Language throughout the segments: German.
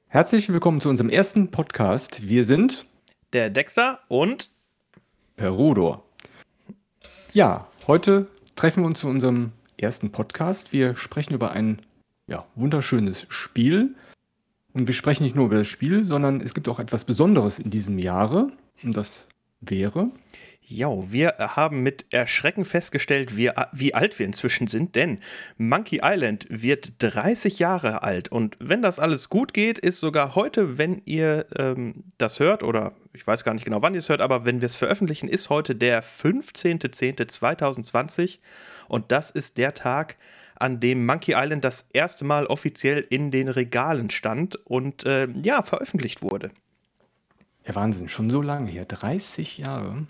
Herzlich willkommen zu unserem ersten Podcast. Wir sind Der Dexter und Perudor. Ja, heute treffen wir uns zu unserem ersten Podcast. Wir sprechen über ein wunderschönes Spiel. Und wir sprechen nicht nur über das Spiel, sondern es gibt auch etwas Besonderes in diesem Jahre. Und das wäre. wir haben mit Erschrecken festgestellt, wie alt wir inzwischen sind, denn Monkey Island wird 30 Jahre alt. Und wenn das alles gut geht, ist sogar heute, wenn ihr das hört, oder ich weiß gar nicht genau, wann ihr es hört, aber wenn wir es veröffentlichen, ist heute der 15.10.2020. Und das ist der Tag, an dem Monkey Island das erste Mal offiziell in den Regalen stand und veröffentlicht wurde. Ja, Wahnsinn, schon so lange her. 30 Jahre.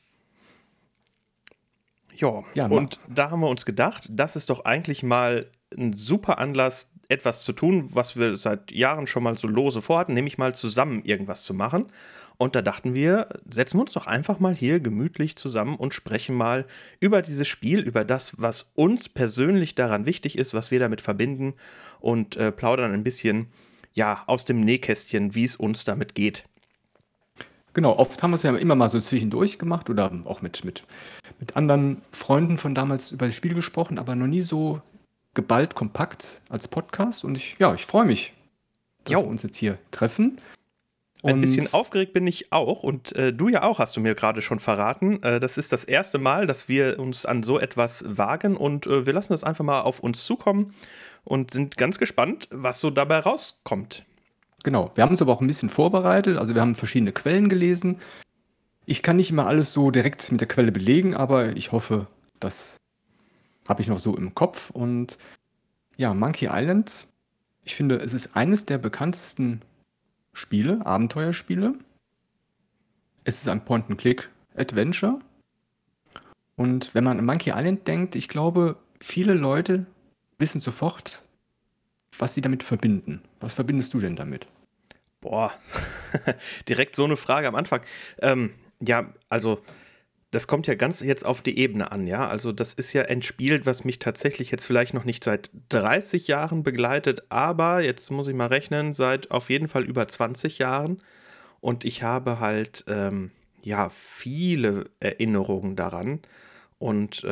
Ja, und da haben wir uns gedacht, das ist doch eigentlich mal ein super Anlass, etwas zu tun, was wir seit Jahren schon mal so lose vorhatten, nämlich mal zusammen irgendwas zu machen. Und da dachten wir, setzen wir uns doch einfach mal hier gemütlich zusammen und sprechen mal über dieses Spiel, über das, was uns persönlich daran wichtig ist, was wir damit verbinden und plaudern ein bisschen, aus dem Nähkästchen, wie es uns damit geht. Genau, oft haben wir es ja immer mal so zwischendurch gemacht oder auch mit anderen Freunden von damals über das Spiel gesprochen, aber noch nie so geballt kompakt als Podcast. Und ich freue mich, dass wir uns jetzt hier treffen. Ein bisschen aufgeregt bin ich auch und du ja auch, hast du mir gerade schon verraten. Das ist das erste Mal, dass wir uns an so etwas wagen und wir lassen das einfach mal auf uns zukommen und sind ganz gespannt, was so dabei rauskommt. Genau, wir haben uns aber auch ein bisschen vorbereitet, also wir haben verschiedene Quellen gelesen. Ich kann nicht immer alles so direkt mit der Quelle belegen, aber ich hoffe, das habe ich noch so im Kopf. Und ja, Monkey Island, ich finde, es ist eines der bekanntesten Spiele, Abenteuerspiele. Es ist ein Point-and-Click-Adventure. Und wenn man an Monkey Island denkt, ich glaube, viele Leute wissen sofort, was sie damit verbinden. Was verbindest du denn damit? Boah, direkt so eine Frage am Anfang. Also das kommt ja ganz jetzt auf die Ebene an, ja. Also das ist ja ein Spiel, was mich tatsächlich jetzt vielleicht noch nicht seit 30 Jahren begleitet, aber jetzt muss ich mal rechnen, seit auf jeden Fall über 20 Jahren. Und ich habe halt, viele Erinnerungen daran. Und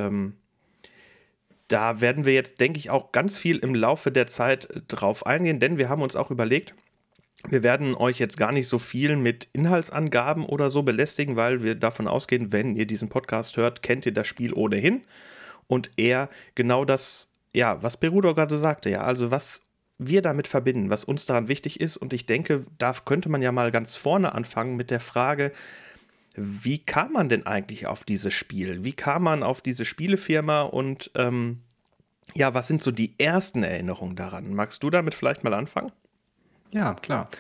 da werden wir jetzt, denke ich, auch ganz viel im Laufe der Zeit drauf eingehen, denn wir haben uns auch überlegt, wir werden euch jetzt gar nicht so viel mit Inhaltsangaben oder so belästigen, weil wir davon ausgehen, wenn ihr diesen Podcast hört, kennt ihr das Spiel ohnehin. Und eher genau das, was Perudo gerade sagte, also was wir damit verbinden, was uns daran wichtig ist. Und ich denke, da könnte man ja mal ganz vorne anfangen mit der Frage, wie kam man denn eigentlich auf dieses Spiel? Wie kam man auf diese Spielefirma und was sind so die ersten Erinnerungen daran? Magst du damit vielleicht mal anfangen? Ja, klar.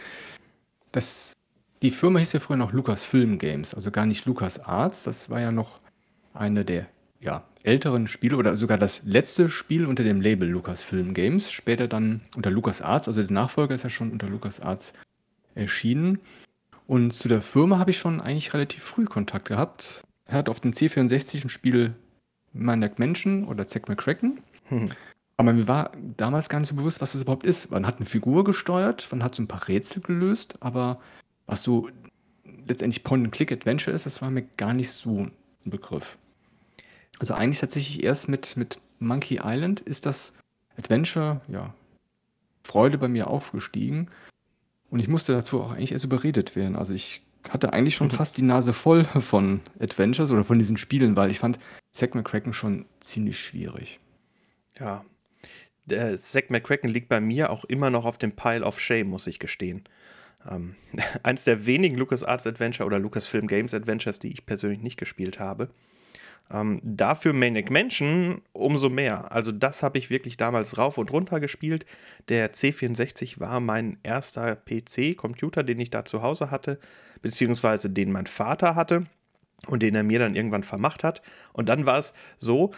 Die Firma hieß ja früher noch Lucasfilm Games, also gar nicht LucasArts. Das war ja noch eine der älteren Spiele oder sogar das letzte Spiel unter dem Label Lucasfilm Games. Später dann unter LucasArts, also der Nachfolger ist ja schon unter LucasArts erschienen. Und zu der Firma habe ich schon eigentlich relativ früh Kontakt gehabt. Er hat auf dem C64 ein Spiel Maniac Mansion oder Zack McCracken. Aber mir war damals gar nicht so bewusst, was das überhaupt ist. Man hat eine Figur gesteuert, man hat so ein paar Rätsel gelöst, aber was so letztendlich Point-and-Click-Adventure ist, das war mir gar nicht so ein Begriff. Also eigentlich tatsächlich erst mit Monkey Island ist das Adventure, Freude bei mir aufgestiegen. Und ich musste dazu auch eigentlich erst überredet werden. Also ich hatte eigentlich schon fast die Nase voll von Adventures oder von diesen Spielen, weil ich fand Zack McCracken schon ziemlich schwierig. Ja, der Zack McCracken liegt bei mir auch immer noch auf dem Pile of Shame, muss ich gestehen. Eines der wenigen LucasArts Adventure oder Lucasfilm Games Adventures, die ich persönlich nicht gespielt habe. Dafür Maniac Mansion umso mehr. Also das habe ich wirklich damals rauf und runter gespielt. Der C64 war mein erster PC-Computer, den ich da zu Hause hatte, beziehungsweise den mein Vater hatte und den er mir dann irgendwann vermacht hat. Und dann war es so,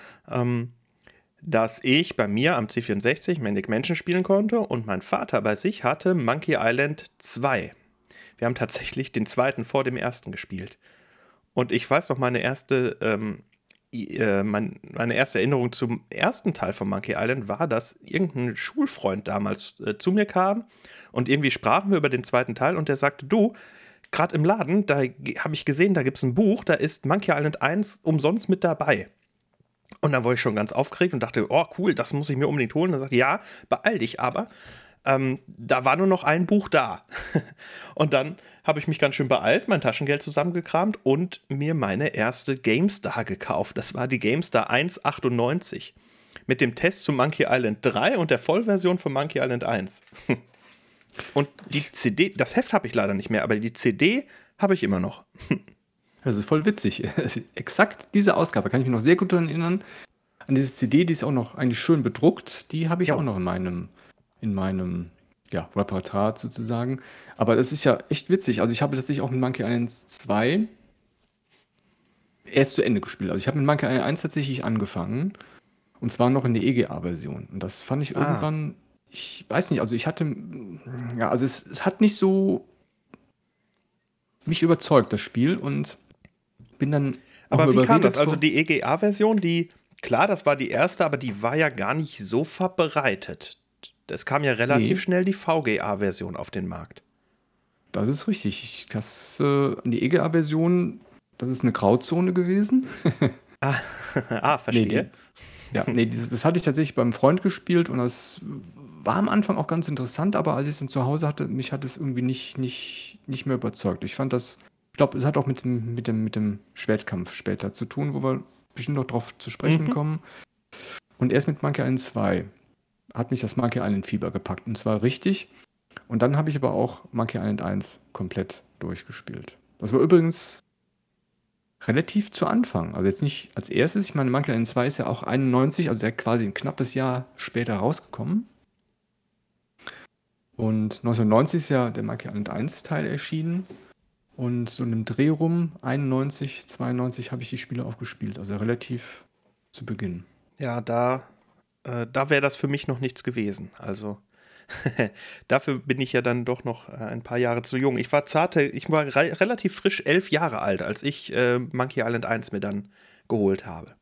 dass ich bei mir am C64 Maniac Mansion spielen konnte und mein Vater bei sich hatte Monkey Island 2. Wir haben tatsächlich den zweiten vor dem ersten gespielt. Und ich weiß noch, meine erste meine erste Erinnerung zum ersten Teil von Monkey Island war, dass irgendein Schulfreund damals zu mir kam und irgendwie sprachen wir über den zweiten Teil und der sagte, du, gerade im Laden, da habe ich gesehen, da gibt es ein Buch, da ist Monkey Island 1 umsonst mit dabei. Und dann war ich schon ganz aufgeregt und dachte, oh cool, das muss ich mir unbedingt holen. Und dann sagte, ja, beeil dich aber. Da war nur noch ein Buch da. Und dann habe ich mich ganz schön beeilt, mein Taschengeld zusammengekramt und mir meine erste GameStar gekauft. Das war die GameStar 1,98 mit dem Test zu Monkey Island 3 und der Vollversion von Monkey Island 1. Und die CD, das Heft habe ich leider nicht mehr, aber die CD habe ich immer noch. Das ist voll witzig. Exakt diese Ausgabe kann ich mich noch sehr gut daran erinnern. An diese CD, die ist auch noch eigentlich schön bedruckt. Die habe ich auch noch in meinem Repertoire sozusagen. Aber das ist ja echt witzig. Also ich habe tatsächlich auch mit Monkey Island 2 erst zu Ende gespielt. Also ich habe mit Monkey Island 1 tatsächlich angefangen. Und zwar noch in der EGA-Version. Und das fand ich irgendwann, ich weiß nicht, also ich hatte, also es hat nicht so mich überzeugt, das Spiel. Und bin dann aber wie kam das? Also die EGA-Version, klar, das war die erste, aber die war ja gar nicht so verbreitet. Es kam ja relativ schnell die VGA-Version auf den Markt. Das ist richtig. Die EGA-Version, das ist eine Grauzone gewesen. Verstehe. Das hatte ich tatsächlich beim Freund gespielt und das war am Anfang auch ganz interessant, aber als ich es dann zu Hause hatte, mich hat es irgendwie nicht mehr überzeugt. Ich fand das, ich glaube, es hat auch mit dem Schwertkampf später zu tun, wo wir bestimmt noch drauf zu sprechen kommen. Und erst mit Monkey Island 2 hat mich das Monkey Island Fieber gepackt und zwar richtig. Und dann habe ich aber auch Monkey Island 1 komplett durchgespielt. Das war übrigens relativ zu Anfang. Also jetzt nicht als erstes. Ich meine, Monkey Island 2 ist ja auch 91, also der quasi ein knappes Jahr später rausgekommen. Und 1990 ist ja der Monkey Island 1 Teil erschienen. Und so in einem Dreh rum, 91, 92, habe ich die Spiele auch gespielt. Also relativ zu Beginn. Ja, da wäre das für mich noch nichts gewesen. Also dafür bin ich ja dann doch noch ein paar Jahre zu jung. Ich war relativ frisch 11 Jahre alt, als ich Monkey Island 1 mir dann geholt habe.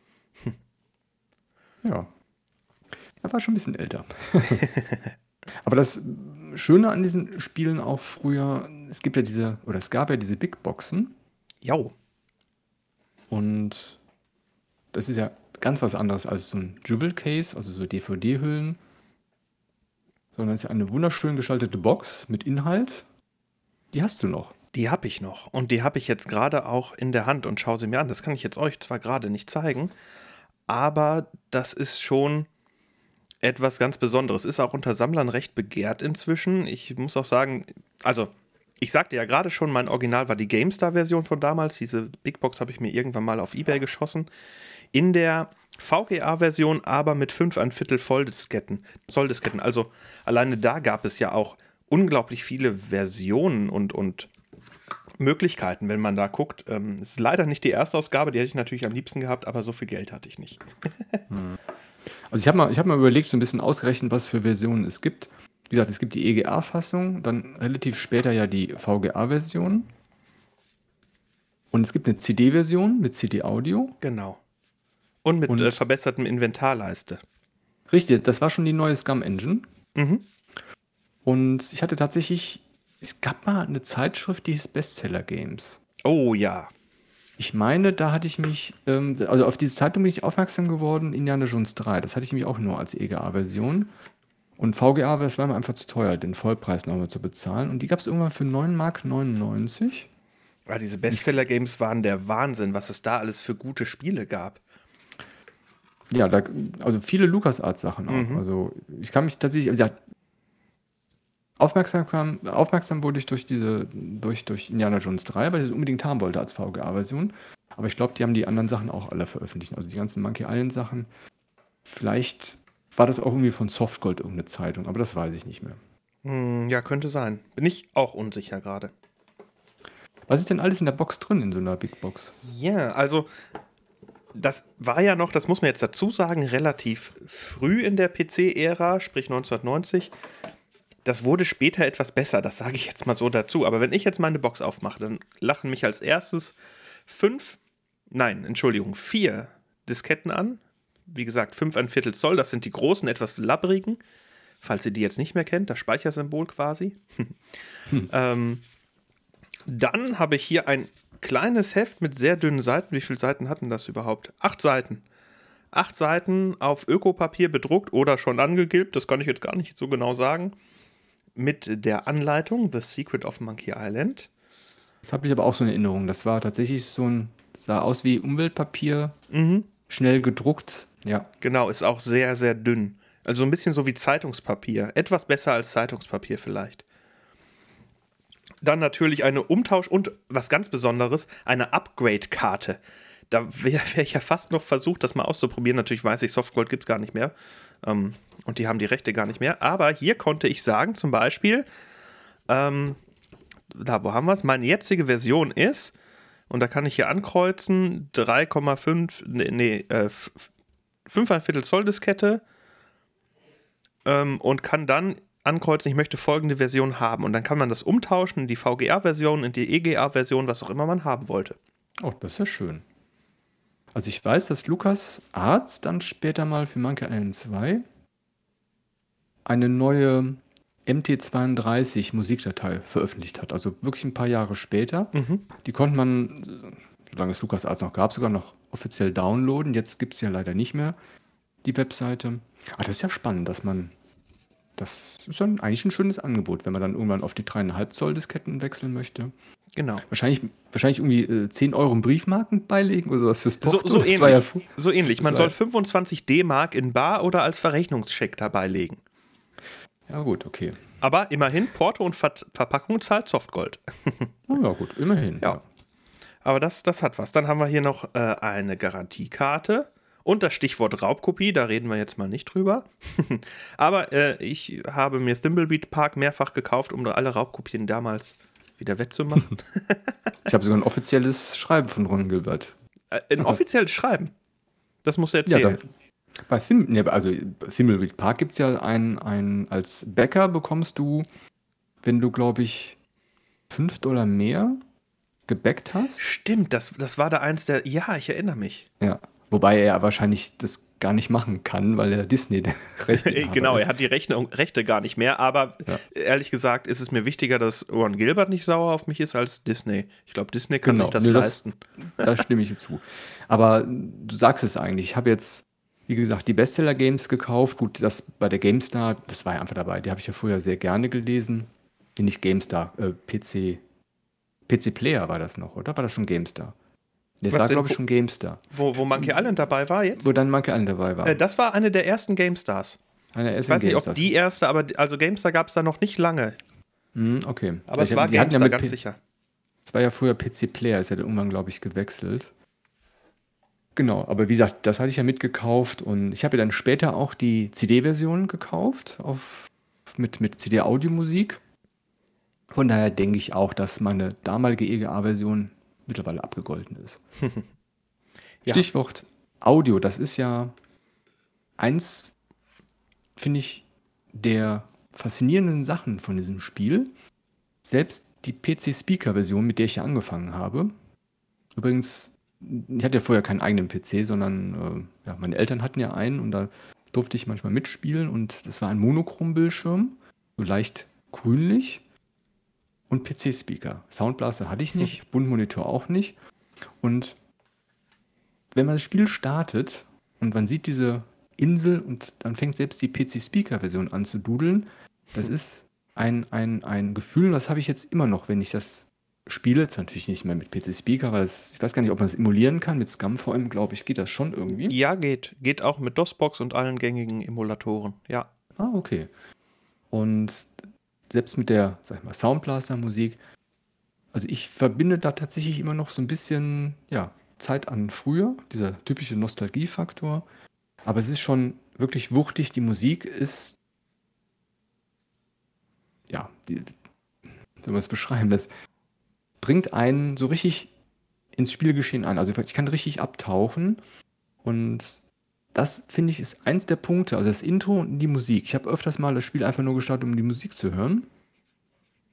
Ja. Er war schon ein bisschen älter. Aber das Schöne an diesen Spielen auch früher, es gab ja diese Big Boxen. Jo. Und das ist ja ganz was anderes als so ein Jewel Case, also so DVD-Hüllen. Sondern es ist ja eine wunderschön gestaltete Box mit Inhalt. Die hast du noch. Die habe ich noch. Und die habe ich jetzt gerade auch in der Hand und schaue sie mir an. Das kann ich jetzt euch zwar gerade nicht zeigen, aber das ist schon etwas ganz Besonderes. Ist auch unter Sammlern recht begehrt inzwischen. Ich muss auch sagen, also ich sagte ja gerade schon, mein Original war die GameStar-Version von damals. Diese Big Box habe ich mir irgendwann mal auf eBay geschossen. In der VGA-Version aber mit 5,25 Volldisketten. Also alleine da gab es ja auch unglaublich viele Versionen und Möglichkeiten, wenn man da guckt. Es ist leider nicht die Erstausgabe, die hätte ich natürlich am liebsten gehabt, aber so viel Geld hatte ich nicht. Also ich hab mal überlegt, so ein bisschen ausgerechnet, was für Versionen es gibt. Wie gesagt, es gibt die EGA-Fassung, dann relativ später ja die VGA-Version. Und es gibt eine CD-Version mit CD-Audio. Genau. Und mit verbessertem Inventarleiste. Richtig, das war schon die neue Scum-Engine. Mhm. Und ich hatte tatsächlich, es gab mal eine Zeitschrift, die hieß Bestseller Games. Oh ja. Ich meine, da hatte ich mich, also auf diese Zeitung bin ich aufmerksam geworden, Indiana Jones 3. Das hatte ich nämlich auch nur als EGA-Version. Und VGA, das war mir einfach zu teuer, den Vollpreis nochmal zu bezahlen. Und die gab es irgendwann für 9,99 Mark. Ja, diese Bestseller-Games waren der Wahnsinn, was es da alles für gute Spiele gab. Ja, also viele LucasArts-Sachen auch. Also ich kann mich tatsächlich, aufmerksam wurde ich durch Indiana Jones 3, weil ich es unbedingt haben wollte als VGA-Version. Aber ich glaube, die haben die anderen Sachen auch alle veröffentlicht. Also die ganzen Monkey Island-Sachen. Vielleicht war das auch irgendwie von Softgold irgendeine Zeitung, aber das weiß ich nicht mehr. Ja, könnte sein. Bin ich auch unsicher gerade. Was ist denn alles in der Box drin, in so einer Big Box? Ja, also das war ja noch, das muss man jetzt dazu sagen, relativ früh in der PC-Ära, sprich 1990. Das wurde später etwas besser, das sage ich jetzt mal so dazu. Aber wenn ich jetzt meine Box aufmache, dann lachen mich als erstes 5 nein, Entschuldigung, 4 Disketten an. Wie gesagt, 5,25 Zoll, das sind die großen, etwas labbrigen. Falls ihr die jetzt nicht mehr kennt, das Speichersymbol quasi. Dann habe ich hier ein kleines Heft mit sehr dünnen Seiten. Wie viele Seiten hatten das überhaupt? 8 Seiten. 8 Seiten auf Ökopapier bedruckt oder schon angegilbt, das kann ich jetzt gar nicht so genau sagen. Mit der Anleitung The Secret of Monkey Island. Das habe ich aber auch so in Erinnerung. Das war tatsächlich sah aus wie Umweltpapier, schnell gedruckt. Ja. Genau, ist auch sehr, sehr dünn. Also ein bisschen so wie Zeitungspapier. Etwas besser als Zeitungspapier vielleicht. Dann natürlich eine Umtausch- und was ganz Besonderes, eine Upgrade-Karte. Da wäre ich ja fast noch versucht, das mal auszuprobieren. Natürlich weiß ich, Softgold gibt es gar nicht mehr. Und die haben die Rechte gar nicht mehr. Aber hier konnte ich sagen, zum Beispiel, wo haben wir es? Meine jetzige Version ist, und da kann ich hier ankreuzen, 5,25 Zoll Diskette und kann dann ankreuzen, ich möchte folgende Version haben. Und dann kann man das umtauschen in die VGA-Version, in die EGA-Version, was auch immer man haben wollte. Oh, das ist ja schön. Also ich weiß, dass LucasArts dann später mal für Monkey Island 2 eine neue MT32 Musikdatei veröffentlicht hat. Also wirklich ein paar Jahre später. Die konnte man, solange es LucasArts noch gab, sogar noch offiziell downloaden. Jetzt gibt es ja leider nicht mehr die Webseite. Aber das ist ja spannend, das ist dann eigentlich ein schönes Angebot, wenn man dann irgendwann auf die 3,5 Zoll Disketten wechseln möchte. Genau. Wahrscheinlich irgendwie 10 Euro in Briefmarken beilegen oder sowas fürs Porto. So Das ähnlich. war ja So ähnlich. Man soll 25 D-Mark in Bar oder als Verrechnungscheck dabei legen. Ja gut, okay. Aber immerhin, Porto und Verpackung zahlt Softgold. Oh, ja gut, immerhin. Ja. Aber das hat was. Dann haben wir hier noch eine Garantiekarte und das Stichwort Raubkopie, da reden wir jetzt mal nicht drüber. Aber ich habe mir Thimbleweed Park mehrfach gekauft, um alle Raubkopien damals wieder wettzumachen. Ich habe sogar ein offizielles Schreiben von Ron Gilbert. Ein offizielles Schreiben? Das musst du erzählen. Ja, bei Thimbleweed Park gibt es ja als Bäcker bekommst du, wenn du, glaube ich, $5 mehr gebackt hast. Stimmt, das war da eins der. Ja, ich erinnere mich. Ja, wobei er wahrscheinlich das gar nicht machen kann, weil er Disney Rechte Genau, er hat die Rechte gar nicht mehr, aber ehrlich gesagt ist es mir wichtiger, dass Ron Gilbert nicht sauer auf mich ist, als Disney. Ich glaube, Disney kann sich das leisten. Da stimme ich zu. Aber du sagst es eigentlich. Ich habe jetzt, wie gesagt, die Bestseller-Games gekauft. Gut, das bei der GameStar, das war ja einfach dabei. Die habe ich ja früher sehr gerne gelesen. Nicht GameStar, PC Player war das noch, oder? War das schon GameStar? Das war, glaube ich, schon GameStar. Wo Monkey Island dabei war jetzt? Wo dann Monkey Island dabei war. Das war eine der ersten GameStars. Ich weiß nicht, ob die erste, aber also GameStar gab es da noch nicht lange. Okay. Aber es war GameStar, ganz sicher. Es war ja früher PC Player, ist ja dann irgendwann, glaube ich, gewechselt. Genau, aber wie gesagt, das hatte ich ja mitgekauft und ich habe ja dann später auch die CD-Version gekauft mit CD-Audio-Musik. Von daher denke ich auch, dass meine damalige EGA-Version mittlerweile abgegolten ist. Ja. Stichwort Audio, das ist ja eins, finde ich, der faszinierenden Sachen von diesem Spiel. Selbst die PC-Speaker-Version, mit der ich ja angefangen habe. Übrigens, ich hatte ja vorher keinen eigenen PC, sondern meine Eltern hatten ja einen und da durfte ich manchmal mitspielen und das war ein Monochrom-Bildschirm, so leicht grünlich. Und PC-Speaker. Soundblaster hatte ich nicht, Bundmonitor auch nicht. Und wenn man das Spiel startet und man sieht diese Insel und dann fängt selbst die PC-Speaker-Version an zu dudeln, das ist ein Gefühl, das habe ich jetzt immer noch, wenn ich das spiele. Jetzt natürlich nicht mehr mit PC-Speaker, weil ich weiß gar nicht, ob man das emulieren kann. Mit ScumVM, glaube ich, geht das schon irgendwie. Ja, geht. Geht auch mit DOSBox und allen gängigen Emulatoren, ja. Ah, okay. Und selbst mit der, sag ich mal, Soundblaster-Musik, also ich verbinde da tatsächlich immer noch so ein bisschen, Zeit an früher, dieser typische Nostalgiefaktor. Aber es ist schon wirklich wuchtig. Die Musik ist, wie soll man es beschreiben? Das bringt einen so richtig ins Spielgeschehen ein. Also ich kann richtig abtauchen und das, finde ich, ist eins der Punkte, also das Intro und die Musik. Ich habe öfters mal das Spiel einfach nur gestartet, um die Musik zu hören.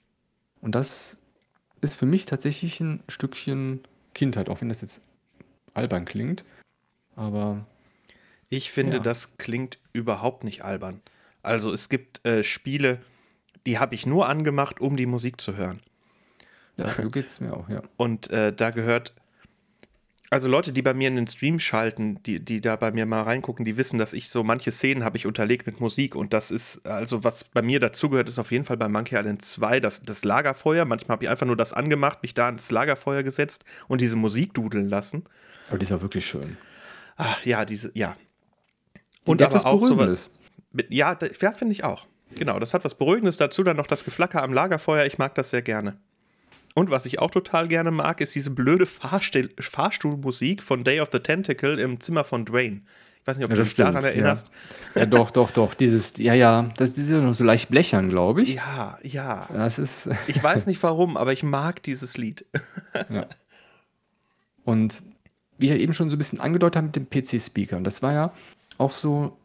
Und das ist für mich tatsächlich ein Stückchen Kindheit, auch wenn das jetzt albern klingt. Aber Ich finde, ja, das klingt überhaupt nicht albern. Also es gibt Spiele, die habe ich nur angemacht, um die Musik zu hören. ja, so geht es mir auch, ja. Und da gehört, also Leute, die bei mir in den Stream schalten, die da bei mir mal reingucken, die wissen, dass ich so manche Szenen habe ich unterlegt mit Musik. Und das ist, also was bei mir dazugehört, ist auf jeden Fall bei Monkey Island 2 das Lagerfeuer. Manchmal habe ich einfach nur das angemacht, mich da ans Lagerfeuer gesetzt und diese Musik dudeln lassen. Aber die ist auch wirklich schön. Ach ja, ja. Die Und hat was aber auch sowas. Beruhigendes. Ja, ja, finde ich auch. Genau, das hat was Beruhigendes. Dazu dann noch das Geflacker am Lagerfeuer. Ich mag das sehr gerne. Und was ich auch total gerne mag, ist diese blöde Fahrstuhlmusik von Day of the Tentacle im Zimmer von Dwayne. Ich weiß nicht, ob Ja, du das dich daran stimmt, erinnerst. Ja, doch. Das ist ja noch so leicht blechern, glaube ich. Ja, ja. Das ist, Ich weiß nicht warum, aber ich mag dieses Lied. ja. Und wie ich ja eben schon so ein bisschen angedeutet habe mit dem PC-Speaker, und das war ja auch so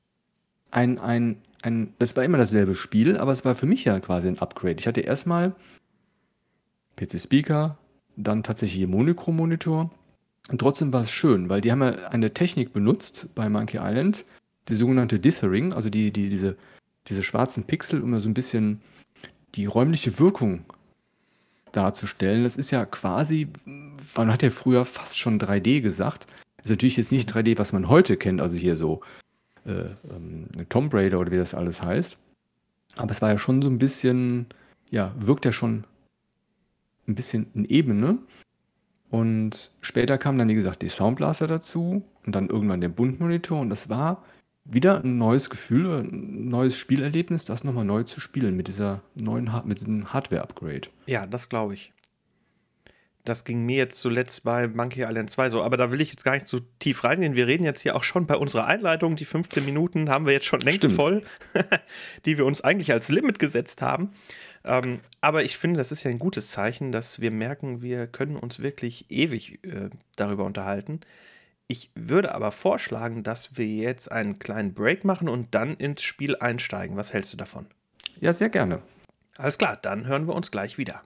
das war immer dasselbe Spiel, aber es war für mich ja quasi ein Upgrade. Ich hatte erstmal PC-Speaker, dann tatsächlich hier Monochrom-Monitor. Und trotzdem war es schön, weil die haben ja eine Technik benutzt bei Monkey Island, die sogenannte Dithering, also diese schwarzen Pixel, um ja so ein bisschen die räumliche Wirkung darzustellen. Das ist ja quasi, man hat ja früher fast schon 3D gesagt. Das ist natürlich jetzt nicht 3D, was man heute kennt, also hier so Tomb Raider oder wie das alles heißt. Aber es war ja schon so ein bisschen, ja, wirkt ja schon ein bisschen in Ebene. Und später kam dann, wie gesagt, die Soundblaster dazu und dann irgendwann der Bundmonitor. Und das war wieder ein neues Gefühl, ein neues Spielerlebnis, das nochmal neu zu spielen mit mit diesem Hardware-Upgrade. Ja, das glaube ich. Das ging mir jetzt zuletzt bei Monkey Island 2 so, aber da will ich jetzt gar nicht so tief reingehen. Wir reden jetzt hier auch schon bei unserer Einleitung. Die 15 Minuten haben wir jetzt schon längst Stimmt. voll, die wir uns eigentlich als Limit gesetzt haben. Aber ich finde, das ist ja ein gutes Zeichen, dass wir merken, wir können uns wirklich ewig darüber unterhalten. Ich würde aber vorschlagen, dass wir jetzt einen kleinen Break machen und dann ins Spiel einsteigen. Was hältst du davon? Ja, sehr gerne. Alles klar, dann hören wir uns gleich wieder.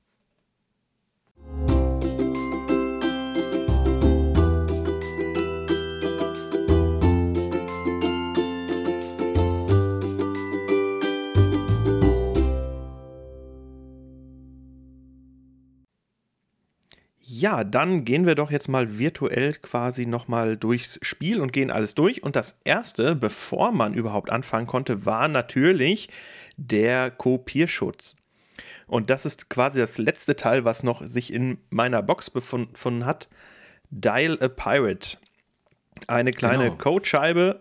Ja, dann gehen wir doch jetzt mal virtuell quasi nochmal durchs Spiel und gehen alles durch. Und das Erste, bevor man überhaupt anfangen konnte, war natürlich der Kopierschutz. Und das ist quasi das letzte Teil, was noch sich in meiner Box befunden hat. Dial a Pirate. Eine kleine Genau. Codescheibe,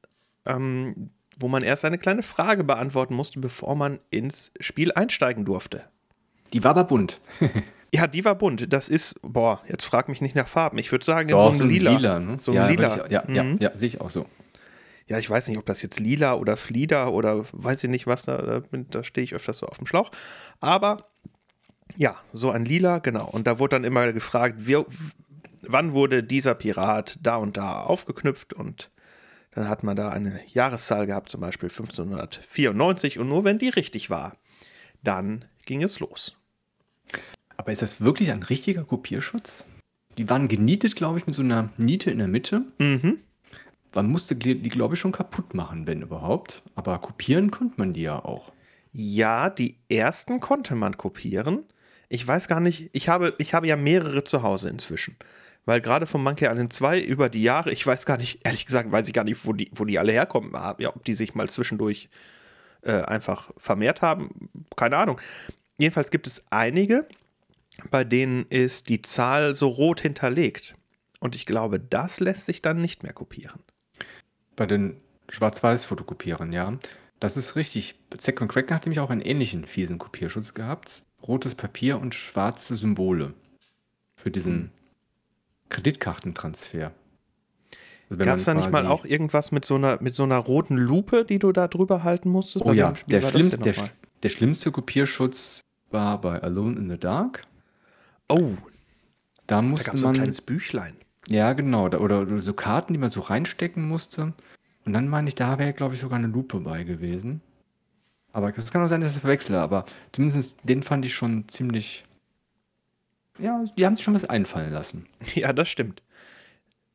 wo man erst eine kleine Frage beantworten musste, bevor man ins Spiel einsteigen durfte. Die war aber bunt. Ja, die war bunt. Das ist, jetzt frag mich nicht nach Farben. Ich würde sagen, Doch, so ein Lila. ne? So ein Ja, Lila. ja, sehe ich auch so. Ja, ich weiß nicht, ob das jetzt Lila oder Flieder oder weiß ich nicht, was da stehe ich öfters so auf dem Schlauch. Aber ja, so ein Lila, genau. Und da wurde dann immer gefragt, wann wurde dieser Pirat da und da aufgeknüpft, und dann hat man da eine Jahreszahl gehabt, zum Beispiel 1594, und nur wenn die richtig war, dann ging es los. Aber ist das wirklich ein richtiger Kopierschutz? Die waren genietet, glaube ich, mit so einer Niete in der Mitte. Mhm. Man musste die, glaube ich, schon kaputt machen, wenn überhaupt. Aber kopieren konnte man die ja auch. Ja, die ersten konnte man kopieren. Ich weiß gar nicht, ich habe ja mehrere zu Hause inzwischen. Weil gerade von Monkey Island 2 über die Jahre, ich weiß gar nicht, ehrlich gesagt, weiß ich gar nicht, wo die alle herkommen. Ja, ob die sich mal zwischendurch einfach vermehrt haben, keine Ahnung. Jedenfalls gibt es einige, bei denen ist die Zahl so rot hinterlegt. Und ich glaube, das lässt sich dann nicht mehr kopieren. Bei den Schwarz-Weiß-Fotokopieren, ja. Das ist richtig. Zack McCracken hat nämlich auch einen ähnlichen fiesen Kopierschutz gehabt. Rotes Papier und schwarze Symbole für diesen Kreditkartentransfer. Also Gab es da nicht mal auch irgendwas mit so einer roten Lupe, die du da drüber halten musstest? Oh ja, der schlimmste Kopierschutz war bei Alone in the Dark. Oh, da da musste gab es so ein kleines Büchlein. Ja, genau. Oder so Karten, die man so reinstecken musste. Und dann meine ich, da wäre, glaube ich, sogar eine Lupe bei gewesen. Aber das kann auch sein, dass ich es verwechsle. Aber zumindest den fand ich schon ziemlich. Ja, die haben sich schon was einfallen lassen. Ja, das stimmt.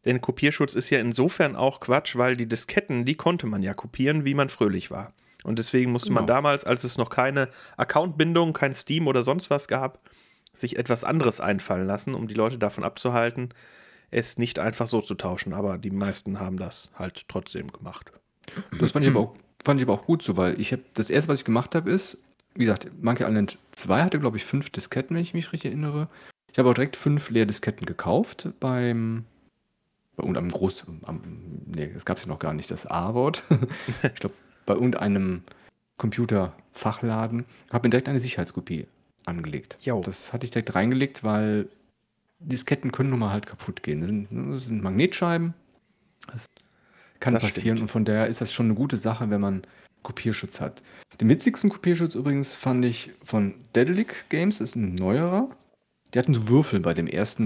Denn Kopierschutz ist ja insofern auch Quatsch, weil die Disketten, die konnte man ja kopieren, wie man fröhlich war. Und deswegen musste man damals, als es noch keine Accountbindung, kein Steam oder sonst was gab, sich etwas anderes einfallen lassen, um die Leute davon abzuhalten, es nicht einfach so zu tauschen. Aber die meisten haben das halt trotzdem gemacht. Das fand ich aber auch gut so, weil das erste, was ich gemacht habe, ist, wie gesagt, Monkey Island 2 hatte, glaube ich, 5 Disketten, wenn ich mich richtig erinnere. Ich habe auch direkt 5 Leerdisketten gekauft bei irgendeinem nee, das gab es ja noch gar nicht, das A-Wort. Ich glaube, bei irgendeinem Computerfachladen. Habe mir direkt eine Sicherheitskopie angelegt. Jo. Das hatte ich direkt reingelegt, weil Disketten können nun mal halt kaputt gehen. Das sind Magnetscheiben. Das kann Das passieren stimmt. und von daher ist das schon eine gute Sache, wenn man Kopierschutz hat. Den witzigsten Kopierschutz übrigens fand ich von Daedalic Games, das ist ein neuerer. Die hatten so Würfel bei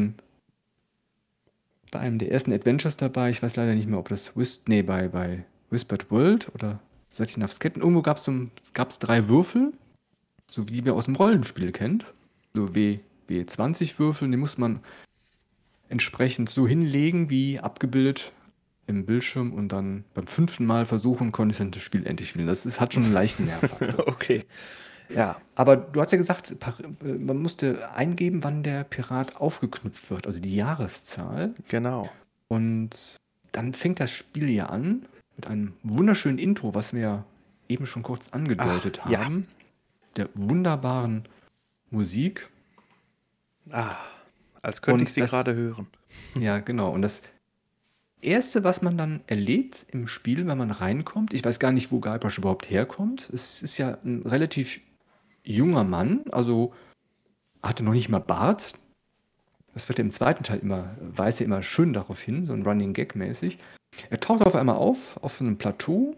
einem der ersten Adventures dabei. Ich weiß leider nicht mehr, ob das bei Whispered World oder Satinavs Ketten. Irgendwo gab es 3 Würfel, so wie man aus dem Rollenspiel kennt. So W20-Würfel, die muss man entsprechend so hinlegen, wie abgebildet im Bildschirm und dann beim 5. Mal versuchen, konnte ich dann das Spiel endlich spielen. Hat schon einen leichten Nervfaktor. Okay. Ja. Aber du hast ja gesagt, man musste eingeben, wann der Pirat aufgeknüpft wird, also die Jahreszahl. Genau. Und dann fängt das Spiel ja an mit einem wunderschönen Intro, was wir ja eben schon kurz angedeutet haben. Der wunderbaren Musik. Als könnte Und ich sie gerade hören. Ja, genau. Und das Erste, was man dann erlebt im Spiel, wenn man reinkommt, ich weiß gar nicht, wo Guybrush überhaupt herkommt. Es ist ja ein relativ junger Mann, also hatte noch nicht mal Bart. Das wird ja im zweiten Teil weist ja immer schön darauf hin, so ein Running Gag mäßig. Er taucht auf einmal auf einem Plateau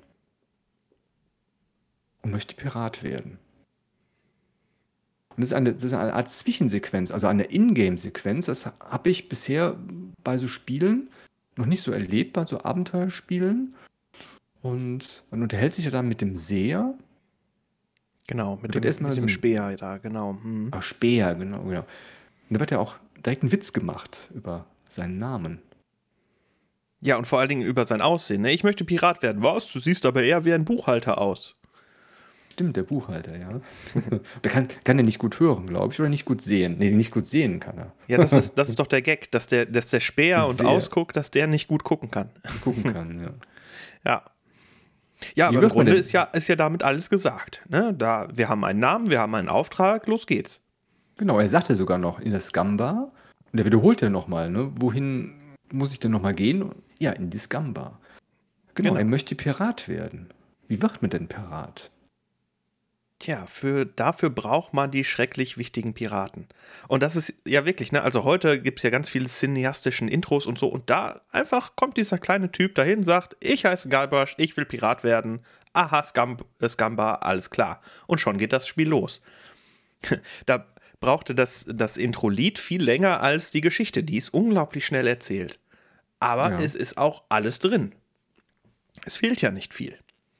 und möchte Pirat werden. Und das ist eine Art Zwischensequenz, also eine Ingame-Sequenz. Das habe ich bisher bei so Spielen noch nicht so erlebt, bei so Abenteuerspielen. Und man unterhält sich ja dann mit dem Seher. Genau, mit Wird erstmal so dem ein Speer da, genau. Speer, genau. Und da wird ja auch direkt ein Witz gemacht über seinen Namen. Ja, und vor allen Dingen über sein Aussehen. Ne? Ich möchte Pirat werden. Was? Du siehst aber eher wie ein Buchhalter aus. Stimmt, der Buchhalter, ja. Der kann er nicht gut hören, glaube ich, oder nicht gut sehen. Nee, nicht gut sehen kann er. Ja, das ist doch der Gag, dass der Speer und Sehr. Ausguck, dass der nicht gut gucken kann. Ja. Ja. Ja, Wie aber im wird man Grunde denn- ist ja damit alles gesagt. Ne? Wir haben einen Namen, wir haben einen Auftrag, los geht's. Genau, er sagte sogar noch in das Gamba, und er wiederholt ja nochmal, ne? Wohin muss ich denn nochmal gehen? Ja, in die Gamba. Genau, er möchte Pirat werden. Wie wird man denn Pirat? Tja, dafür braucht man die schrecklich wichtigen Piraten. Und das ist ja wirklich, ne? Also heute gibt es ja ganz viele cineastischen Intros und so. Und da einfach kommt dieser kleine Typ dahin, sagt, ich heiße Guybrush, ich will Pirat werden. Aha, Scamba, alles klar. Und schon geht das Spiel los. Da brauchte das Intro-Lied viel länger als die Geschichte. Die ist unglaublich schnell erzählt. Aber Ja. es ist auch alles drin. Es fehlt ja nicht viel.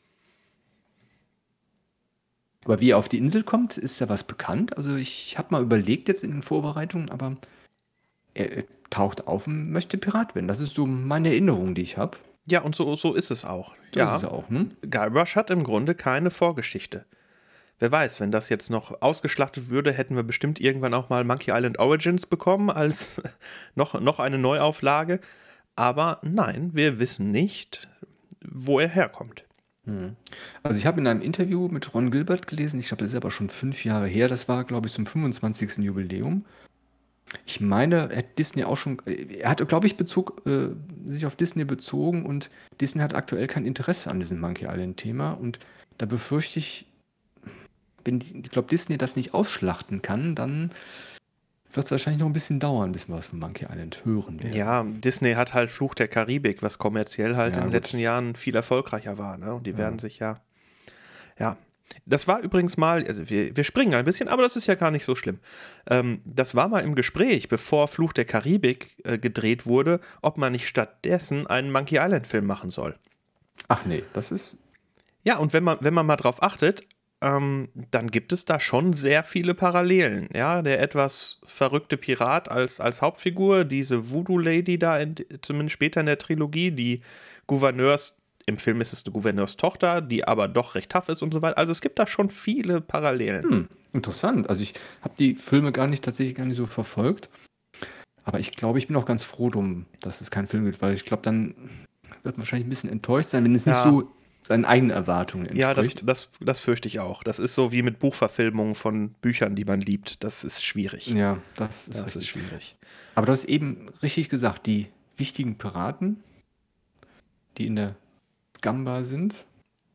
Aber wie er auf die Insel kommt, ist ja was bekannt. Also ich habe mal überlegt jetzt in den Vorbereitungen, aber er taucht auf und möchte Pirat werden. Das ist so meine Erinnerung, die ich habe. Ja, und so ist es auch. So ist es auch, ne? Guybrush hat im Grunde keine Vorgeschichte. Wer weiß, wenn das jetzt noch ausgeschlachtet würde, hätten wir bestimmt irgendwann auch mal Monkey Island Origins bekommen als noch eine Neuauflage. Aber nein, wir wissen nicht, wo er herkommt. Also ich habe in einem Interview mit Ron Gilbert gelesen, ich glaube, das ist aber schon 5 Jahre her, das war, glaube ich, zum 25. Jubiläum. Ich meine, er hat Disney auch schon, er hat, glaube ich, sich auf Disney bezogen und Disney hat aktuell kein Interesse an diesem Monkey Island-Thema und da befürchte ich, ich glaube, Disney das nicht ausschlachten kann, dann wird es wahrscheinlich noch ein bisschen dauern, bis wir was von Monkey Island hören werden. Ja, Disney hat halt Fluch der Karibik, was kommerziell halt Ja, in den gut. letzten Jahren viel erfolgreicher war. Ne? Und die werden sich ja. Das war übrigens mal, also wir springen ein bisschen, aber das ist ja gar nicht so schlimm. Das war mal im Gespräch, bevor Fluch der Karibik gedreht wurde, ob man nicht stattdessen einen Monkey Island-Film machen soll. Ach nee, das ist, Ja, und wenn man mal drauf achtet, dann gibt es da schon sehr viele Parallelen. Ja, der etwas verrückte Pirat als Hauptfigur, diese Voodoo-Lady da, zumindest später in der Trilogie, die im Film ist es eine Gouverneurstochter, die aber doch recht tough ist und so weiter. Also es gibt da schon viele Parallelen. Interessant. Also ich habe die Filme tatsächlich gar nicht so verfolgt. Aber ich glaube, ich bin auch ganz froh drum, dass es keinen Film gibt, weil ich glaube, dann wird man wahrscheinlich ein bisschen enttäuscht sein, wenn es nicht Ja. so seinen eigenen Erwartungen Ja, entspricht. das fürchte ich auch. Das ist so wie mit Buchverfilmungen von Büchern, die man liebt. Das ist schwierig. Ja, das ist Das richtig. ist schwierig. Aber du hast eben richtig gesagt, die wichtigen Piraten, die in der Scamba sind.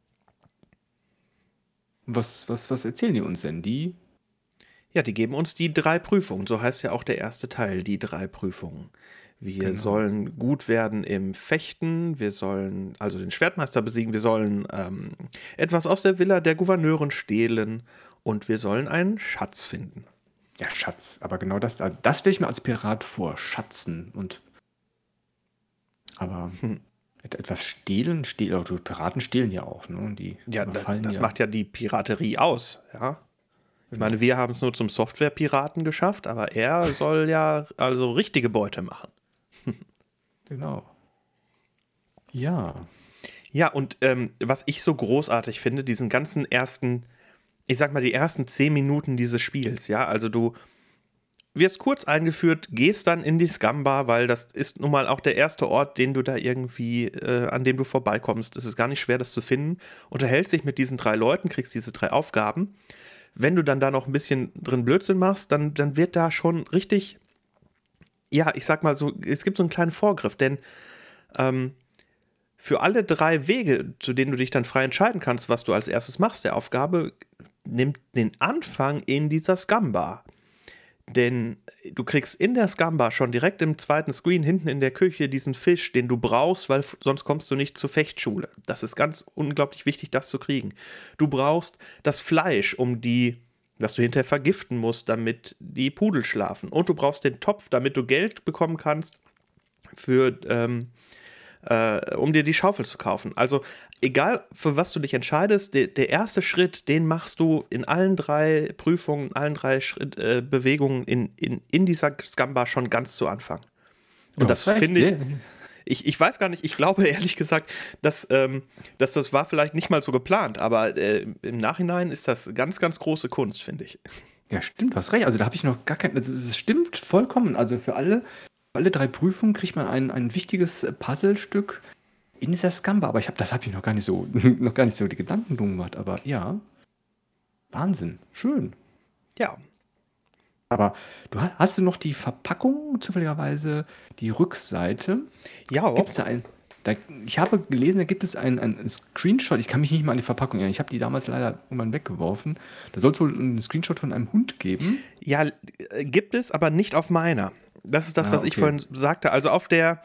Was erzählen die uns denn? Ja, die geben uns die 3 Prüfungen. So heißt ja auch der erste Teil, die 3 Prüfungen. Wir Genau. sollen gut werden im Fechten, wir sollen also den Schwertmeister besiegen, wir sollen etwas aus der Villa der Gouverneurin stehlen und wir sollen einen Schatz finden. Ja, Schatz. Aber genau das stelle ich mir als Pirat vor. Schatzen aber etwas stehlen, oder Piraten stehlen ja auch, ne? Die Ja, überfallen das ja. macht ja die Piraterie aus, ja. Ich Genau. meine, wir haben es nur zum Software-Piraten geschafft, aber er soll ja also richtige Beute machen. Genau. Ja. Ja, und was ich so großartig finde, diesen ganzen ersten, ich sag mal, die ersten 10 Minuten dieses Spiels, ja, also du wirst kurz eingeführt, gehst dann in die Scamba, weil das ist nun mal auch der erste Ort, den du da irgendwie, an dem du vorbeikommst. Es ist gar nicht schwer, das zu finden. Unterhältst dich mit diesen 3 Leuten, kriegst diese 3 Aufgaben. Wenn du dann da noch ein bisschen drin Blödsinn machst, dann wird da schon richtig, ja, ich sag mal so, es gibt so einen kleinen Vorgriff, denn für alle 3 Wege, zu denen du dich dann frei entscheiden kannst, was du als erstes machst, der Aufgabe, nimmt den Anfang in dieser Scamba. Denn du kriegst in der Scamba schon direkt im zweiten Screen hinten in der Küche diesen Fisch, den du brauchst, weil sonst kommst du nicht zur Fechtschule. Das ist ganz unglaublich wichtig, das zu kriegen. Du brauchst das Fleisch, was du hinterher vergiften musst, damit die Pudel schlafen. Und du brauchst den Topf, damit du Geld bekommen kannst um dir die Schaufel zu kaufen. Also egal, für was du dich entscheidest, der erste Schritt, den machst du in allen 3 Prüfungen, allen 3 Bewegungen in dieser Scamba schon ganz zu Anfang. Und Ja, das war echt finde ich weiß gar nicht, ich glaube ehrlich gesagt, dass das war vielleicht nicht mal so geplant, aber im Nachhinein ist das ganz, ganz große Kunst, finde ich. Ja, stimmt, du hast recht. Also da habe ich noch gar kein. Es stimmt vollkommen. Also für alle 3 Prüfungen kriegt man ein wichtiges Puzzlestück in dieser Scamba. Aber das habe ich noch gar nicht so, die Gedanken drum gemacht. Aber ja, Wahnsinn, schön. Ja. Aber hast du noch die Verpackung, zufälligerweise die Rückseite? Ja, Gibt es ich habe gelesen, da gibt es einen Screenshot. Ich kann mich nicht mal an die Verpackung erinnern. Ich habe die damals leider irgendwann weggeworfen. Da soll es wohl einen Screenshot von einem Hund geben. Ja, gibt es, aber nicht auf meiner. Das ist das, was ich okay. vorhin sagte. Also auf der,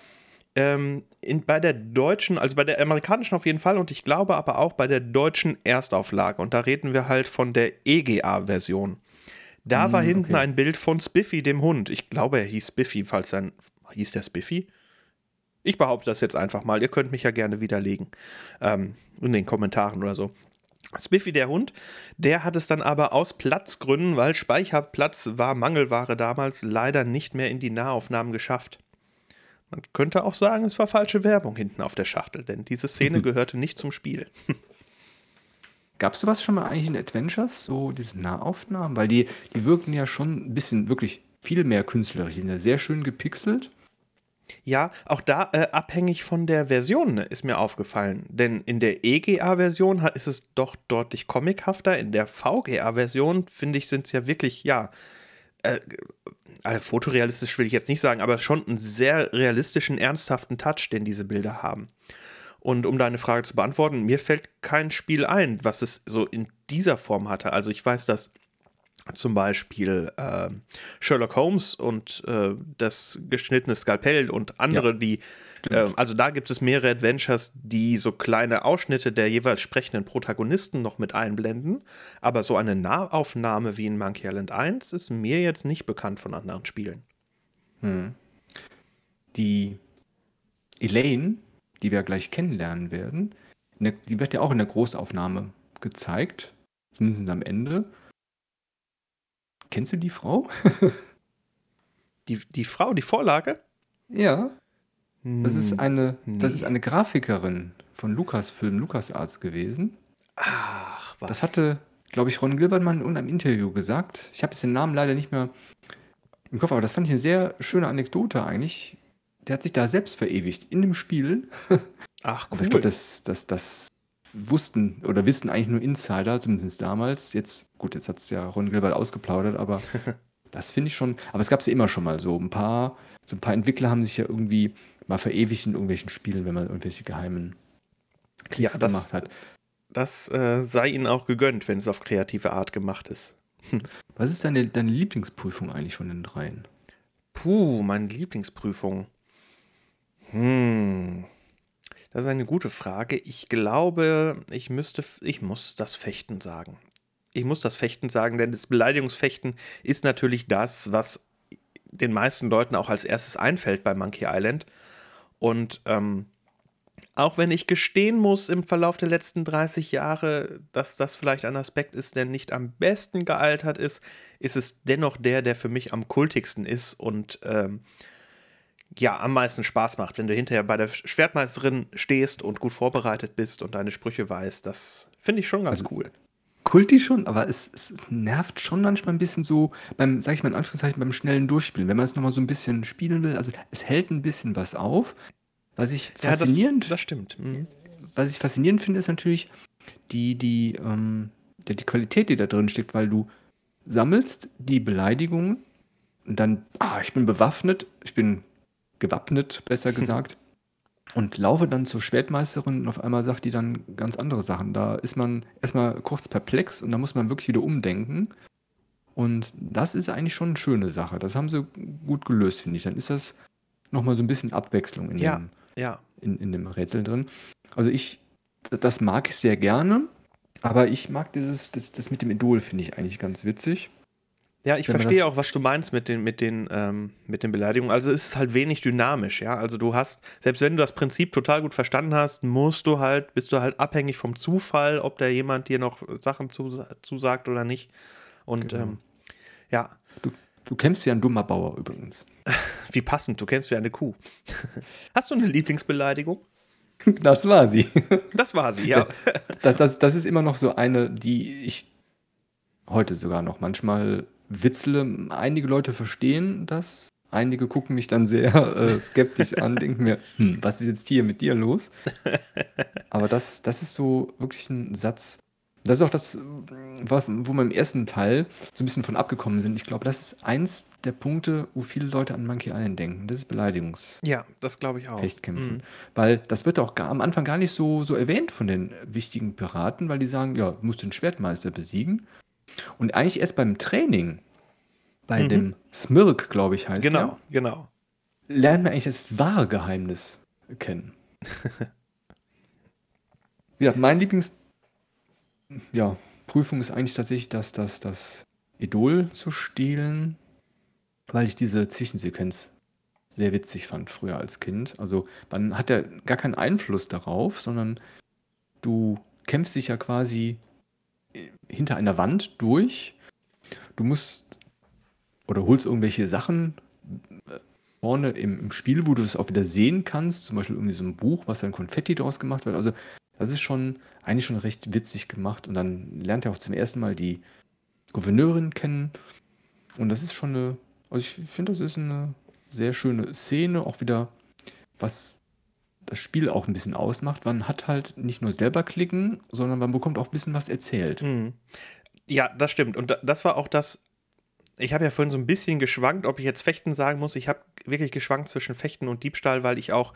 bei der deutschen, also bei der amerikanischen auf jeden Fall und ich glaube aber auch bei der deutschen Erstauflage. Und da reden wir halt von der EGA-Version. Da war hinten okay. ein Bild von Spiffy, dem Hund. Ich glaube, er hieß Spiffy, hieß der Spiffy? Ich behaupte das jetzt einfach mal. Ihr könnt mich ja gerne widerlegen. In den Kommentaren oder so. Spiffy, der Hund, der hat es dann aber aus Platzgründen, weil Speicherplatz war Mangelware damals, leider nicht mehr in die Nahaufnahmen geschafft. Man könnte auch sagen, es war falsche Werbung hinten auf der Schachtel, denn diese Szene gehörte nicht zum Spiel. Gab es sowas schon mal eigentlich in Adventures, so diese Nahaufnahmen? Weil die wirken ja schon ein bisschen wirklich viel mehr künstlerisch. Die sind ja sehr schön gepixelt. Ja, auch da abhängig von der Version ist mir aufgefallen. Denn in der EGA-Version ist es doch deutlich comichafter. In der VGA-Version, finde ich, sind es ja wirklich, ja, fotorealistisch will ich jetzt nicht sagen, aber schon einen sehr realistischen, ernsthaften Touch, den diese Bilder haben. Und um deine Frage zu beantworten, mir fällt kein Spiel ein, was es so in dieser Form hatte. Also ich weiß, dass zum Beispiel Sherlock Holmes und das geschnittene Skalpell und andere, also da gibt es mehrere Adventures, die so kleine Ausschnitte der jeweils sprechenden Protagonisten noch mit einblenden, aber so eine Nahaufnahme wie in Monkey Island 1 ist mir jetzt nicht bekannt von anderen Spielen. Die Elaine, die wir gleich kennenlernen werden, die wird ja auch in der Großaufnahme gezeigt. zumindest am Ende. Kennst du die Frau? Die Frau, die Vorlage? Ja. Das ist eine Nee. Grafikerin von Lucasfilm, LucasArts gewesen. Ach, Das was? hatte, glaube ich, Ron Gilbert mal in einem Interview gesagt. Ich habe jetzt den Namen leider nicht mehr im Kopf, aber das fand ich eine sehr schöne Anekdote eigentlich. Der hat sich da selbst verewigt in dem Spiel. Ach, Aber ich glaube, cool. das wussten oder wissen eigentlich nur Insider, zumindest damals. Jetzt, gut, jetzt hat es ja Ron Gilbert ausgeplaudert, aber das finde ich schon. Aber es gab es ja immer schon mal so. Ein paar Entwickler haben sich ja irgendwie mal verewigt in irgendwelchen Spielen, wenn man irgendwelche geheimen Ja, Klicks gemacht hat. das sei ihnen auch gegönnt, wenn es auf kreative Art gemacht ist. Was ist deine Lieblingsprüfung eigentlich von den dreien? Puh, meine Lieblingsprüfung. Das ist eine gute Frage. Ich glaube, ich muss das Fechten sagen. Ich muss das Fechten sagen, denn das Beleidigungsfechten ist natürlich das, was den meisten Leuten auch als erstes einfällt bei Monkey Island. Und auch wenn ich gestehen muss im Verlauf der letzten 30 Jahre, dass das vielleicht ein Aspekt ist, der nicht am besten gealtert ist, ist es dennoch der für mich am kultigsten ist und ja, am meisten Spaß macht, wenn du hinterher bei der Schwertmeisterin stehst und gut vorbereitet bist und deine Sprüche weißt. Das finde ich schon ganz Also cool. Kulti schon, aber es nervt schon manchmal ein bisschen so beim, sag ich mal in Anführungszeichen, beim schnellen Durchspielen, wenn man es nochmal so ein bisschen spielen will. Also es hält ein bisschen was auf. Was ich Ja, faszinierend, das stimmt. Mhm. was ich faszinierend finde, ist natürlich die Qualität, die da drin steckt, weil du sammelst die Beleidigungen und dann, ich bin bewaffnet, ich bin gewappnet, besser gesagt, und laufe dann zur Schwertmeisterin und auf einmal sagt die dann ganz andere Sachen. Da ist man erstmal kurz perplex und da muss man wirklich wieder umdenken. Und das ist eigentlich schon eine schöne Sache. Das haben sie gut gelöst, finde ich. Dann ist das nochmal so ein bisschen Abwechslung Ja, ja. in dem Rätsel drin. Also das mag ich sehr gerne, aber ich mag das mit dem Idol, finde ich eigentlich ganz witzig. Ja, ich Wenn man verstehe das, auch, was du meinst mit den Beleidigungen. Also es ist halt wenig dynamisch, ja. Also du hast, selbst wenn du das Prinzip total gut verstanden hast, bist du halt abhängig vom Zufall, ob da jemand dir noch Sachen zusagt oder nicht. Und genau. ja, Du kämpfst wie ein dummer Bauer übrigens. wie passend, du kennst ja eine Kuh. Hast du eine Lieblingsbeleidigung? Das war sie. Das war sie, ja. Das ist immer noch so eine, die ich heute sogar noch manchmal witzle. Einige Leute verstehen das, einige gucken mich dann sehr skeptisch an, denken mir, was ist jetzt hier mit dir los? Aber das ist so wirklich ein Satz. Das ist auch das, wo wir im ersten Teil so ein bisschen von abgekommen sind. Ich glaube, das ist eins der Punkte, wo viele Leute an Monkey Island denken. Das ist Ja, das glaube ich auch. Fechtkämpfen. Mhm. Weil das wird auch am Anfang gar nicht so erwähnt von den wichtigen Piraten, weil die sagen, ja, du musst den Schwertmeister besiegen. Und eigentlich erst beim Training, bei Mhm. dem Smirk, glaube ich, heißt der, Genau, genau. lernen wir eigentlich das wahre Geheimnis kennen. Wie gesagt, mein Prüfung ist eigentlich tatsächlich, das Idol zu stehlen, weil ich diese Zwischensequenz sehr witzig fand früher als Kind. Also man hat ja gar keinen Einfluss darauf, sondern du kämpfst dich ja quasi hinter einer Wand durch. Du musst oder holst irgendwelche Sachen vorne im Spiel, wo du es auch wieder sehen kannst. Zum Beispiel irgendwie so ein Buch, was dann Konfetti draus gemacht wird. Also das ist eigentlich schon recht witzig gemacht. Und dann lernt er auch zum ersten Mal die Gouverneurin kennen. Und das ist schon also ich finde, das ist eine sehr schöne Szene. Auch wieder, was das Spiel auch ein bisschen ausmacht. Man hat halt nicht nur selber klicken, sondern man bekommt auch ein bisschen was erzählt. Mhm. Ja, das stimmt. Und das war auch das. Ich habe ja vorhin so ein bisschen geschwankt, ob ich jetzt Fechten sagen muss. Ich habe wirklich geschwankt zwischen Fechten und Diebstahl, weil ich auch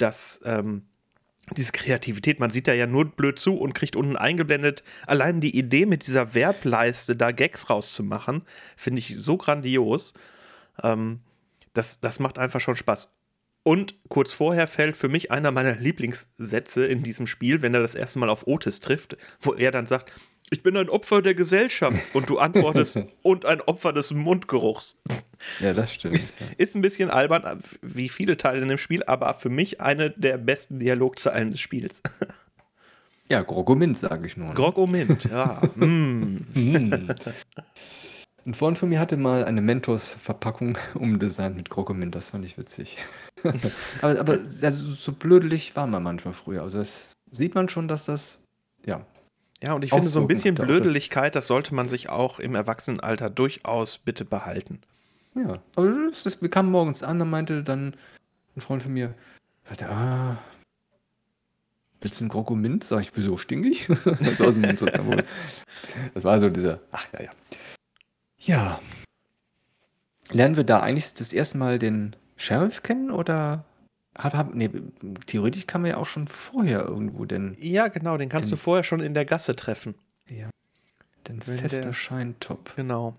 diese Kreativität, man sieht da ja nur blöd zu und kriegt unten eingeblendet. Allein die Idee mit dieser Verbleiste, da Gags rauszumachen, finde ich so grandios. Das macht einfach schon Spaß. Und kurz vorher fällt für mich einer meiner Lieblingssätze in diesem Spiel, wenn er das erste Mal auf Otis trifft, wo er dann sagt, ich bin ein Opfer der Gesellschaft. Und du antwortest, und ein Opfer des Mundgeruchs. Ja, das stimmt. Ja. Ist ein bisschen albern, wie viele Teile in dem Spiel, aber für mich eine der besten Dialogzeilen des Spiels. Ja, Grogomint, sage ich nur. Ne? Grogomint, ja. Hm. Ein Freund von mir hatte mal eine Mentos-Verpackung umdesignt mit Grogomint, das fand ich witzig. aber also, so blödelig war man manchmal früher. Also das sieht man schon, dass das ja Ja, und ich finde, so ein Auswirkungen bisschen hatte auf das. Blödeligkeit, das sollte man sich auch im Erwachsenenalter durchaus bitte behalten. Ja, aber wir kamen morgens an, dann meinte dann ein Freund von mir, sagte, willst du einen Grogomint? Sag ich, wieso stinkig? Das aus dem Mund so wohl. Das war so dieser, ach ja, ja. Ja, lernen wir da eigentlich das erste Mal den Sheriff kennen oder nee, theoretisch kann man ja auch schon vorher irgendwo Ja, genau, den kannst du vorher schon in der Gasse treffen. ja, den Wenn fester der- Scheintop. Genau.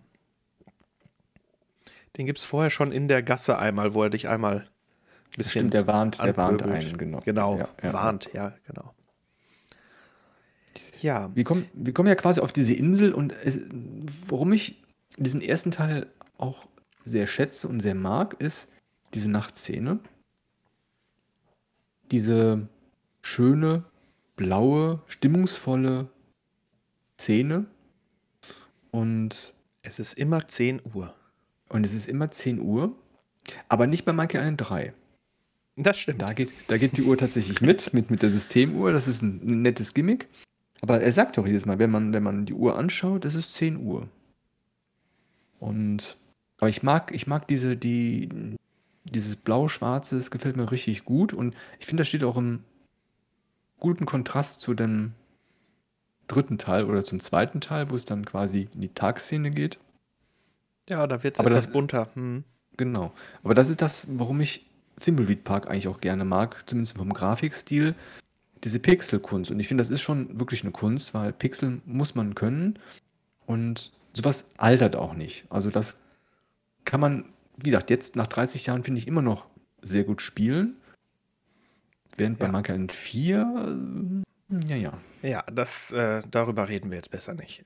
Den gibt es vorher schon in der Gasse einmal, wo er dich einmal ein bisschen Stimmt, der warnt anpöbelt. einen, genau. Genau, Ja. warnt, ja, genau. Ja, Wir kommen ja quasi auf diese Insel und warum ich diesen ersten Teil auch sehr schätze und sehr mag, ist diese Nachtszene. Diese schöne, blaue, stimmungsvolle Szene und es ist immer 10 Uhr. es ist immer 10 Uhr, aber nicht bei Monkey Island 3. Das stimmt. Da geht die Uhr tatsächlich mit der Systemuhr, das ist ein nettes Gimmick. Aber er sagt doch jedes Mal, wenn man die Uhr anschaut, es ist 10 Uhr. Aber ich mag dieses Blau-Schwarze, das gefällt mir richtig gut und ich finde, das steht auch im guten Kontrast zu dem dritten Teil oder zum zweiten Teil, wo es dann quasi in die Tagszene geht. Ja, da wird es Aber etwas das- bunter. Genau. Aber das ist das, warum ich Thimbleweed Park eigentlich auch gerne mag, zumindest vom Grafikstil, diese Pixelkunst. Und ich finde, das ist schon wirklich eine Kunst, weil Pixel muss man können und sowas altert auch nicht. Also das kann man, wie gesagt, jetzt nach 30 Jahren finde ich immer noch sehr gut spielen. Während bei Ja. Monkey Island 4, ja. Ja, darüber reden wir jetzt besser nicht.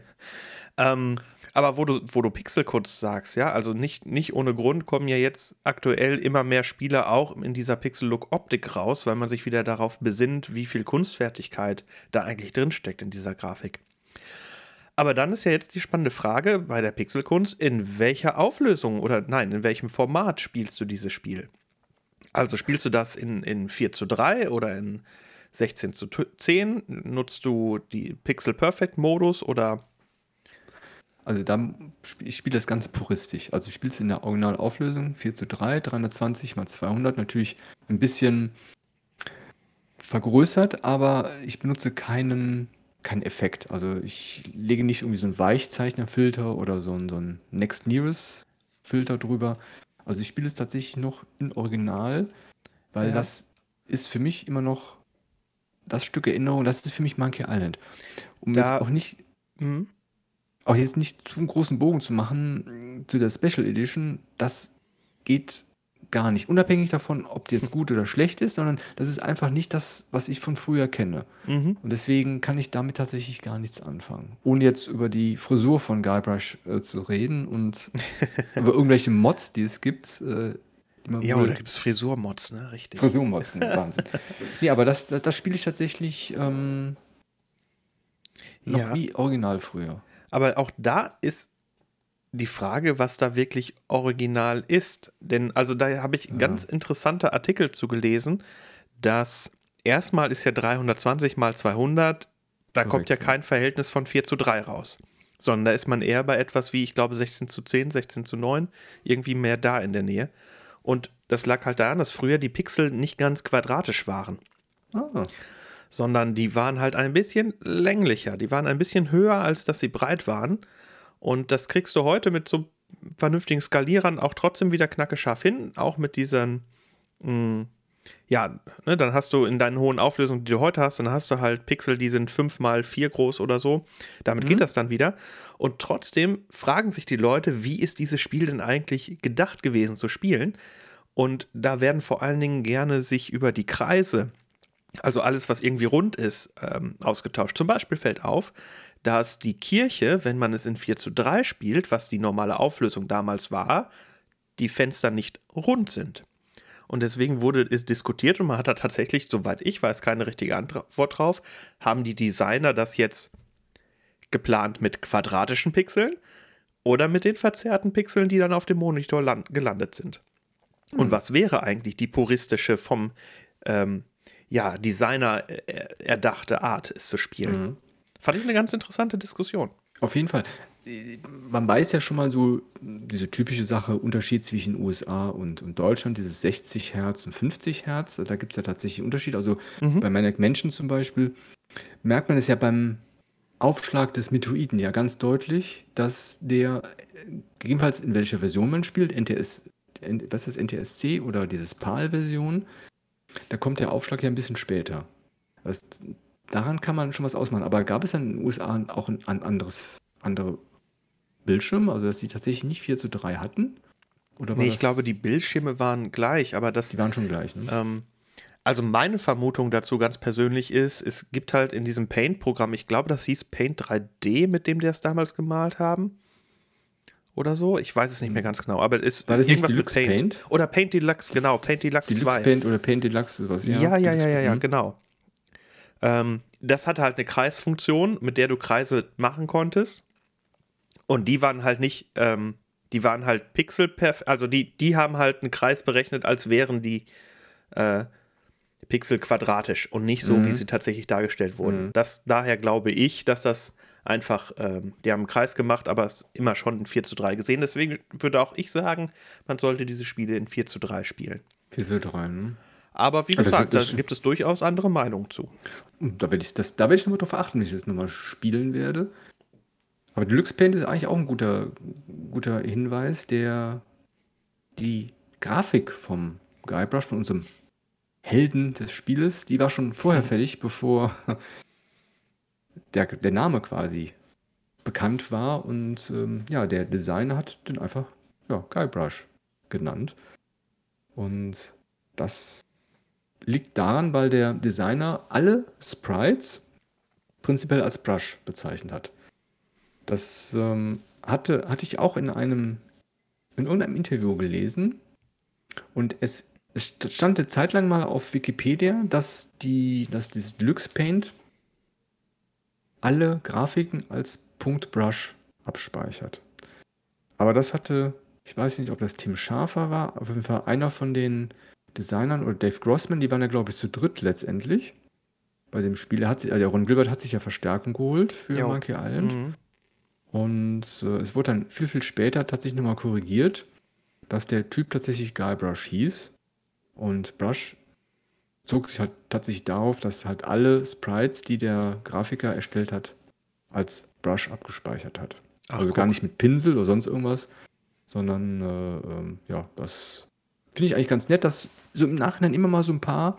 Aber wo du Pixelkunst sagst, ja, also nicht ohne Grund kommen ja jetzt aktuell immer mehr Spiele auch in dieser Pixel-Look-Optik raus, weil man sich wieder darauf besinnt, wie viel Kunstfertigkeit da eigentlich drinsteckt in dieser Grafik. Aber dann ist ja jetzt die spannende Frage bei der Pixelkunst, in welcher Auflösung in welchem Format spielst du dieses Spiel? Also spielst du das in 4:3 oder in 16:10? Nutzt du die Pixel Perfect Modus oder? Also ich spiele das ganz puristisch. Also ich spiele es in der Originalauflösung 4:3, 320 mal 200, natürlich ein bisschen vergrößert, aber ich benutze keinen Effekt. Also ich lege nicht irgendwie so einen Weichzeichnerfilter oder so einen Next Nearest Filter drüber. Also ich spiele es tatsächlich noch in Original, weil Ja. das ist für mich immer noch das Stück Erinnerung, das ist für mich Monkey Island. Um Da- auch jetzt nicht zu einen großen Bogen zu machen zu der Special Edition, das geht gar nicht. Unabhängig davon, ob die jetzt gut oder schlecht ist, sondern das ist einfach nicht das, was ich von früher kenne. Mhm. Und deswegen kann ich damit tatsächlich gar nichts anfangen. Ohne jetzt über die Frisur von Guybrush zu reden und über irgendwelche Mods, die es gibt. Die man Ja, wohl da gibt es Frisurmods, ne? Richtig. Frisurmods, Wahnsinn. Nee, aber das spiele ich tatsächlich noch Ja. wie original früher. Aber auch da ist die Frage, was da wirklich original ist. Denn, also da habe ich ganz interessante Artikel zu gelesen, dass erstmal ist ja 320 mal 200, da kommt ja Korrekt, ja. kein Verhältnis von 4:3 raus. Sondern da ist man eher bei etwas wie, ich glaube, 16:10, 16:9, irgendwie mehr da in der Nähe. Und das lag halt daran, dass früher die Pixel nicht ganz quadratisch waren, Ah, sondern die waren halt ein bisschen länglicher. Die waren ein bisschen höher, als dass sie breit waren. Und das kriegst du heute mit so vernünftigen Skalierern auch trotzdem wieder knackescharf hin. Auch mit diesen, dann hast du in deinen hohen Auflösungen, die du heute hast, dann hast du halt Pixel, die sind 5x4 groß oder so. Damit geht das dann wieder. Und trotzdem fragen sich die Leute, wie ist dieses Spiel denn eigentlich gedacht gewesen zu spielen? Und da werden vor allen Dingen gerne sich über die Kreise, also alles, was irgendwie rund ist, ausgetauscht. Zum Beispiel fällt auf, dass die Kirche, wenn man es in 4:3 spielt, was die normale Auflösung damals war, die Fenster nicht rund sind. Und deswegen ist diskutiert und man hat da tatsächlich, soweit ich weiß, keine richtige Antwort drauf. Haben die Designer das jetzt geplant mit quadratischen Pixeln oder mit den verzerrten Pixeln, die dann auf dem Monitor gelandet sind? Und was wäre eigentlich die puristische vom Designer erdachte Art, es zu spielen? Fand ich eine ganz interessante Diskussion. Auf jeden Fall. Man weiß ja schon mal so, diese typische Sache, Unterschied zwischen USA und Deutschland, dieses 60 Hertz und 50 Hertz, da gibt es ja tatsächlich einen Unterschied. Also bei Maniac Mansion zum Beispiel merkt man es ja beim Aufschlag des Metroiden ja ganz deutlich, dass der, gegebenenfalls in welcher Version man spielt, was ist das, NTSC oder dieses PAL-Version, da kommt der Aufschlag ja ein bisschen später. Daran kann man schon was ausmachen. Aber gab es dann in den USA auch ein andere Bildschirme, also dass die tatsächlich nicht 4:3 hatten? Oder war Nee, ich glaube, das, die Bildschirme waren gleich, aber die waren schon gleich, ne? also meine Vermutung dazu ganz persönlich ist, es gibt halt in diesem Paint-Programm, ich glaube, das hieß Paint 3D, mit dem die es damals gemalt haben. Oder so. Ich weiß es nicht mehr ganz genau, aber es ist War das nicht irgendwas mit Deluxe Paint? Oder Paint Deluxe, genau, Paint Deluxe Deluxe 2. Paint oder Paint Deluxe, sowas, Ja, Deluxe Paint. genau. Das hatte halt eine Kreisfunktion, mit der du Kreise machen konntest. Und die waren halt nicht, die waren halt also die haben halt einen Kreis berechnet, als wären die Pixel quadratisch und nicht so, wie sie tatsächlich dargestellt wurden. Daher glaube ich, dass das einfach, die haben einen Kreis gemacht, aber es immer schon in 4:3 gesehen. Deswegen würde auch ich sagen, man sollte diese Spiele in 4:3 spielen. 4:3, ne? Aber wie gesagt, da gibt es durchaus andere Meinungen zu. Da werde ich nochmal drauf achten, wenn ich das nochmal spielen werde. Aber Deluxe Paint ist eigentlich auch ein guter Hinweis, der die Grafik vom Guybrush, von unserem Helden des Spieles, die war schon vorher fertig, bevor der Name quasi bekannt war. Und der Designer hat den einfach Guybrush genannt. Und das liegt daran, weil der Designer alle Sprites prinzipiell als Brush bezeichnet hat. Das hatte ich auch in irgendeinem Interview gelesen. Und es stand eine Zeit lang mal auf Wikipedia, dass dieses Deluxe Paint alle Grafiken als Punkt-Brush abspeichert. Aber ich weiß nicht, ob das Tim Schafer war, auf jeden Fall einer von den Designern oder Dave Grossman, die waren ja, glaube ich, zu dritt letztendlich bei dem Spiel. Der Ron Gilbert hat sich ja Verstärkung geholt für Monkey Island. Und es wurde dann viel, viel später tatsächlich nochmal korrigiert, dass der Typ tatsächlich Guybrush hieß. Und Brush zog sich halt tatsächlich darauf, dass halt alle Sprites, die der Grafiker erstellt hat, als Brush abgespeichert hat. Also gar nicht mit Pinsel oder sonst irgendwas, sondern das finde ich eigentlich ganz nett, dass so im Nachhinein immer mal so ein paar,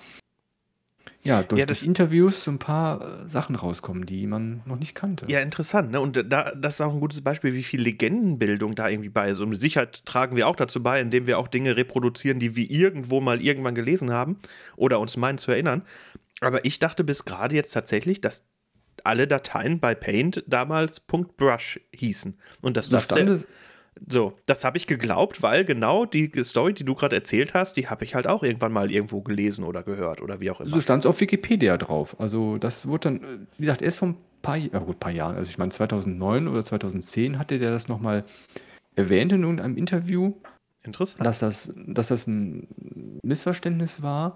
durch Interviews so ein paar Sachen rauskommen, die man noch nicht kannte. Ja, interessant, ne? Und das ist auch ein gutes Beispiel, wie viel Legendenbildung da irgendwie bei ist. Und mit Sicherheit tragen wir auch dazu bei, indem wir auch Dinge reproduzieren, die wir irgendwann gelesen haben oder uns meinen zu erinnern. Aber ich dachte bis gerade jetzt tatsächlich, dass alle Dateien bei Paint damals .brush hießen. Und dass das das habe ich geglaubt, weil genau die Story, die du gerade erzählt hast, die habe ich halt auch irgendwann mal irgendwo gelesen oder gehört oder wie auch immer. So stand es auf Wikipedia drauf. Also das wurde dann, wie gesagt, erst vor ein paar Jahren, also ich meine 2009 oder 2010 hatte der das nochmal erwähnt in irgendeinem Interview. Interessant. Dass das ein Missverständnis war.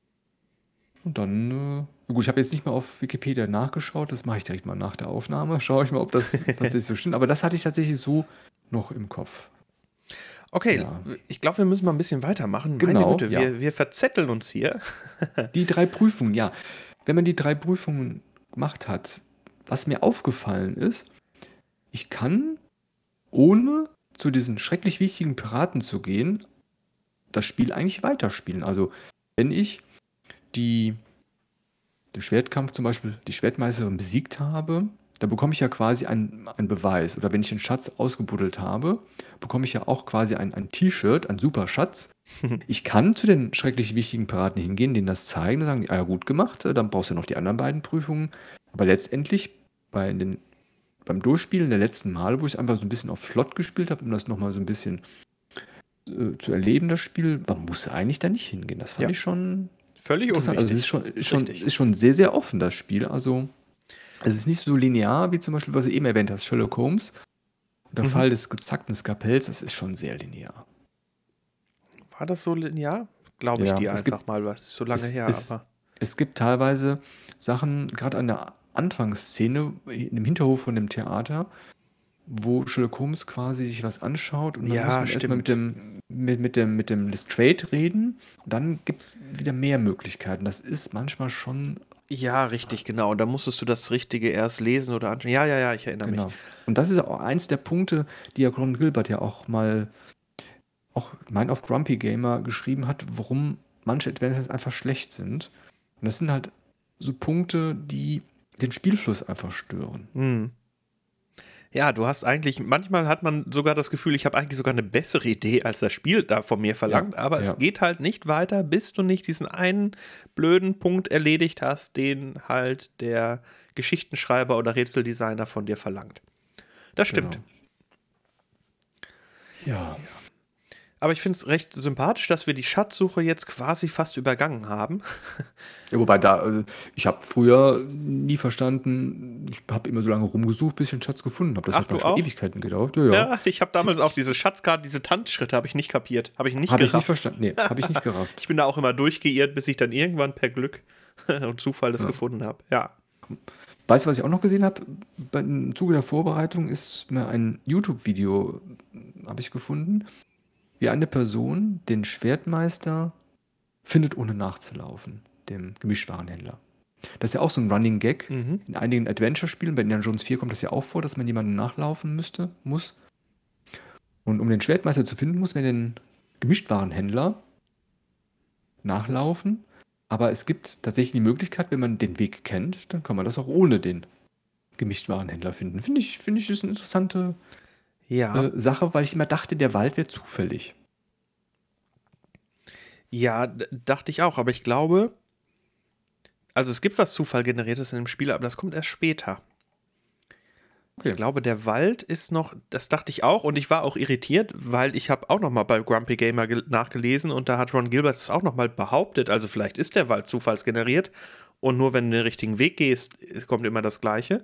Und dann, gut, ich habe jetzt nicht mal auf Wikipedia nachgeschaut, das mache ich direkt mal nach der Aufnahme. Schaue ich mal, ob das tatsächlich so stimmt. Aber das hatte ich tatsächlich so noch im Kopf. Okay, ich glaube, wir müssen mal ein bisschen weitermachen. Genau, meine Güte, wir verzetteln uns hier. Die 3 Prüfungen, ja. Wenn man die 3 Prüfungen gemacht hat, was mir aufgefallen ist, ich kann, ohne zu diesen schrecklich wichtigen Piraten zu gehen, das Spiel eigentlich weiterspielen. Also, wenn ich den Schwertkampf zum Beispiel, die Schwertmeisterin besiegt habe, da bekomme ich ja quasi einen Beweis. Oder wenn ich den Schatz ausgebuddelt habe, bekomme ich ja auch quasi ein T-Shirt, ein super Schatz. Ich kann zu den schrecklich wichtigen Piraten hingehen, denen das zeigen und sagen, ja, gut gemacht, dann brauchst du noch die anderen beiden Prüfungen. Aber letztendlich beim Durchspielen der letzten Male, wo ich es einfach so ein bisschen auf flott gespielt habe, um das nochmal so ein bisschen zu erleben, das Spiel. Man muss eigentlich da nicht hingehen. Das fand Ja, ich schon völlig interessant. Also es ist unwichtig. schon, ist Ist schon, richtig. ist schon sehr, sehr offen, das Spiel. Also es ist nicht so linear, wie zum Beispiel, was du eben erwähnt hast, Sherlock Holmes. Der Mhm. Fall des gezackten Skalpells, das ist schon sehr linear. War das so linear? Glaube ich Ja, dir einfach mal, was ist so lange es, her, es, aber. es gibt teilweise Sachen, gerade an der Anfangsszene, im Hinterhof von dem Theater, wo Sherlock Holmes quasi sich was anschaut und dann muss Ja, man erstmal stimmt. mit dem Lestrade reden und dann gibt es wieder mehr Möglichkeiten. Das ist manchmal schon, Ja, richtig, genau. Und da musstest du das Richtige erst lesen oder anschauen. Ja, ja, ja, ich erinnere mich. genau. Und das ist auch eins der Punkte, die ja Ron Gilbert ja auch mal, auch mein auf Grumpy Gamer geschrieben hat, warum manche Adventures einfach schlecht sind. Und das sind halt so Punkte, die den Spielfluss einfach stören. Hm. Ja, du hast eigentlich, manchmal hat man sogar das Gefühl, ich habe eigentlich sogar eine bessere Idee, als das Spiel da von mir Ja, verlangt, aber es ja, geht halt nicht weiter, bis du nicht diesen einen blöden Punkt erledigt hast, den halt der Geschichtenschreiber oder Rätseldesigner von dir verlangt. Das stimmt. genau. Ja. Aber ich finde es recht sympathisch, dass wir die Schatzsuche jetzt quasi fast übergangen haben. Ja, wobei ich habe früher nie verstanden, ich habe immer so lange rumgesucht, bis ich den Schatz gefunden habe. Das Ach, hat du manchmal auch? Ewigkeiten gedauert. Ja, ja. Ja, ich habe damals auch diese Schatzkarte, diese Tanzschritte habe ich nicht kapiert, habe ich nicht Habe ich nicht gerafft. verstanden. Nee, habe ich nicht gerafft. Ich bin da auch immer durchgeirrt, bis ich dann irgendwann per Glück und Zufall das Ja. gefunden habe. Ja. Weißt du, was ich auch noch gesehen habe? Im Zuge der Vorbereitung ist mir ein YouTube-Video, habe ich gefunden, wie eine Person den Schwertmeister findet, ohne nachzulaufen, dem Gemischtwarenhändler. Das ist ja auch so ein Running Gag. Mhm. In einigen Adventure-Spielen, bei Indiana Jones 4 kommt das ja auch vor, dass man jemanden nachlaufen muss. Und um den Schwertmeister zu finden, muss man den Gemischtwarenhändler nachlaufen. Aber es gibt tatsächlich die Möglichkeit, wenn man den Weg kennt, dann kann man das auch ohne den Gemischtwarenhändler finden. Finde ich, ist eine interessante Ja, Sache, weil ich immer dachte, der Wald wäre zufällig. ja, dachte ich auch, aber ich glaube, also es gibt was Zufallgeneriertes in dem Spiel, aber das kommt erst später. Ich Okay. glaube, der Wald ist noch, das dachte ich auch und ich war auch irritiert, weil ich habe auch noch mal bei Grumpy Gamer nachgelesen und da hat Ron Gilbert es auch noch mal behauptet, also vielleicht ist der Wald zufallsgeneriert und nur wenn du den richtigen Weg gehst, kommt immer das Gleiche.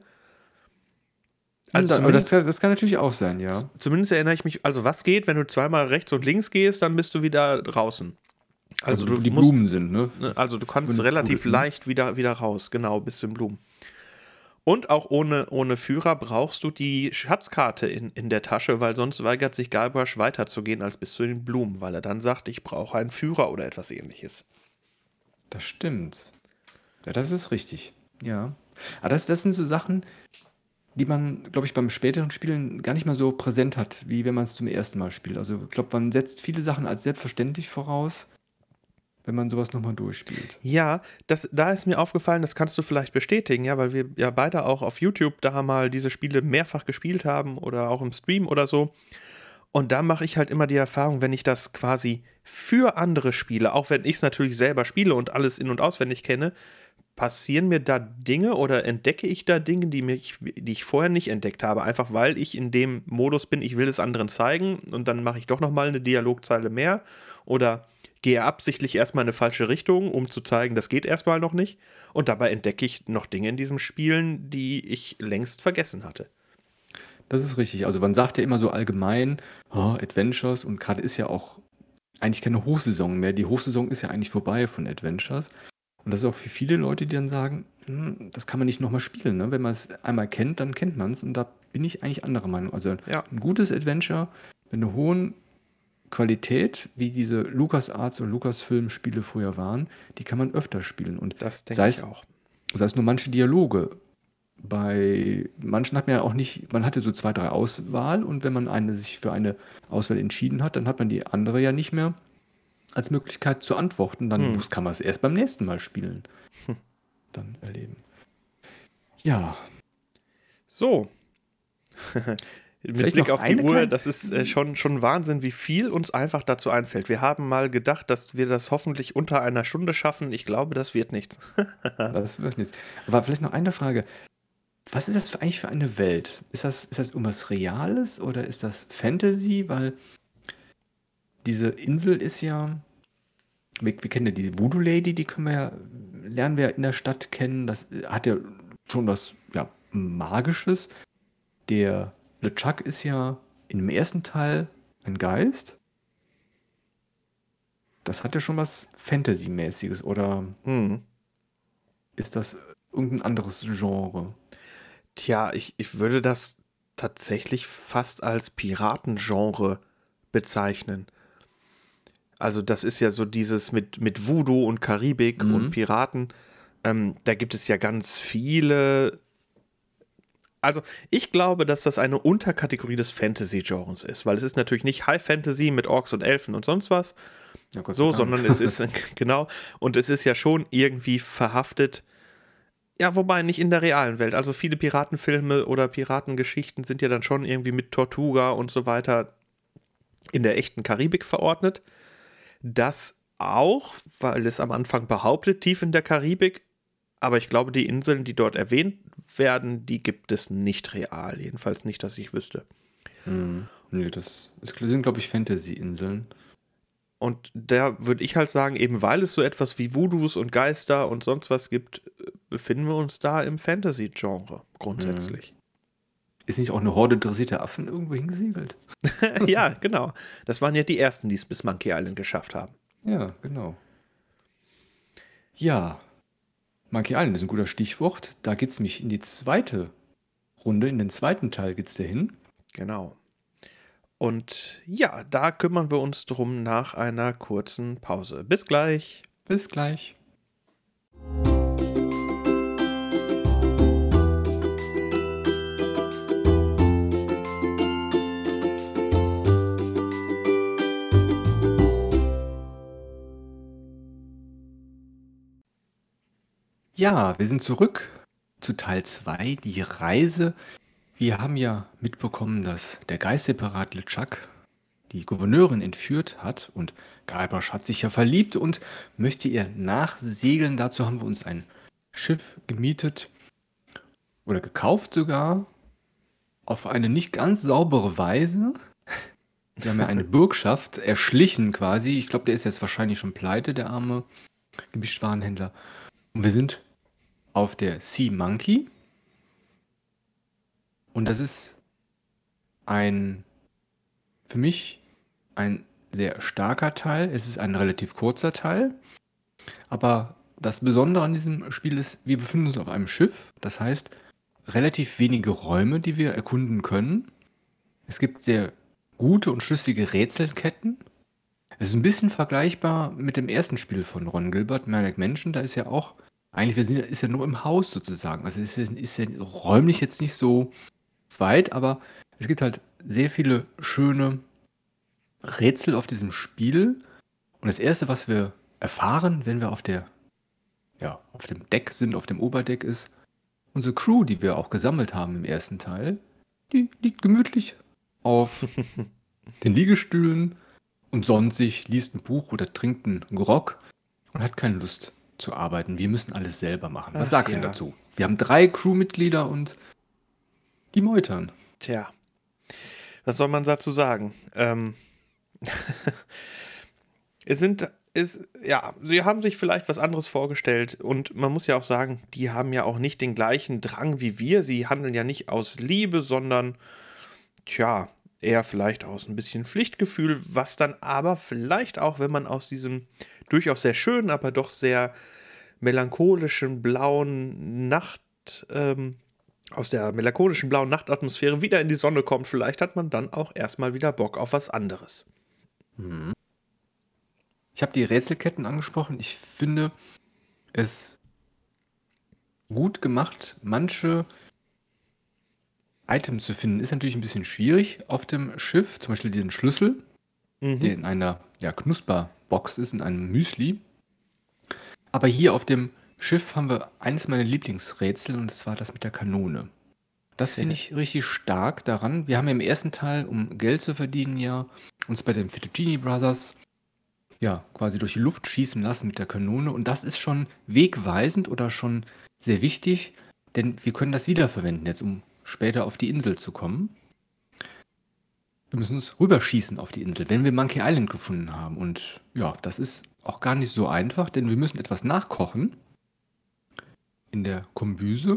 Also Aber zumindest, das kann natürlich auch sein, ja. zumindest erinnere ich mich, also was geht, wenn du zweimal rechts und links gehst, dann bist du wieder draußen. Also Also du wo die musst, Blumen sind, ne? ne, also du kannst Von den relativ Pudel, ne? leicht wieder raus, genau, bis zu den Blumen. Und auch ohne Führer brauchst du die Schatzkarte in der Tasche, weil sonst weigert sich Guybrush weiterzugehen als bis zu den Blumen, weil er dann sagt, ich brauche einen Führer oder etwas ähnliches. Das stimmt. Ja, das ist richtig. Ja. Aber das sind so Sachen, die man, glaube ich, beim späteren Spielen gar nicht mal so präsent hat, wie wenn man es zum ersten Mal spielt. Also ich glaube, man setzt viele Sachen als selbstverständlich voraus, wenn man sowas nochmal durchspielt. Ja, da ist mir aufgefallen, das kannst du vielleicht bestätigen, ja, weil wir ja beide auch auf YouTube da mal diese Spiele mehrfach gespielt haben oder auch im Stream oder so. Und da mache ich halt immer die Erfahrung, wenn ich das quasi für andere spiele, auch wenn ich es natürlich selber spiele und alles in- und auswendig kenne, passieren mir da Dinge oder entdecke ich da Dinge, die ich vorher nicht entdeckt habe, einfach weil ich in dem Modus bin, ich will es anderen zeigen und dann mache ich doch nochmal eine Dialogzeile mehr oder gehe absichtlich erstmal in eine falsche Richtung, um zu zeigen, das geht erstmal noch nicht und dabei entdecke ich noch Dinge in diesem Spielen, die ich längst vergessen hatte. Das ist richtig. Also man sagt ja immer so allgemein, oh, Adventures und gerade ist ja auch eigentlich keine Hochsaison mehr. Die Hochsaison ist ja eigentlich vorbei von Adventures. Und das ist auch für viele Leute, die dann sagen, das kann man nicht nochmal spielen. Ne? Wenn man es einmal kennt, dann kennt man es. Und da bin ich eigentlich anderer Meinung. Also Ja, ein gutes Adventure mit einer hohen Qualität, wie diese LucasArts und Lucasfilm-Spiele früher waren, die kann man öfter spielen. Und das denke sei ich es, auch. sei es nur manche Dialoge. Bei manchen hat man ja auch nicht, man hatte so 2, 3 Auswahl und wenn man sich für eine Auswahl entschieden hat, dann hat man die andere ja nicht mehr als Möglichkeit zu antworten. Dann Hm. kann man es erst beim nächsten Mal spielen, dann erleben. Ja, So, mit vielleicht Blick noch auf die eine Uhr, kleine. das ist schon Wahnsinn, wie viel uns einfach dazu einfällt. Wir haben mal gedacht, dass wir das hoffentlich unter einer Stunde schaffen. Ich glaube, das wird nichts. Das wird nichts. Aber vielleicht noch eine Frage. Was ist das eigentlich für eine Welt? Ist das irgendwas Reales oder ist das Fantasy? Weil diese Insel ist ja, wir kennen ja diese Voodoo Lady, die lernen wir in der Stadt kennen. Das hat ja schon was ja, Magisches. Der LeChuck ist ja in dem ersten Teil ein Geist. Das hat ja schon was Fantasy-mäßiges, oder Hm. ist das irgendein anderes Genre? Tja, ich würde das tatsächlich fast als Piratengenre bezeichnen. Also das ist ja so dieses mit Voodoo und Karibik und Mhm. Piraten. Da gibt es ja ganz viele. Also ich glaube, dass das eine Unterkategorie des Fantasy-Genres ist, weil es ist natürlich nicht High Fantasy mit Orks und Elfen und sonst was, Ja, Gott sei so, Dank. sondern es ist genau, und es ist ja schon irgendwie verhaftet. Ja, wobei nicht in der realen Welt. Also viele Piratenfilme oder Piratengeschichten sind ja dann schon irgendwie mit Tortuga und so weiter in der echten Karibik verordnet. Das auch, weil es am Anfang behauptet, tief in der Karibik. Aber ich glaube, die Inseln, die dort erwähnt werden, die gibt es nicht real. Jedenfalls nicht, dass ich wüsste. Nee, sind, glaube ich, Fantasy-Inseln. Und da würde ich halt sagen, eben weil es so etwas wie Voodoos und Geister und sonst was gibt, befinden wir uns da im Fantasy-Genre grundsätzlich. Ist nicht auch eine Horde dressierter Affen irgendwo hingesegelt? Ja, genau. Das waren ja die ersten, die es bis Monkey Island geschafft haben. Ja, genau. Ja, Monkey Island ist ein guter Stichwort. Da geht es nämlich in die zweite Runde, in den zweiten Teil geht es dahin. Genau. Und ja, da kümmern wir uns drum nach einer kurzen Pause. Bis gleich. Bis gleich. Ja, wir sind zurück zu Teil 2, die Reise. Wir haben ja mitbekommen, dass der Geistseparat LeChuck die Gouverneurin entführt hat und Guybrush hat sich ja verliebt und möchte ihr nachsegeln. Dazu haben wir uns ein Schiff gemietet oder gekauft sogar auf eine nicht ganz saubere Weise. Wir haben ja eine Bürgschaft erschlichen quasi. Ich glaube, der ist jetzt wahrscheinlich schon pleite, der arme Gemischtwarenhändler. Und wir sind auf der Sea Monkey. Und das ist für mich ein sehr starker Teil. Es ist ein relativ kurzer Teil. Aber das Besondere an diesem Spiel ist, wir befinden uns auf einem Schiff. Das heißt, relativ wenige Räume, die wir erkunden können. Es gibt sehr gute und schlüssige Rätselketten. Es ist ein bisschen vergleichbar mit dem ersten Spiel von Ron Gilbert, Maniac Mansion. Da ist ja auch, eigentlich, ist ja nur im Haus sozusagen. Also es ist ja räumlich jetzt nicht so weit, aber es gibt halt sehr viele schöne Rätsel auf diesem Spiel. Und das erste, was wir erfahren, wenn wir auf dem Deck sind, auf dem Oberdeck ist, unsere Crew, die wir auch gesammelt haben im ersten Teil, die liegt gemütlich auf den Liegestühlen und sonnt sich, liest ein Buch oder trinkt einen Grog und hat keine Lust zu arbeiten. Wir müssen alles selber machen. Was Ach sagst du denn ja. dazu? Wir haben 3 Crewmitglieder und die meutern. Tja, was soll man dazu sagen? Sie haben sich vielleicht was anderes vorgestellt und man muss ja auch sagen, die haben ja auch nicht den gleichen Drang wie wir. Sie handeln ja nicht aus Liebe, sondern, tja, eher vielleicht aus ein bisschen Pflichtgefühl, was dann aber vielleicht auch, wenn man aus diesem durchaus sehr schönen, aber doch sehr melancholischen blauen aus der melancholischen blauen Nachtatmosphäre wieder in die Sonne kommt, vielleicht hat man dann auch erstmal wieder Bock auf was anderes. Ich habe die Rätselketten angesprochen. Ich finde es gut gemacht, manche Items zu finden. Ist natürlich ein bisschen schwierig auf dem Schiff. Zum Beispiel den Schlüssel, der in einer Knusperbox ist, in einem Müsli. Aber hier auf dem Schiff haben wir eines meiner Lieblingsrätsel und das war das mit der Kanone. Das finde ich richtig stark daran. Wir haben ja im ersten Teil, um Geld zu verdienen, ja uns bei den Fettuccini Brothers quasi durch die Luft schießen lassen mit der Kanone. Und das ist schon wegweisend oder schon sehr wichtig, denn wir können das wiederverwenden, jetzt um später auf die Insel zu kommen. wir müssen uns rüberschießen auf die Insel, wenn wir Monkey Island gefunden haben. Und ja, das ist auch gar nicht so einfach, denn wir müssen etwas nachkochen in der Kombüse.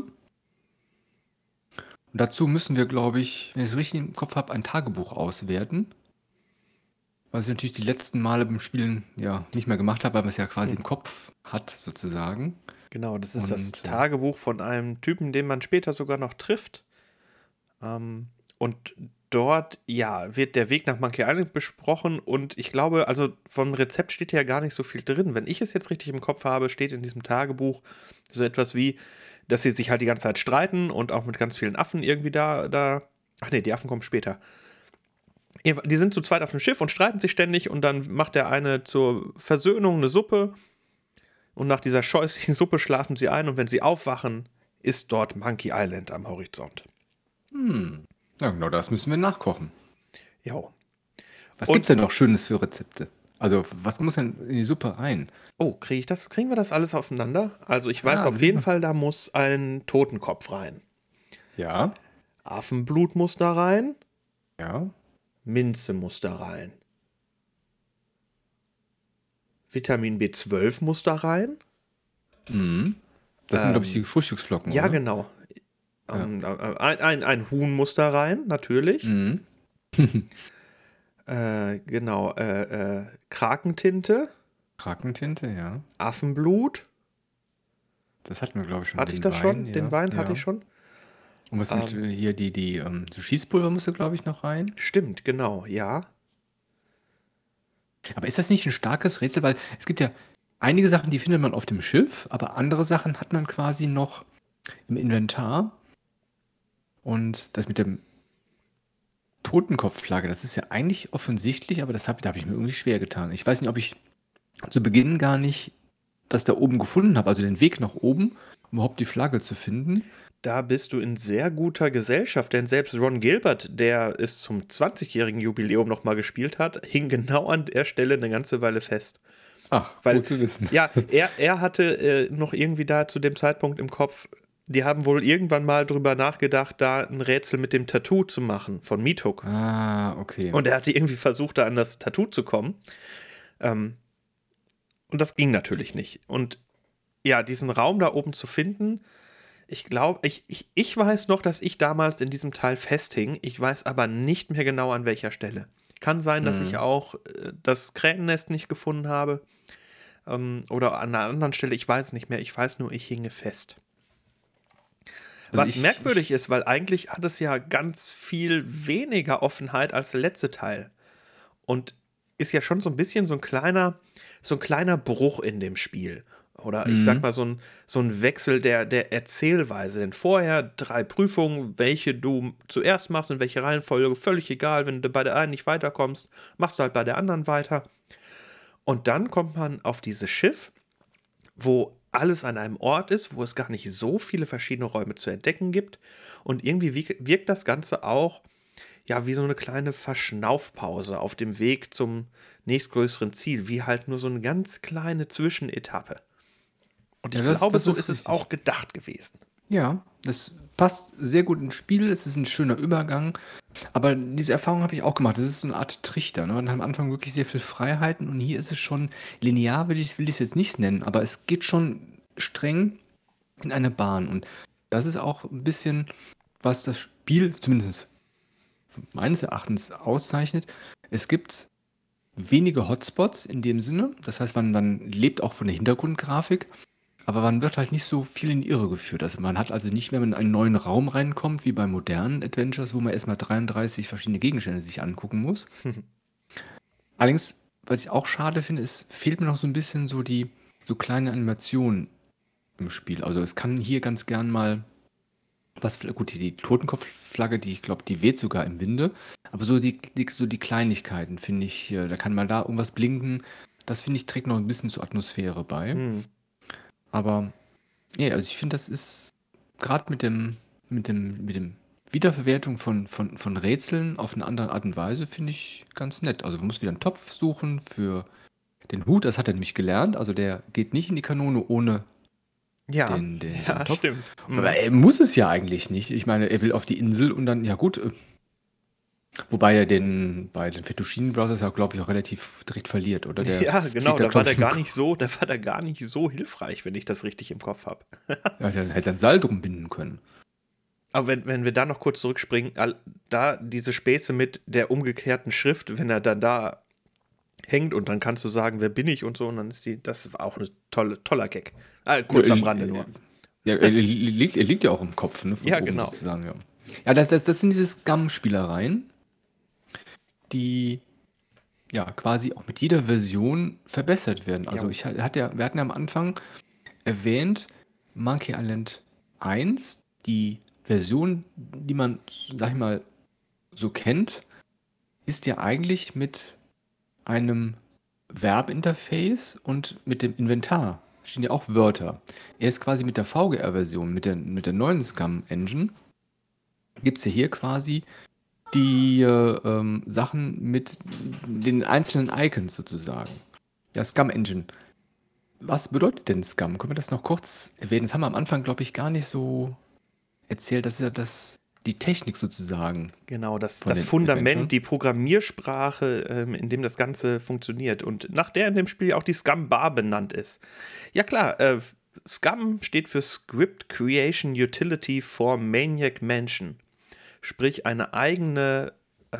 Und dazu müssen wir, glaube ich, wenn ich es richtig im Kopf habe, ein Tagebuch auswerten. Was ich natürlich die letzten Male beim Spielen ja nicht mehr gemacht habe, weil man es ja quasi im Kopf hat, sozusagen. Genau, das ist das Und Tagebuch von einem Typen, den man später sogar noch trifft. Und dort, ja, wird der Weg nach Monkey Island besprochen und ich glaube, also vom Rezept steht ja gar nicht so viel drin. Wenn ich es jetzt richtig im Kopf habe, steht in diesem Tagebuch so etwas wie, dass sie sich halt die ganze Zeit streiten und auch mit ganz vielen Affen irgendwie ach nee, die Affen kommen später. Die sind zu zweit auf dem Schiff und streiten sich ständig und dann macht der eine zur Versöhnung eine Suppe und nach dieser scheußlichen Suppe schlafen sie ein und wenn sie aufwachen, ist dort Monkey Island am Horizont. ja, genau das müssen wir nachkochen. Jo. Was Und- gibt es denn noch Schönes für Rezepte? Also, was muss denn in die Suppe rein? Oh, kriegen wir das alles aufeinander? Also ich weiß Ah, auf jeden sicher. Fall, da muss ein Totenkopf rein. Ja, Affenblut muss da rein. ja. Minze muss da rein. Vitamin B12 muss da rein. Das sind, glaube ich, die Frühstücksflocken, Ja, oder? genau. Ein Huhn muss da rein, natürlich. Mhm. Genau. Krakentinte, Krakentinte, ja. Affenblut. Das hatten wir, glaube ich, schon. Hatte Den ich das schon? Wein, Den ja, Wein ja. hatte ich schon. Und was mit hier so Schießpulver musste, glaube ich, noch rein. Stimmt, genau, ja. Aber ist das nicht ein starkes Rätsel? Weil es gibt ja einige Sachen, die findet man auf dem Schiff, aber andere Sachen hat man quasi noch im Inventar. Und das mit dem Totenkopfflagge, das ist ja eigentlich offensichtlich, aber da habe ich mir irgendwie schwer getan. Ich weiß nicht, ob ich zu Beginn gar nicht das da oben gefunden habe, also den Weg nach oben, um überhaupt die Flagge zu finden. Da bist du in sehr guter Gesellschaft, denn selbst Ron Gilbert, der es zum 20-jährigen Jubiläum nochmal gespielt hat, hing genau an der Stelle eine ganze Weile fest. Ach, Weil, gut zu wissen. ja, er hatte noch irgendwie da zu dem Zeitpunkt im Kopf, die haben wohl irgendwann mal drüber nachgedacht, da ein Rätsel mit dem Tattoo zu machen von Mitook. Ah, okay. Und er hatte irgendwie versucht, da an das Tattoo zu kommen. Und das ging natürlich nicht. Und ja, diesen Raum da oben zu finden, ich glaube, ich weiß noch, dass ich damals in diesem Teil festhing. Ich weiß aber nicht mehr genau an welcher Stelle. Kann sein, dass ich auch das Krähennest nicht gefunden habe. Oder an einer anderen Stelle. Ich weiß nicht mehr. Ich weiß nur, ich hinge fest. Also Was merkwürdig ist, weil eigentlich hat es ja ganz viel weniger Offenheit als der letzte Teil. Und ist ja schon so ein bisschen so ein kleiner Bruch in dem Spiel. Oder ich sag mal so ein Wechsel der Erzählweise. Denn vorher 3 Prüfungen, welche du zuerst machst, in welche Reihenfolge, völlig egal. Wenn du bei der einen nicht weiterkommst, machst du halt bei der anderen weiter. Und dann kommt man auf dieses Schiff, wo alles an einem Ort ist, wo es gar nicht so viele verschiedene Räume zu entdecken gibt. Und irgendwie wirkt das Ganze auch ja wie so eine kleine Verschnaufpause auf dem Weg zum nächstgrößeren Ziel, wie halt nur so eine ganz kleine Zwischenetappe. Und ich glaube, so ist es richtig. auch gedacht gewesen. Ja, das passt sehr gut ins Spiel. Es ist ein schöner Übergang. Aber diese Erfahrung habe ich auch gemacht. Das ist so eine Art Trichter. Ne? Man hat am Anfang wirklich sehr viel Freiheiten und hier ist es schon linear, will ich es jetzt nicht nennen, aber es geht schon streng in eine Bahn. Und das ist auch ein bisschen, was das Spiel zumindest meines Erachtens auszeichnet. Es gibt wenige Hotspots in dem Sinne. Das heißt, man lebt auch von der Hintergrundgrafik. Aber man wird halt nicht so viel in die Irre geführt. Also man hat also nicht, wenn man in einen neuen Raum reinkommt, wie bei modernen Adventures, wo man erstmal 33 verschiedene Gegenstände sich angucken muss. Allerdings, was ich auch schade finde, es fehlt mir noch so ein bisschen so kleine Animationen im Spiel. Also es kann hier ganz gern mal gut, die Totenkopfflagge, ich glaube, die weht sogar im Winde. Aber so die Kleinigkeiten finde ich, da kann mal da irgendwas blinken. Das finde ich, trägt noch ein bisschen zur Atmosphäre bei. Aber nee, also ich finde, das ist gerade mit dem Wiederverwertung von Rätseln auf eine andere Art und Weise, finde ich ganz nett. Also man muss wieder einen Topf suchen für den Hut, das hat er nämlich gelernt. Also der geht nicht in die Kanone ohne Ja, den ja, Topf. stimmt. Aber er muss es ja eigentlich nicht. Ich meine, er will auf die Insel und dann, ja gut, Wobei er bei den Fettuccine Brothers auch, glaube ich, auch relativ direkt verliert, oder? Der Ja, genau, fliegt da, da war glaube der ich, gar nicht so, der war da gar nicht so hilfreich, wenn ich das richtig im Kopf habe. ja, der hätte ein Seil drum binden können. Aber wenn wir da noch kurz zurückspringen, da diese Späße mit der umgekehrten Schrift, wenn er dann da hängt und dann kannst du sagen, wer bin ich und so, und dann das war auch ein toller Gag. Ja, Kurz am Rande nur. er liegt ja auch im Kopf, ne, von Ja, oben genau. sozusagen, ja. Ja, das sind diese Scum-Spielereien, die ja quasi auch mit jeder Version verbessert werden. Also Ja. wir hatten ja am Anfang erwähnt, Monkey Island 1, die Version, die man, sag ich mal, so kennt, ist ja eigentlich mit einem Verbinterface und mit dem Inventar. Stehen ja auch Wörter. Er ist quasi mit der VGR-Version, mit der neuen Scum-Engine, gibt es ja hier quasi die Sachen mit den einzelnen Icons sozusagen. Ja, Scum Engine. Was bedeutet denn Scum? Können wir das noch kurz erwähnen? Das haben wir am Anfang, glaube ich, gar nicht so erzählt. Das ist ja die Technik sozusagen Genau, das von den Fundament, Adventure. die Programmiersprache, in dem das Ganze funktioniert und nach der in dem Spiel auch die Scum-Bar benannt ist. Ja klar, Scum steht für Script Creation Utility for Maniac Mansion. Sprich eine eigene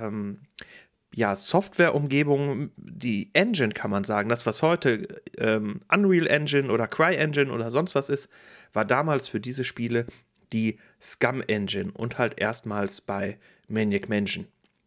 Softwareumgebung, die Engine kann man sagen, das was heute Unreal Engine oder CryEngine oder sonst was ist, war damals für diese Spiele die Scum Engine und halt erstmals bei Maniac Mansion.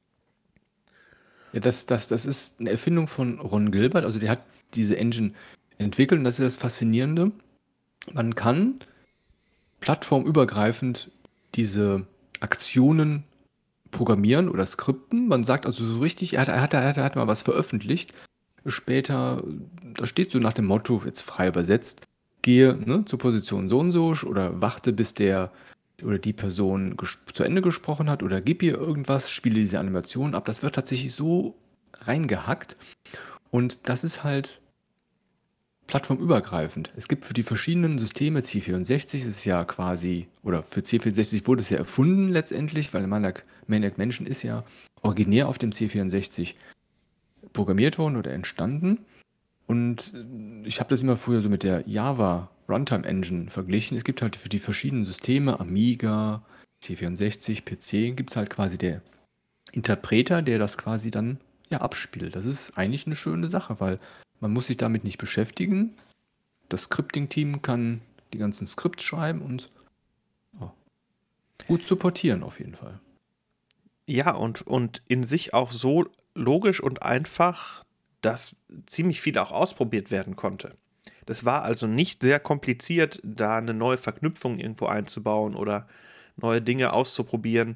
Ja, das ist eine Erfindung von Ron Gilbert. Also der hat diese Engine entwickelt und das ist das Faszinierende. Man kann plattformübergreifend diese Aktionen programmieren oder skripten. Man sagt also so richtig, er hat mal was veröffentlicht. Später, da steht so nach dem Motto, jetzt frei übersetzt, gehe zur Position so und so oder warte, bis der oder die Person zu Ende gesprochen hat oder gib ihr irgendwas, spiele diese Animation ab. Das wird tatsächlich so reingehackt und das ist halt plattformübergreifend. Es gibt für die verschiedenen Systeme, C64 ist ja quasi, oder für C64 wurde es ja erfunden letztendlich, weil Maniac Mansion ist ja originär auf dem C64 programmiert worden oder entstanden. Und ich habe das immer früher so mit der Java Runtime Engine verglichen. Es gibt halt für die verschiedenen Systeme, Amiga, C64, PC, gibt es halt quasi der Interpreter, der das quasi dann ja abspielt. Das ist eigentlich eine schöne Sache, weil man muss sich damit nicht beschäftigen. Das Scripting-Team kann die ganzen Skripts schreiben und ja, gut supportieren auf jeden Fall. Ja, und in sich auch so logisch und einfach, dass ziemlich viel auch ausprobiert werden konnte. Das war also nicht sehr kompliziert, da eine neue Verknüpfung irgendwo einzubauen oder neue Dinge auszuprobieren.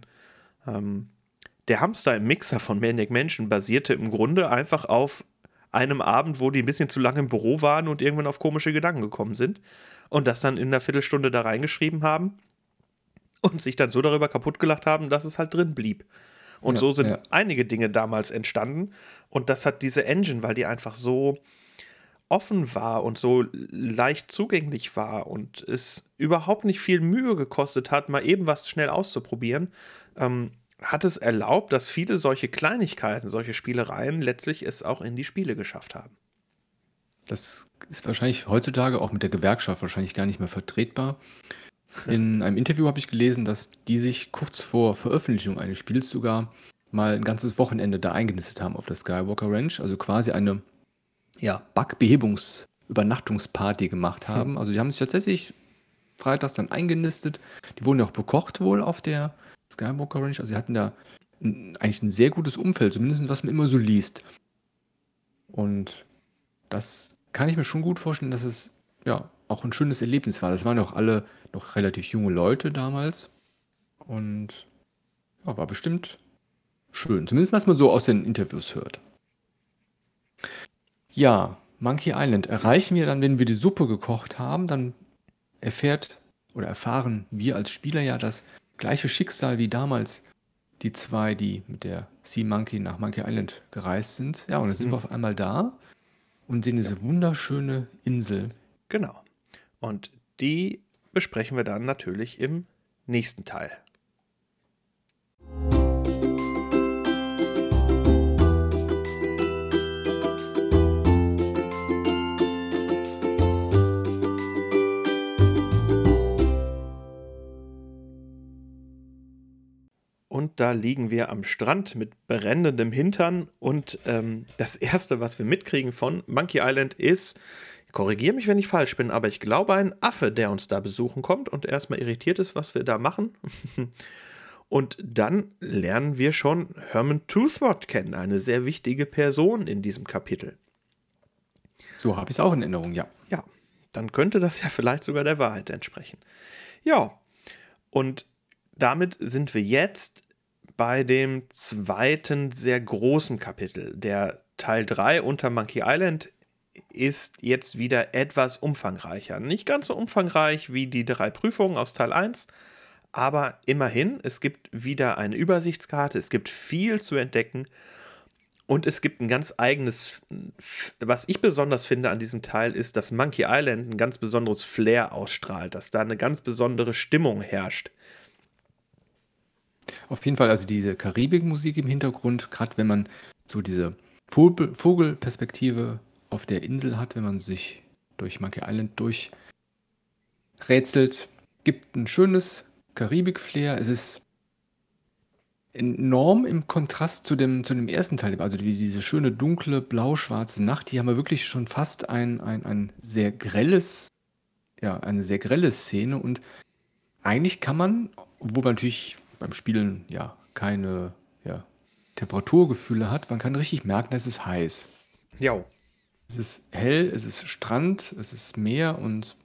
Der Hamster im Mixer von Maniac Mansion basierte im Grunde einfach auf einem Abend, wo die ein bisschen zu lange im Büro waren und irgendwann auf komische Gedanken gekommen sind und das dann in einer Viertelstunde da reingeschrieben haben und sich dann so darüber kaputt gelacht haben, dass es halt drin blieb. Und Ja, so sind ja. einige Dinge damals entstanden und das hat diese Engine, weil die einfach so offen war und so leicht zugänglich war und es überhaupt nicht viel Mühe gekostet hat, mal eben was schnell auszuprobieren, hat es erlaubt, dass viele solche Kleinigkeiten, solche Spielereien letztlich es auch in die Spiele geschafft haben. Das ist wahrscheinlich heutzutage auch mit der Gewerkschaft wahrscheinlich gar nicht mehr vertretbar. In einem Interview habe ich gelesen, dass die sich kurz vor Veröffentlichung eines Spiels sogar mal ein ganzes Wochenende da eingenistet haben auf der Skywalker Ranch, also quasi eine Bug-Behebungs-Übernachtungsparty gemacht haben. Also die haben sich tatsächlich freitags dann eingenistet. Die wurden ja auch bekocht wohl auf der Skywalker Ranch. Also sie hatten da eigentlich ein sehr gutes Umfeld, zumindest was man immer so liest. Und das kann ich mir schon gut vorstellen, dass es ja auch ein schönes Erlebnis war. Das waren ja auch alle noch relativ junge Leute damals. Und ja, war bestimmt schön. Zumindest was man so aus den Interviews hört. Ja, Monkey Island erreichen wir dann, wenn wir die Suppe gekocht haben, dann erfahren wir als Spieler ja das gleiche Schicksal wie damals die zwei, die mit der Sea Monkey nach Monkey Island gereist sind. Ja, und jetzt sind wir auf einmal da und sehen diese wunderschöne Insel. Genau. Und die besprechen wir dann natürlich im nächsten Teil. und da liegen wir am Strand mit brennendem Hintern und das Erste, was wir mitkriegen von Monkey Island ist, korrigiere mich, wenn ich falsch bin, aber ich glaube ein Affe, der uns da besuchen kommt und erstmal irritiert ist, was wir da machen. Und dann lernen wir schon Herman Toothwort kennen, eine sehr wichtige Person in diesem Kapitel. So habe ich es auch in Erinnerung, ja. Ja, dann könnte das ja vielleicht sogar der Wahrheit entsprechen. Ja, und damit sind wir jetzt bei dem zweiten sehr großen Kapitel. Der Teil 3 unter Monkey Island ist jetzt wieder etwas umfangreicher. Nicht ganz so umfangreich wie die 3 Prüfungen aus Teil 1, aber immerhin, es gibt wieder eine Übersichtskarte, es gibt viel zu entdecken und es gibt ein ganz eigenes, was ich besonders finde an diesem Teil, ist, dass Monkey Island ein ganz besonderes Flair ausstrahlt, dass da eine ganz besondere Stimmung herrscht. Auf jeden Fall, also diese Karibikmusik im Hintergrund, gerade wenn man so diese Vogelperspektive auf der Insel hat, wenn man sich durch Monkey Island durchrätselt, gibt ein schönes Karibik-Flair. Es ist enorm im Kontrast zu dem ersten Teil, also diese schöne dunkle, blau-schwarze Nacht, die haben wir wirklich schon fast ein sehr grelles, ja, eine sehr grelle Szene und eigentlich kann man, obwohl man natürlich beim Spielen ja keine Temperaturgefühle hat, man kann richtig merken, es ist heiß. Ja. Es ist hell, es ist Strand, es ist Meer und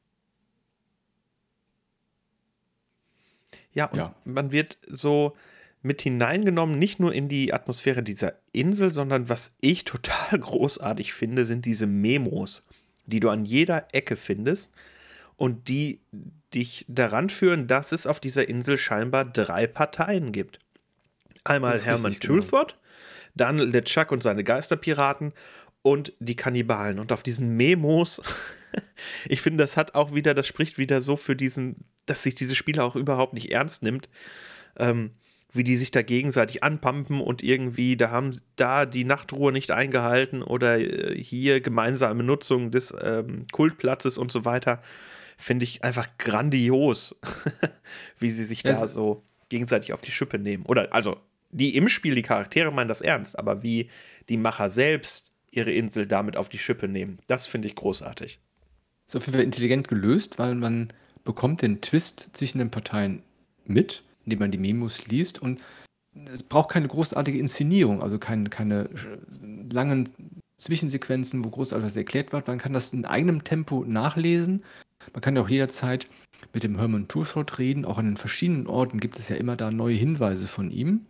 Ja, und man wird so mit hineingenommen, nicht nur in die Atmosphäre dieser Insel, sondern was ich total großartig finde, sind diese Memos, die du an jeder Ecke findest und die dich daran führen, dass es auf dieser Insel scheinbar 3 Parteien gibt. Einmal Herman Toothwort, dann LeChuck und seine Geisterpiraten und die Kannibalen. Und auf diesen Memos, ich finde, das spricht wieder so für dass sich diese Spieler auch überhaupt nicht ernst nimmt, wie die sich da gegenseitig anpumpen und irgendwie, da haben da die Nachtruhe nicht eingehalten oder hier gemeinsame Nutzung des Kultplatzes und so weiter, finde ich einfach grandios, wie sie sich da so gegenseitig auf die Schippe nehmen. Oder, also, die im Spiel, die Charaktere meinen das ernst, aber wie die Macher selbst ihre Insel damit auf die Schippe nehmen, das finde ich großartig. Ist auf jeden Fall intelligent gelöst, weil man bekommt den Twist zwischen den Parteien mit, indem man die Memos liest und es braucht keine großartige Inszenierung, also keine langen Zwischensequenzen, wo großartig was erklärt wird. Man kann das in eigenem Tempo nachlesen. Man kann ja auch jederzeit mit dem Herman Toothwort reden. Auch an den verschiedenen Orten gibt es ja immer da neue Hinweise von ihm.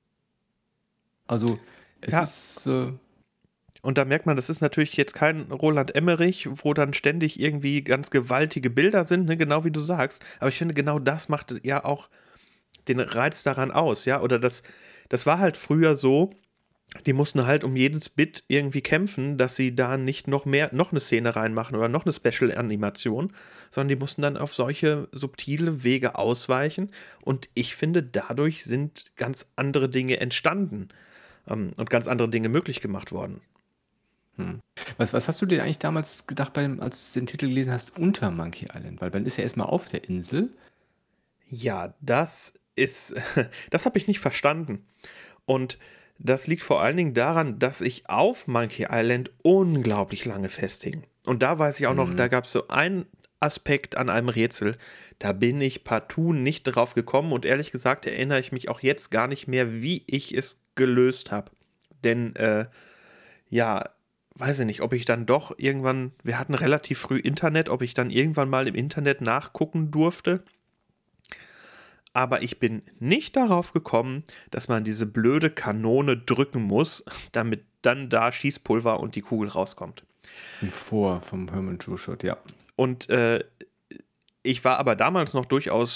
Also es ist... Und da merkt man, das ist natürlich jetzt kein Roland Emmerich, wo dann ständig irgendwie ganz gewaltige Bilder sind, ne, genau wie du sagst. Aber ich finde, genau das macht ja auch den Reiz daran aus, ja. Oder das war halt früher so, die mussten halt um jedes Bit irgendwie kämpfen, dass sie da nicht noch eine Szene reinmachen oder noch eine Special-Animation, sondern die mussten dann auf solche subtile Wege ausweichen. Und ich finde, dadurch sind ganz andere Dinge entstanden und ganz andere Dinge möglich gemacht worden. Was hast du dir eigentlich damals gedacht, als du den Titel gelesen hast, unter Monkey Island? Weil man ist ja erstmal auf der Insel. Ja, das habe ich nicht verstanden. Und das liegt vor allen Dingen daran, dass ich auf Monkey Island unglaublich lange festhing. Und da weiß ich auch noch, da gab es so einen Aspekt an einem Rätsel, da bin ich partout nicht drauf gekommen und ehrlich gesagt erinnere ich mich auch jetzt gar nicht mehr, wie ich es gelöst habe. Denn, weiß ich nicht, ob ich dann doch irgendwann, wir hatten relativ früh Internet, ob ich dann irgendwann mal im Internet nachgucken durfte. Aber ich bin nicht darauf gekommen, dass man diese blöde Kanone drücken muss, damit dann da Schießpulver und die Kugel rauskommt. Vom Herman Toothwort, ja. Und ich war aber damals noch durchaus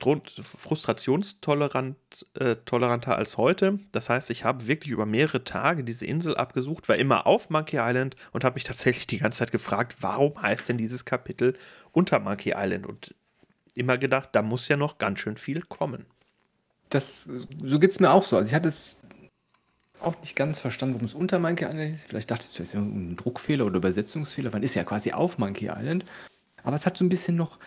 frustrationstoleranter als heute. Das heißt, ich habe wirklich über mehrere Tage diese Insel abgesucht, war immer auf Monkey Island und habe mich tatsächlich die ganze Zeit gefragt, warum heißt denn dieses Kapitel unter Monkey Island? Und immer gedacht, da muss ja noch ganz schön viel kommen. So geht es mir auch so. Also ich hatte es auch nicht ganz verstanden, warum es unter Monkey Island ist. Vielleicht dachtest du, es ist ein Druckfehler oder Übersetzungsfehler. Man ist ja quasi auf Monkey Island. Aber es hat so ein bisschen noch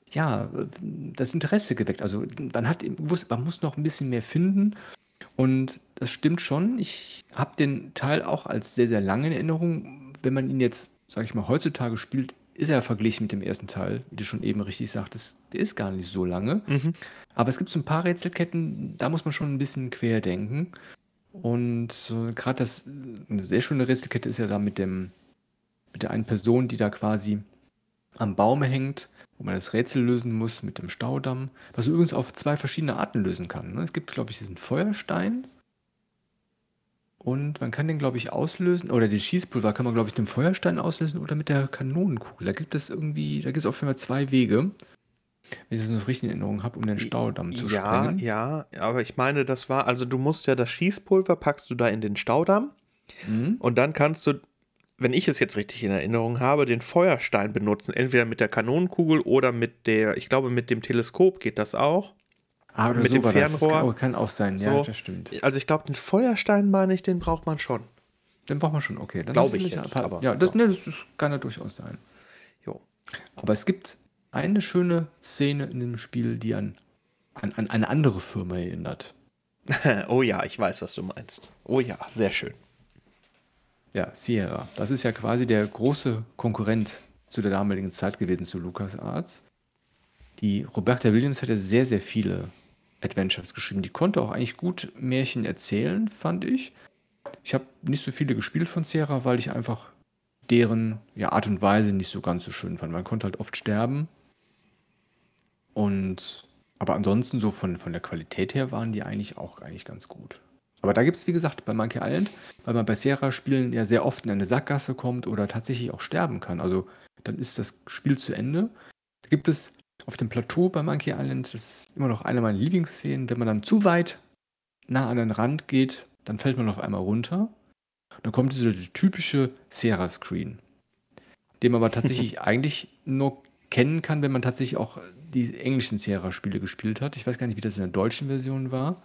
ja, das Interesse geweckt. Also man muss noch ein bisschen mehr finden. Und das stimmt schon. Ich habe den Teil auch als sehr, sehr lange in Erinnerung. Wenn man ihn jetzt, sage ich mal, heutzutage spielt, ist er verglichen mit dem ersten Teil, wie du schon eben richtig sagtest, der ist gar nicht so lange. Mhm. Aber es gibt so ein paar Rätselketten, da muss man schon ein bisschen querdenken. Und gerade eine sehr schöne Rätselkette ist ja da mit der einen Person, die da quasi am Baum hängt, wo man das Rätsel lösen muss mit dem Staudamm, was du übrigens auf zwei verschiedene Arten lösen kann. Ne? Es gibt, glaube ich, diesen Feuerstein und man kann den, glaube ich, auslösen, oder den Schießpulver kann man, glaube ich, mit dem Feuerstein auslösen oder mit der Kanonenkugel. Da gibt es auf jeden Fall zwei Wege, wenn ich das noch richtig in Erinnerung habe, um den Staudamm zu Ja, sprengen. ja, aber ich meine, das war, also du musst ja das Schießpulver packst du da in den Staudamm Mhm. und dann kannst du, wenn ich es jetzt richtig in Erinnerung habe, den Feuerstein benutzen. Entweder mit der Kanonenkugel oder ich glaube, mit dem Teleskop geht das auch. Oder Mit dem so war das. Das Fernrohr. kann auch sein, ja, So. das stimmt. Also ich glaube, den Feuerstein, meine ich, den braucht man schon. Den braucht man schon, okay. Dann Glaube hast du ich mich jetzt, aber ja, ja. nee, das kann ja durchaus sein. Jo. Aber es gibt eine schöne Szene in dem Spiel, die an eine andere Firma erinnert. Oh ja, ich weiß, was du meinst. Oh ja, sehr schön. Ja, Sierra. Das ist ja quasi der große Konkurrent zu der damaligen Zeit gewesen zu LucasArts. Die Roberta Williams hat ja sehr, sehr viele Adventures geschrieben. Die konnte auch eigentlich gut Märchen erzählen, fand ich. Ich habe nicht so viele gespielt von Sierra, weil ich einfach deren Art und Weise nicht so ganz so schön fand. Man konnte halt oft sterben. Aber ansonsten so von der Qualität her waren die eigentlich ganz gut. Aber da gibt es, wie gesagt, bei Monkey Island, weil man bei Sierra-Spielen ja sehr oft in eine Sackgasse kommt oder tatsächlich auch sterben kann. Also dann ist das Spiel zu Ende. Da gibt es auf dem Plateau bei Monkey Island, das ist immer noch eine meiner Lieblingsszenen, wenn man dann zu weit nah an den Rand geht, dann fällt man auf einmal runter. Dann kommt so der typische Sierra-Screen, den man aber tatsächlich eigentlich nur kennen kann, wenn man tatsächlich auch die englischen Sierra-Spiele gespielt hat. Ich weiß gar nicht, wie das in der deutschen Version war.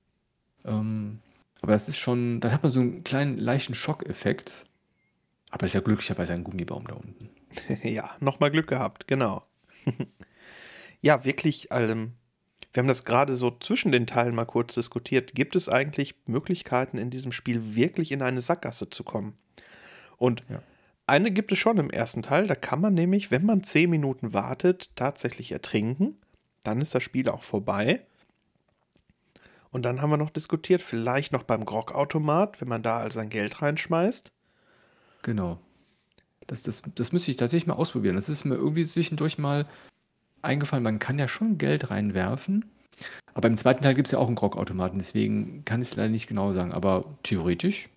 Aber das ist schon, dann hat man so einen kleinen, leichten Schockeffekt. Aber ist ja glücklicherweise ein Gummibaum da unten. Ja, nochmal Glück gehabt, genau. Ja, wirklich, wir haben das gerade so zwischen den Teilen mal kurz diskutiert. Gibt es eigentlich Möglichkeiten in diesem Spiel wirklich in eine Sackgasse zu kommen? Und Ja. eine gibt es schon im ersten Teil. Da kann man nämlich, wenn man 10 Minuten wartet, tatsächlich ertrinken. Dann ist das Spiel auch vorbei. Und dann haben wir noch diskutiert, vielleicht noch beim Grogautomat, wenn man da also sein Geld reinschmeißt. Genau. Das müsste ich tatsächlich mal ausprobieren. Das ist mir irgendwie zwischendurch mal eingefallen, man kann ja schon Geld reinwerfen. Aber im zweiten Teil gibt es ja auch einen Grogautomaten, deswegen kann ich es leider nicht genau sagen. Aber theoretisch.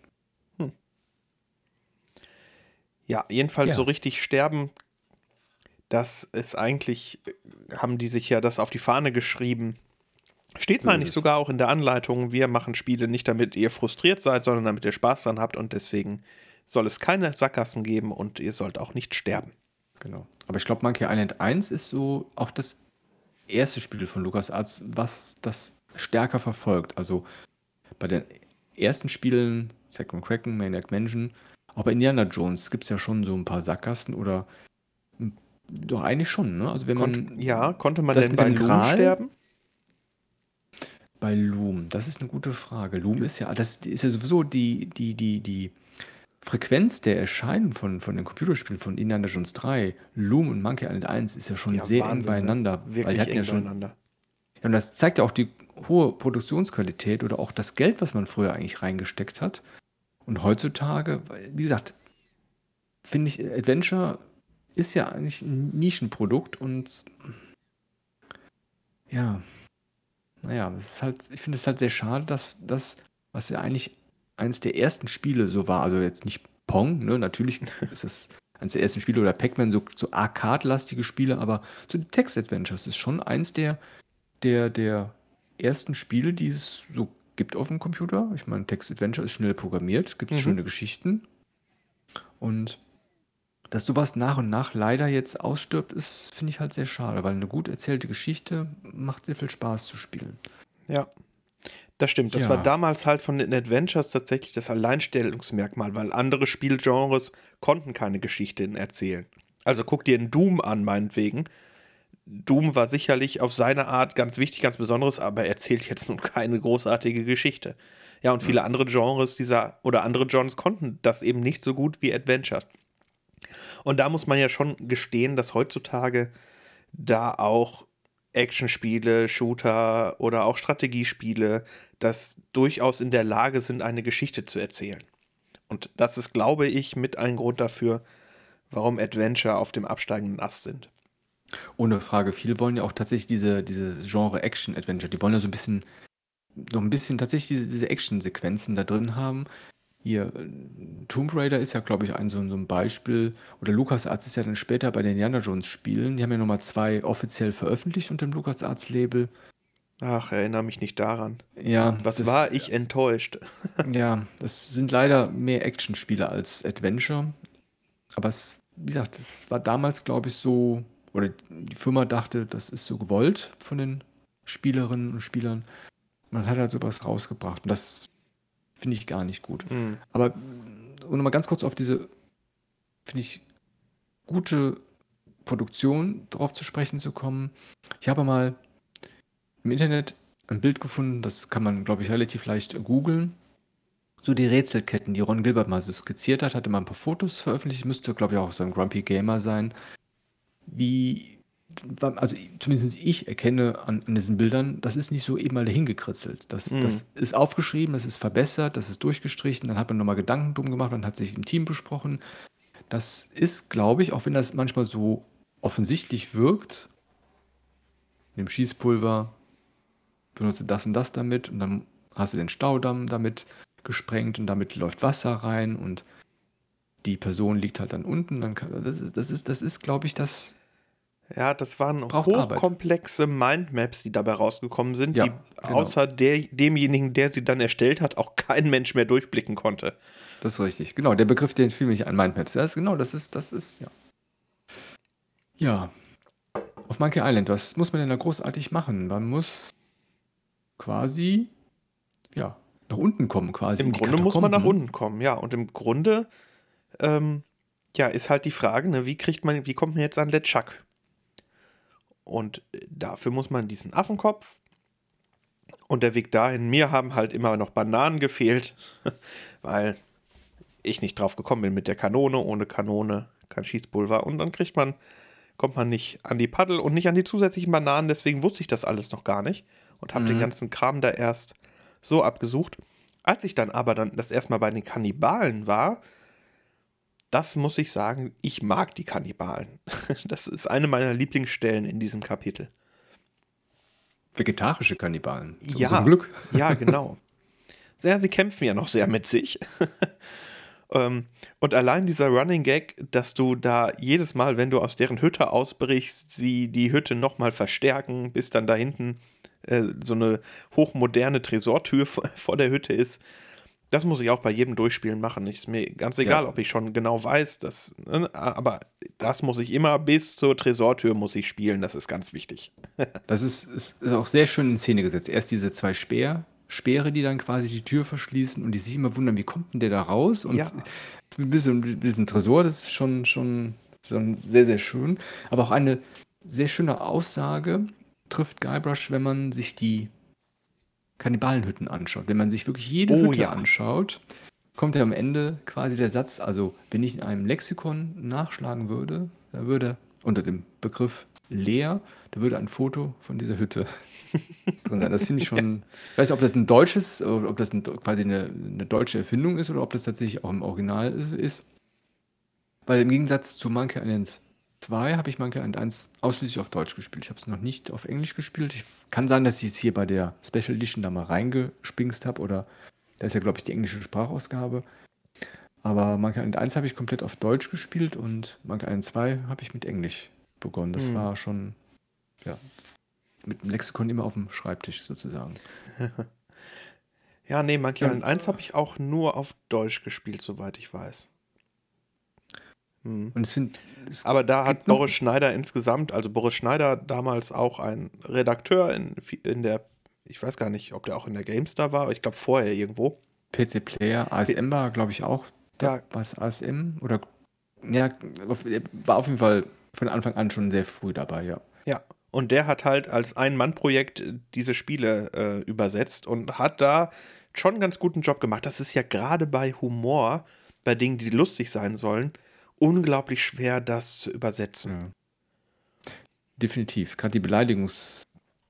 Ja, jedenfalls so Ja. richtig sterben, das ist eigentlich, haben die sich ja das auf die Fahne geschrieben. Steht, So meine ist ich, es. sogar auch in der Anleitung, wir machen Spiele nicht, damit ihr frustriert seid, sondern damit ihr Spaß dran habt und deswegen soll es keine Sackgassen geben und ihr sollt auch nicht sterben. Genau. Aber ich glaube, Monkey Island 1 ist so auch das erste Spiel von LucasArts, was das stärker verfolgt. Also bei den ersten Spielen, Zack McCracken, Maniac Mansion, auch bei Indiana Jones gibt es ja schon so ein paar Sackgassen oder doch eigentlich schon, ne? Also wenn man Konnte man das denn mit bei dem Loom Gral sterben? bei Loom, das ist eine gute Frage. Loom ist ja, das ist ja sowieso die Frequenz der Erscheinen von den Computerspielen von Indiana Jones 3, Loom und Monkey Island 1 ist ja schon Ja, sehr eng Wahnsinn, ne? beieinander, weil die Wirklich hatten ja eng schon, beieinander. ja, und das zeigt ja auch die hohe Produktionsqualität oder auch das Geld, was man früher eigentlich reingesteckt hat. Und heutzutage, wie gesagt, finde ich, Adventure ist ja eigentlich ein Nischenprodukt und ja, naja, es ist halt, ich finde es halt sehr schade, dass das, was ja eigentlich eines der ersten Spiele so war, also jetzt nicht Pong, ne, natürlich ist es eines der ersten Spiele oder Pac-Man, so Arcade-lastige Spiele, aber so die Text-Adventures ist schon eins der ersten Spiele, die es so gibt auf dem Computer. Ich meine, Text-Adventure ist schnell programmiert, gibt es Mhm. schöne Geschichten und dass sowas nach und nach leider jetzt ausstirbt, ist, finde ich halt sehr schade, weil eine gut erzählte Geschichte macht sehr viel Spaß zu spielen. Ja, das stimmt. Das war Ja, damals halt von den Adventures tatsächlich das Alleinstellungsmerkmal, weil andere Spielgenres konnten keine Geschichten erzählen. Also guck dir einen Doom an, meinetwegen. Doom war sicherlich auf seine Art ganz wichtig, ganz Besonderes, aber er erzählt jetzt nun keine großartige Geschichte. Ja, und viele andere Genres andere Genres konnten das eben nicht so gut wie Adventure. Und da muss man ja schon gestehen, dass heutzutage da auch Actionspiele, Shooter oder auch Strategiespiele, das durchaus in der Lage sind, eine Geschichte zu erzählen. Und das ist, glaube ich, mit ein Grund dafür, warum Adventure auf dem absteigenden Ast sind. Ohne Frage. Viele wollen ja auch tatsächlich diese Genre Action-Adventure, die wollen ja noch ein bisschen tatsächlich diese Action-Sequenzen da drin haben. Hier, Tomb Raider ist ja, glaube ich, so ein Beispiel. Oder LucasArts ist ja dann später bei den Indiana Jones-Spielen. Die haben ja nochmal 2 offiziell veröffentlicht unter dem LucasArts-Label. Ach, erinnere mich nicht daran. Ja, Was war ich enttäuscht? das sind leider mehr Action-Spiele als Adventure. Aber wie gesagt, das war damals, glaube ich, so, oder die Firma dachte, das ist so gewollt von den Spielerinnen und Spielern. Man hat halt sowas rausgebracht. Und das finde ich gar nicht gut. Aber um nochmal ganz kurz auf diese, finde ich, gute Produktion drauf zu sprechen zu kommen. Ich habe mal im Internet ein Bild gefunden, das kann man, glaube ich, relativ leicht googeln. So die Rätselketten, die Ron Gilbert mal so skizziert hat, hatte mal ein paar Fotos veröffentlicht, müsste, glaube ich, auch so ein Grumpy Gamer sein. Also zumindest ich erkenne an diesen Bildern, das ist nicht so eben mal dahin gekritzelt. Das ist aufgeschrieben, das ist verbessert, das ist durchgestrichen, dann hat man nochmal Gedanken drum gemacht, man hat sich im Team besprochen. Das ist, glaube ich, auch wenn das manchmal so offensichtlich wirkt, mit dem Schießpulver, benutze das und das damit und dann hast du den Staudamm damit gesprengt und damit läuft Wasser rein und die Person liegt halt dann unten. Das ist, glaube ich, das Ja, das waren braucht Arbeit. hochkomplexe Mindmaps, die dabei rausgekommen sind, Ja, die außer demjenigen, der sie dann erstellt hat, auch kein Mensch mehr durchblicken konnte. Das ist richtig. Genau, der Begriff, den fiel mir nicht an, Mindmaps. Das ist, ja. Ja. Auf Monkey Island, was muss man denn da großartig machen? Man muss quasi, ja, nach unten kommen, quasi. Im in die Grunde muss man nach Katakomben. unten kommen, ja. Und im Grunde, ja, ist halt die Frage, ne, wie kommt man jetzt an LeChuck? Und dafür muss man diesen Affenkopf und der Weg dahin, mir haben halt immer noch Bananen gefehlt, weil ich nicht drauf gekommen bin mit der Kanone, ohne Kanone kein Schießpulver und dann kommt man nicht an die Paddel und nicht an die zusätzlichen Bananen, deswegen wusste ich das alles noch gar nicht und habe den ganzen Kram da erst so abgesucht. Als ich dann aber das erstmal bei den Kannibalen war, das muss ich sagen, ich mag die Kannibalen. Das ist eine meiner Lieblingsstellen in diesem Kapitel. Vegetarische Kannibalen. Zu Ja, unserem Glück. ja, genau. Sie kämpfen ja noch sehr mit sich. Und allein dieser Running Gag, dass du da jedes Mal, wenn du aus deren Hütte ausbrichst, sie die Hütte nochmal verstärken, bis dann da hinten so eine hochmoderne Tresortür vor der Hütte ist. Das muss ich auch bei jedem Durchspielen machen. Ist mir ganz egal, ob ich schon genau weiß, aber das muss ich immer bis zur Tresortür muss ich spielen. Das ist ganz wichtig. Das ist auch sehr schön in Szene gesetzt. Erst diese 2 Speere, die dann quasi die Tür verschließen und die sich immer wundern, wie kommt denn der da raus? Und Ja. mit diesem Tresor, das ist schon sehr, sehr schön. Aber auch eine sehr schöne Aussage trifft Guybrush, wenn man sich die Kannibalenhütten anschaut. Wenn man sich wirklich jede Hütte anschaut, kommt ja am Ende quasi der Satz, also wenn ich in einem Lexikon nachschlagen würde, da würde unter dem Begriff leer, da würde ein Foto von dieser Hütte drin sein. Das finde ich schon, ich weiß nicht, ob das ein deutsches, oder ob das quasi eine deutsche Erfindung ist oder ob das tatsächlich auch im Original ist. Weil im Gegensatz zu Monkey Island 2 habe ich Monkey Island 1 ausschließlich auf Deutsch gespielt. Ich habe es noch nicht auf Englisch gespielt. Kann sein, dass ich jetzt hier bei der Special Edition da mal reingespingst habe oder da ist ja, glaube ich, die englische Sprachausgabe. Aber Monkey Island 1 habe ich komplett auf Deutsch gespielt und Monkey Island 2 habe ich mit Englisch begonnen. Das war schon, ja, mit dem Lexikon immer auf dem Schreibtisch sozusagen. Ja, nee, Monkey Island 1 habe ich auch nur auf Deutsch gespielt, soweit ich weiß. Und aber da hat Boris Schneider insgesamt, also Boris Schneider damals auch ein Redakteur in der, ich weiß gar nicht, ob der auch in der GameStar war, aber ich glaube vorher irgendwo. PC Player, ASM war, glaube ich, auch. Ja. War es ASM? Oder, ja, war auf jeden Fall von Anfang an schon sehr früh dabei, ja. Ja, Und der hat halt als Ein-Mann-Projekt diese Spiele übersetzt und hat da schon einen ganz guten Job gemacht. Das ist ja gerade bei Humor, bei Dingen, die lustig sein sollen, unglaublich schwer, das zu übersetzen. Ja. Definitiv. Gerade die Beleidigungsfechtkämpfe,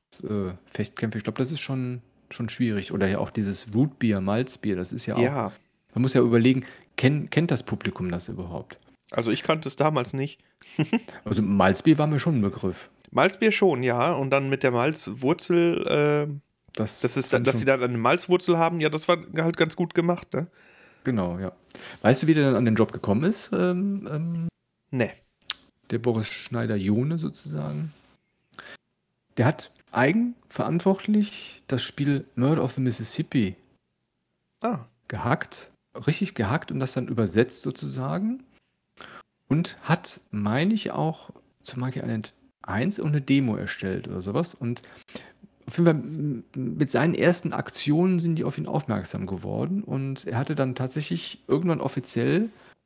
ich glaube, das ist schon schwierig. Oder ja auch dieses Rootbier, Malzbier, das ist ja auch, Ja, man muss ja überlegen, kennt das Publikum das überhaupt? also ich kannte es damals nicht. Also Malzbier war mir schon ein Begriff. Malzbier schon, ja. Und dann mit der Malzwurzel, Das dass kann sie schon, dann eine Malzwurzel haben, ja, das war halt ganz gut gemacht, ne? genau, ja. Weißt du, wie der dann an den Job gekommen ist? Ne. Der Boris Schneider-Jone sozusagen. Der hat eigenverantwortlich das Spiel Nerd of the Mississippi Ah, richtig gehackt und das dann übersetzt sozusagen. Und hat, meine ich, auch zu Monkey Island 1 und eine Demo erstellt oder sowas. Und auf jeden Fall mit seinen ersten Aktionen sind die auf ihn aufmerksam geworden. Und er hatte dann tatsächlich irgendwann offiziell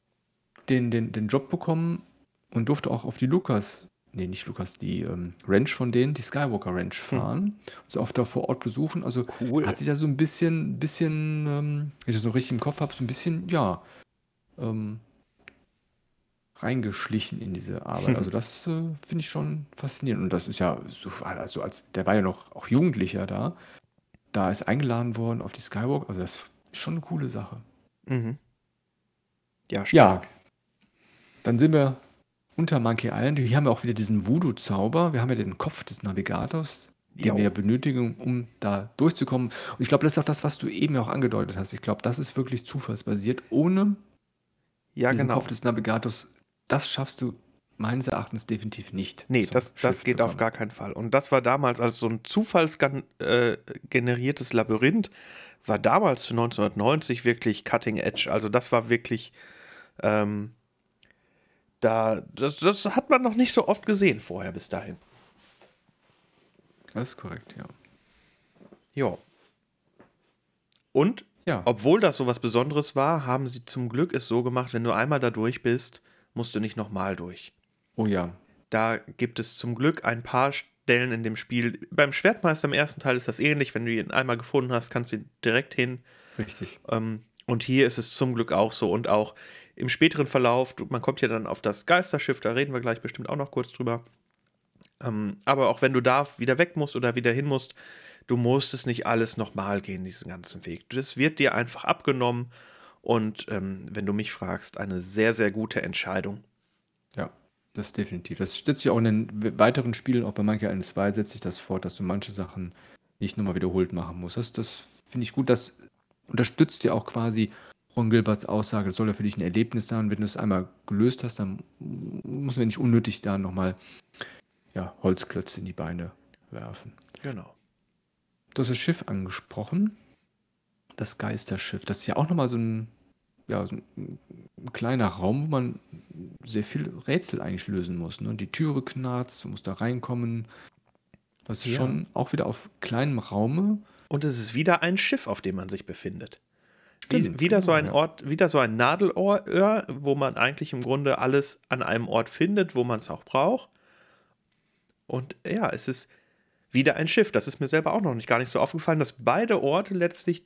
den Job bekommen und durfte auch auf die nicht Lukas, die Ranch von denen, die Skywalker Ranch fahren. Also auch da vor Ort besuchen. Also cool. hat sich da so ein bisschen, wenn ich das noch richtig im Kopf habe, so ein bisschen, ja, ähm, reingeschlichen in diese Arbeit. Also das finde ich schon faszinierend. Und das ist ja so, also der war ja noch auch Jugendlicher da. Da ist eingeladen worden auf die Skywalk. Also das ist schon eine coole Sache. Mhm. Ja, Ja, stark. dann sind wir unter Monkey Island. Hier haben wir auch wieder diesen Voodoo-Zauber. Wir haben ja den Kopf des Navigators, den wir ja Jo. benötigen, um da durchzukommen. Und ich glaube, das ist auch das, was du eben auch angedeutet hast. Ich glaube, das ist wirklich zufallsbasiert. Ohne Ja, diesen Kopf genau. des Navigators, das schaffst du meines Erachtens definitiv nicht Nee, zum das Schiff zu geht auf kommen. gar keinen Fall. Und das war damals, also so ein zufallsgeneriertes Labyrinth, war damals für 1990 wirklich cutting edge. Also das war wirklich, ähm, das hat man noch nicht so oft gesehen vorher bis dahin. Das ist korrekt, ja. Ja. Und, Ja, obwohl das so was Besonderes war, haben sie zum Glück es so gemacht, wenn du einmal da durch bist, musst du nicht nochmal durch. oh ja, Da gibt es zum Glück ein paar Stellen in dem Spiel. Beim Schwertmeister im ersten Teil ist das ähnlich. Wenn du ihn einmal gefunden hast, kannst du ihn direkt hin. richtig. Und hier ist es zum Glück auch so. Und auch im späteren Verlauf, man kommt ja dann auf das Geisterschiff, da reden wir gleich bestimmt auch noch kurz drüber. Aber auch wenn du da wieder weg musst oder wieder hin musst, du musst es nicht alles nochmal gehen, diesen ganzen Weg. Das wird dir einfach abgenommen. Und wenn du mich fragst, eine sehr, sehr gute Entscheidung. Ja, das ist definitiv. Das setzt sich auch in den weiteren Spielen, auch bei Monkey Island 2, setzt sich das fort, dass du manche Sachen nicht nochmal wiederholt machen musst. Das finde ich gut. Das unterstützt ja auch quasi Ron Gilberts Aussage, das soll ja für dich ein Erlebnis sein. Wenn du es einmal gelöst hast, dann muss man nicht unnötig da nochmal Holzklötze in die Beine werfen. Genau. Du hast das Schiff angesprochen, das Geisterschiff. Das ist ja auch nochmal so ein kleiner Raum, wo man sehr viel Rätsel eigentlich lösen muss. Ne? Die Türe knarzt, du musst da reinkommen. Das ist Ja. schon auch wieder auf kleinem Raume. Und es ist wieder ein Schiff, auf dem man sich befindet. Stimmt, Wieder so genau, ein ja. Ort, wieder so ein Nadelöhr, wo man eigentlich im Grunde alles an einem Ort findet, wo man es auch braucht. Und ja, es ist wieder ein Schiff. Das ist mir selber auch noch gar nicht so aufgefallen, dass beide Orte letztlich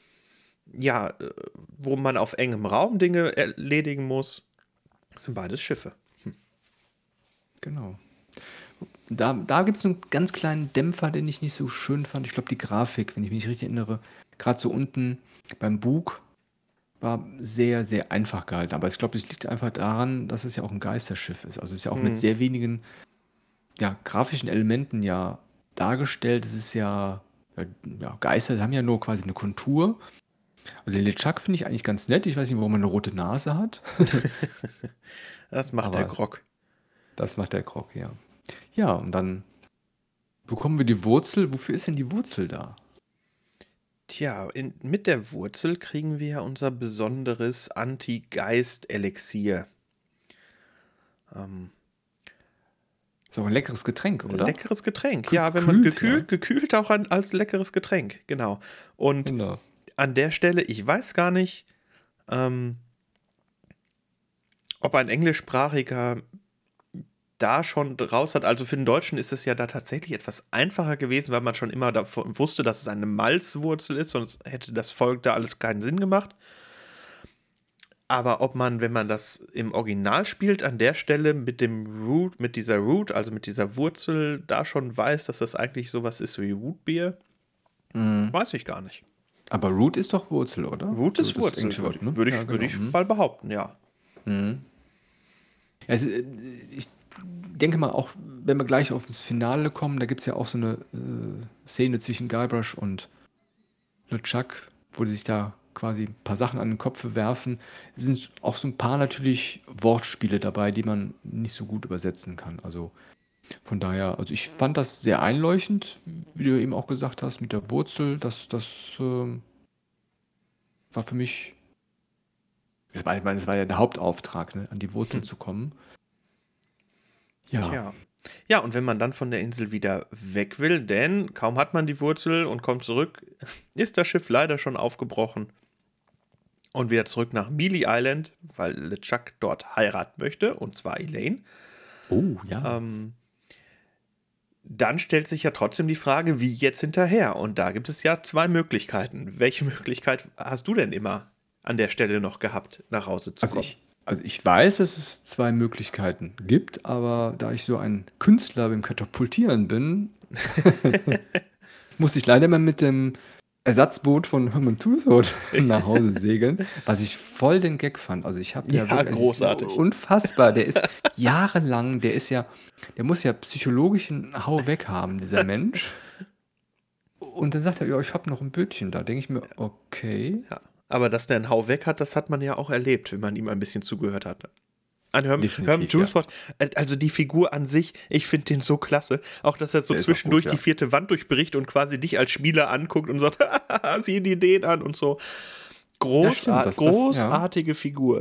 wo man auf engem Raum Dinge erledigen muss, sind beides Schiffe. Genau. Da gibt es einen ganz kleinen Dämpfer, den ich nicht so schön fand. Ich glaube, die Grafik, wenn ich mich richtig erinnere, gerade so unten beim Bug war sehr, sehr einfach gehalten. Aber ich glaube, es liegt einfach daran, dass es ja auch ein Geisterschiff ist. Also es ist ja auch mit sehr wenigen grafischen Elementen ja dargestellt. Es ist Geister haben ja nur quasi eine Kontur. Also den LeChuck finde ich eigentlich ganz nett. Ich weiß nicht, warum er eine rote Nase hat. Das macht der Aber Grog. das macht der Grog, ja. Ja, und dann bekommen wir die Wurzel. Wofür ist denn die Wurzel da? Tja, mit der Wurzel kriegen wir ja unser besonderes Anti-Geist-Elixier. Ist auch ein leckeres Getränk, oder? Leckeres Getränk. Ja, wenn man gekühlt auch als leckeres Getränk. Genau. Und Genau. an der Stelle, ich weiß gar nicht, ob ein englischsprachiger da schon raus hat. Also für den Deutschen ist es ja da tatsächlich etwas einfacher gewesen, weil man schon immer davon wusste, dass es eine Malzwurzel ist, sonst hätte das Volk da alles keinen Sinn gemacht. Aber ob man, wenn man das im Original spielt, an der Stelle mit dieser Root, also mit dieser Wurzel, da schon weiß, dass das eigentlich sowas ist wie Rootbeer, weiß ich gar nicht. Aber Root ist doch Wurzel, oder? Root ist Wurzel, englische Wort, ne? würde Ja, ich genau. mal behaupten, ja. Also, ich denke mal, auch wenn wir gleich auf das Finale kommen, da gibt es ja auch so eine Szene zwischen Guybrush und LeChuck, wo die sich da quasi ein paar Sachen an den Kopf werfen. Es sind auch so ein paar natürlich Wortspiele dabei, die man nicht so gut übersetzen kann. Also von daher, also ich fand das sehr einleuchtend, wie du eben auch gesagt hast, mit der Wurzel. Das war für mich, ich meine, das war ja der Hauptauftrag, ne, an die Wurzel zu kommen. Ja, Tja. Ja, und wenn man dann von der Insel wieder weg will, denn kaum hat man die Wurzel und kommt zurück, ist das Schiff leider schon aufgebrochen und wieder zurück nach Mealy Island, weil LeChuck dort heiraten möchte, und zwar Elaine. oh ja. Dann stellt sich ja trotzdem die Frage, wie jetzt hinterher? Und da gibt es ja zwei Möglichkeiten. Welche Möglichkeit hast du denn immer an der Stelle noch gehabt, nach Hause zu kommen? Also ich weiß, dass es zwei Möglichkeiten gibt, aber da ich so ein Künstler beim Katapultieren bin, musste ich leider mal mit dem Ersatzboot von Herman Toothwood nach Hause segeln, was ich voll den Gag fand. Also ich habe Ja, wirklich, großartig. Unfassbar. Der ist jahrelang, der muss ja psychologischen Hau weg haben, dieser Mensch. Und dann sagt er, ja, ich habe noch ein Bötchen da. Denke ich mir, okay. Ja, aber dass der einen Hau weg hat, das hat man ja auch erlebt, wenn man ihm ein bisschen zugehört hat. An Herman Toothwood, also die Figur an sich, ich finde den so klasse. Auch, dass er so Der ist auch zwischendurch gut, ja. die vierte Wand durchbricht und quasi dich als Spieler anguckt und sagt, sieh die Ideen an und so. stimmt, Großartige Figur.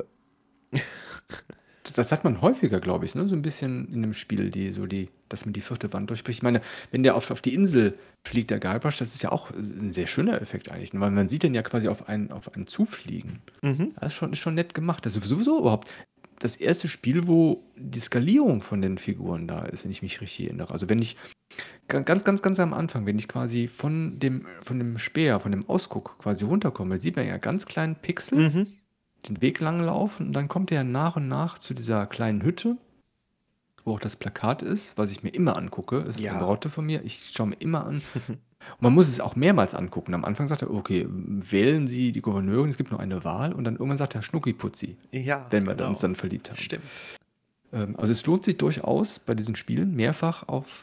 Das hat man häufiger, glaube ich, ne? So ein bisschen in dem Spiel, dass man die vierte Wand durchbricht. Ich meine, wenn der auf die Insel fliegt, der Guybrush, das ist ja auch ein sehr schöner Effekt eigentlich, ne? Weil man sieht den ja quasi auf einen zufliegen. Das ist schon nett gemacht. Das ist sowieso überhaupt das erste Spiel, wo die Skalierung von den Figuren da ist, wenn ich mich richtig erinnere. Also wenn ich ganz, ganz, ganz am Anfang, wenn ich quasi von dem Speer, von dem Ausguck quasi runterkomme, sieht man ja ganz kleinen Pixel den Weg lang laufen und dann kommt er nach und nach zu dieser kleinen Hütte, wo auch das Plakat ist, was ich mir immer angucke. Es ist eine Raute von mir, ich schaue mir immer an. Und man muss es auch mehrmals angucken. Am Anfang sagt er, okay, wählen Sie die Gouverneurin, es gibt nur eine Wahl. Und dann irgendwann sagt er Schnuckiputzi, wenn wir uns dann verliebt haben. Stimmt. Also es lohnt sich durchaus bei diesen Spielen mehrfach auf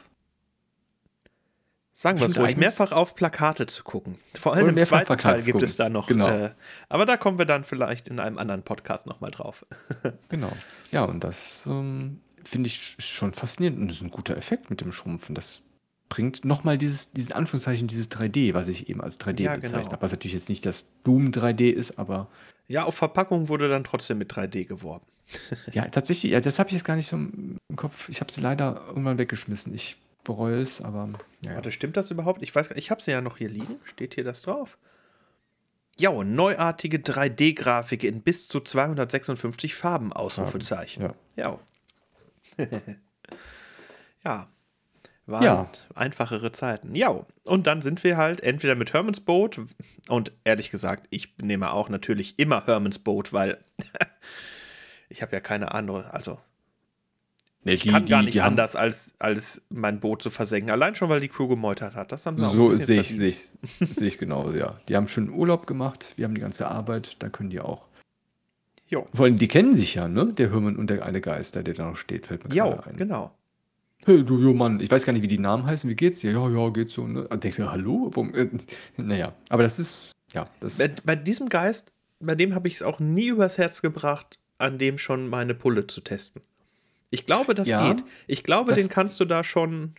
Sagen wir es ruhig, mehrfach auf Plakate zu gucken. Vor allem im zweiten Teil gibt es da noch. Genau. Aber da kommen wir dann vielleicht in einem anderen Podcast nochmal drauf. Genau. Ja, und das finde ich schon faszinierend. Und das ist ein guter Effekt mit dem Schrumpfen. Das bringt nochmal dieses 3D, was ich eben als 3D bezeichnet habe. Was natürlich jetzt nicht das Doom 3D ist, aber. Ja, auf Verpackung wurde dann trotzdem mit 3D geworben. Ja, tatsächlich, ja, das habe ich jetzt gar nicht so im Kopf. Ich habe es leider irgendwann weggeschmissen. Ich bereue es, aber. Ja. Warte, stimmt das überhaupt? Ich weiß gar nicht, ich habe sie ja noch hier liegen. Steht hier das drauf? Ja, neuartige 3D-Grafik in bis zu 256 Farben, Ausrufezeichen. Ja. Ja. Waren einfachere Zeiten. Ja, und dann sind wir halt entweder mit Hermans Boot und ehrlich gesagt, ich nehme auch natürlich immer Hermans Boot, weil ich habe ja keine andere, also ich kann gar nicht anders, als mein Boot zu versenken. Allein schon, weil die Crew gemeutert hat. Das haben sie auch so sehe ich genauso, ja. Die haben schön Urlaub gemacht, wir haben die ganze Arbeit, da können die auch. Jo. Vor allem, die kennen sich ja, ne? Der Herman und der eine Geister, der da noch steht, fällt mir gerade ein. Genau. Hey, du Mann, ich weiß gar nicht, wie die Namen heißen, wie geht's dir? Ja, geht so, ne? Und denke mir, hallo? Naja, aber das ist, ja. Bei diesem Geist, bei dem habe ich es auch nie übers Herz gebracht, an dem schon meine Pulle zu testen. Ich glaube, das geht. Ich glaube, den kannst du da schon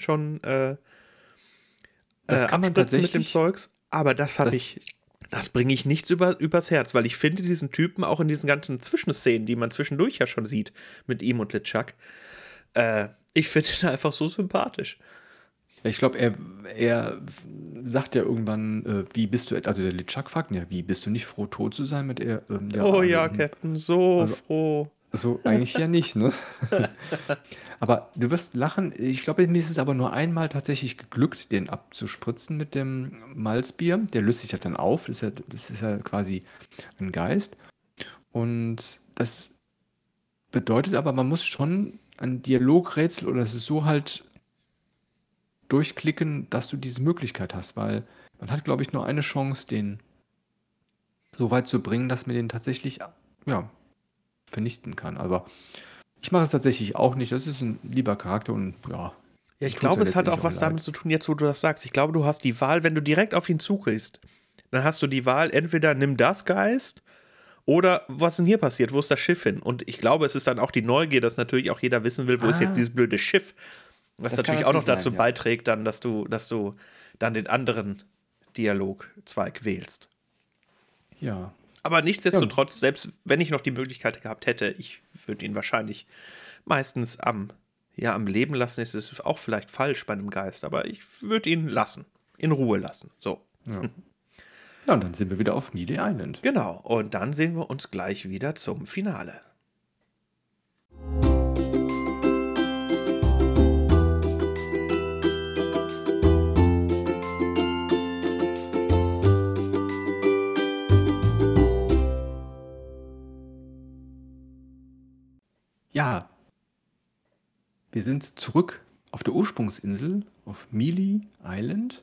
das kann man tatsächlich mit dem Zeugs. Aber das bringe ich nichts übers Herz, weil ich finde diesen Typen auch in diesen ganzen Zwischenszenen, die man zwischendurch ja schon sieht, mit ihm und LeChuck, ich finde ihn einfach so sympathisch. Ich glaube, er sagt ja irgendwann, wie bist du, also der LeChuck fragt ihn ja, wie bist du nicht froh, tot zu sein mit er? Captain, froh. So eigentlich ja nicht, ne? Aber du wirst lachen, ich glaube, mir ist es aber nur einmal tatsächlich geglückt, den abzuspritzen mit dem Malzbier. Der löst sich halt dann auf, das ist ja quasi ein Geist. Und das bedeutet aber, man muss schon ein Dialogrätsel oder es ist so halt durchklicken, dass du diese Möglichkeit hast, weil man hat, glaube ich, nur eine Chance, den so weit zu bringen, dass man den tatsächlich, ja, vernichten kann. Aber ich mache es tatsächlich auch nicht. Das ist ein lieber Charakter und ja, Ja, mir ich tut es ja glaube, es hat letztendlich auch auch was damit leid. zu tun, jetzt wo du das sagst. Ich glaube, du hast die Wahl, wenn du direkt auf ihn zugehst, dann hast du die Wahl, entweder nimm das Geist oder was ist denn hier passiert? Wo ist das Schiff hin? Und ich glaube, es ist dann auch die Neugier, dass natürlich auch jeder wissen will, wo ist jetzt Ah, dieses blöde Schiff? Was das kann natürlich auch natürlich noch sein, dazu ja. beiträgt, dann, dass du dann den anderen Dialogzweig wählst. Ja. Aber Ja, nichtsdestotrotz, selbst wenn ich noch die Möglichkeit gehabt hätte, ich würde ihn wahrscheinlich meistens am Leben lassen. Es ist auch vielleicht falsch bei einem Geist, aber ich würde ihn lassen. In Ruhe lassen. So. ja. Ja, und dann sind wir wieder auf Mealy Island. Genau. Und dann sehen wir uns gleich wieder zum Finale. Ja, wir sind zurück auf der Ursprungsinsel, auf Mealy Island.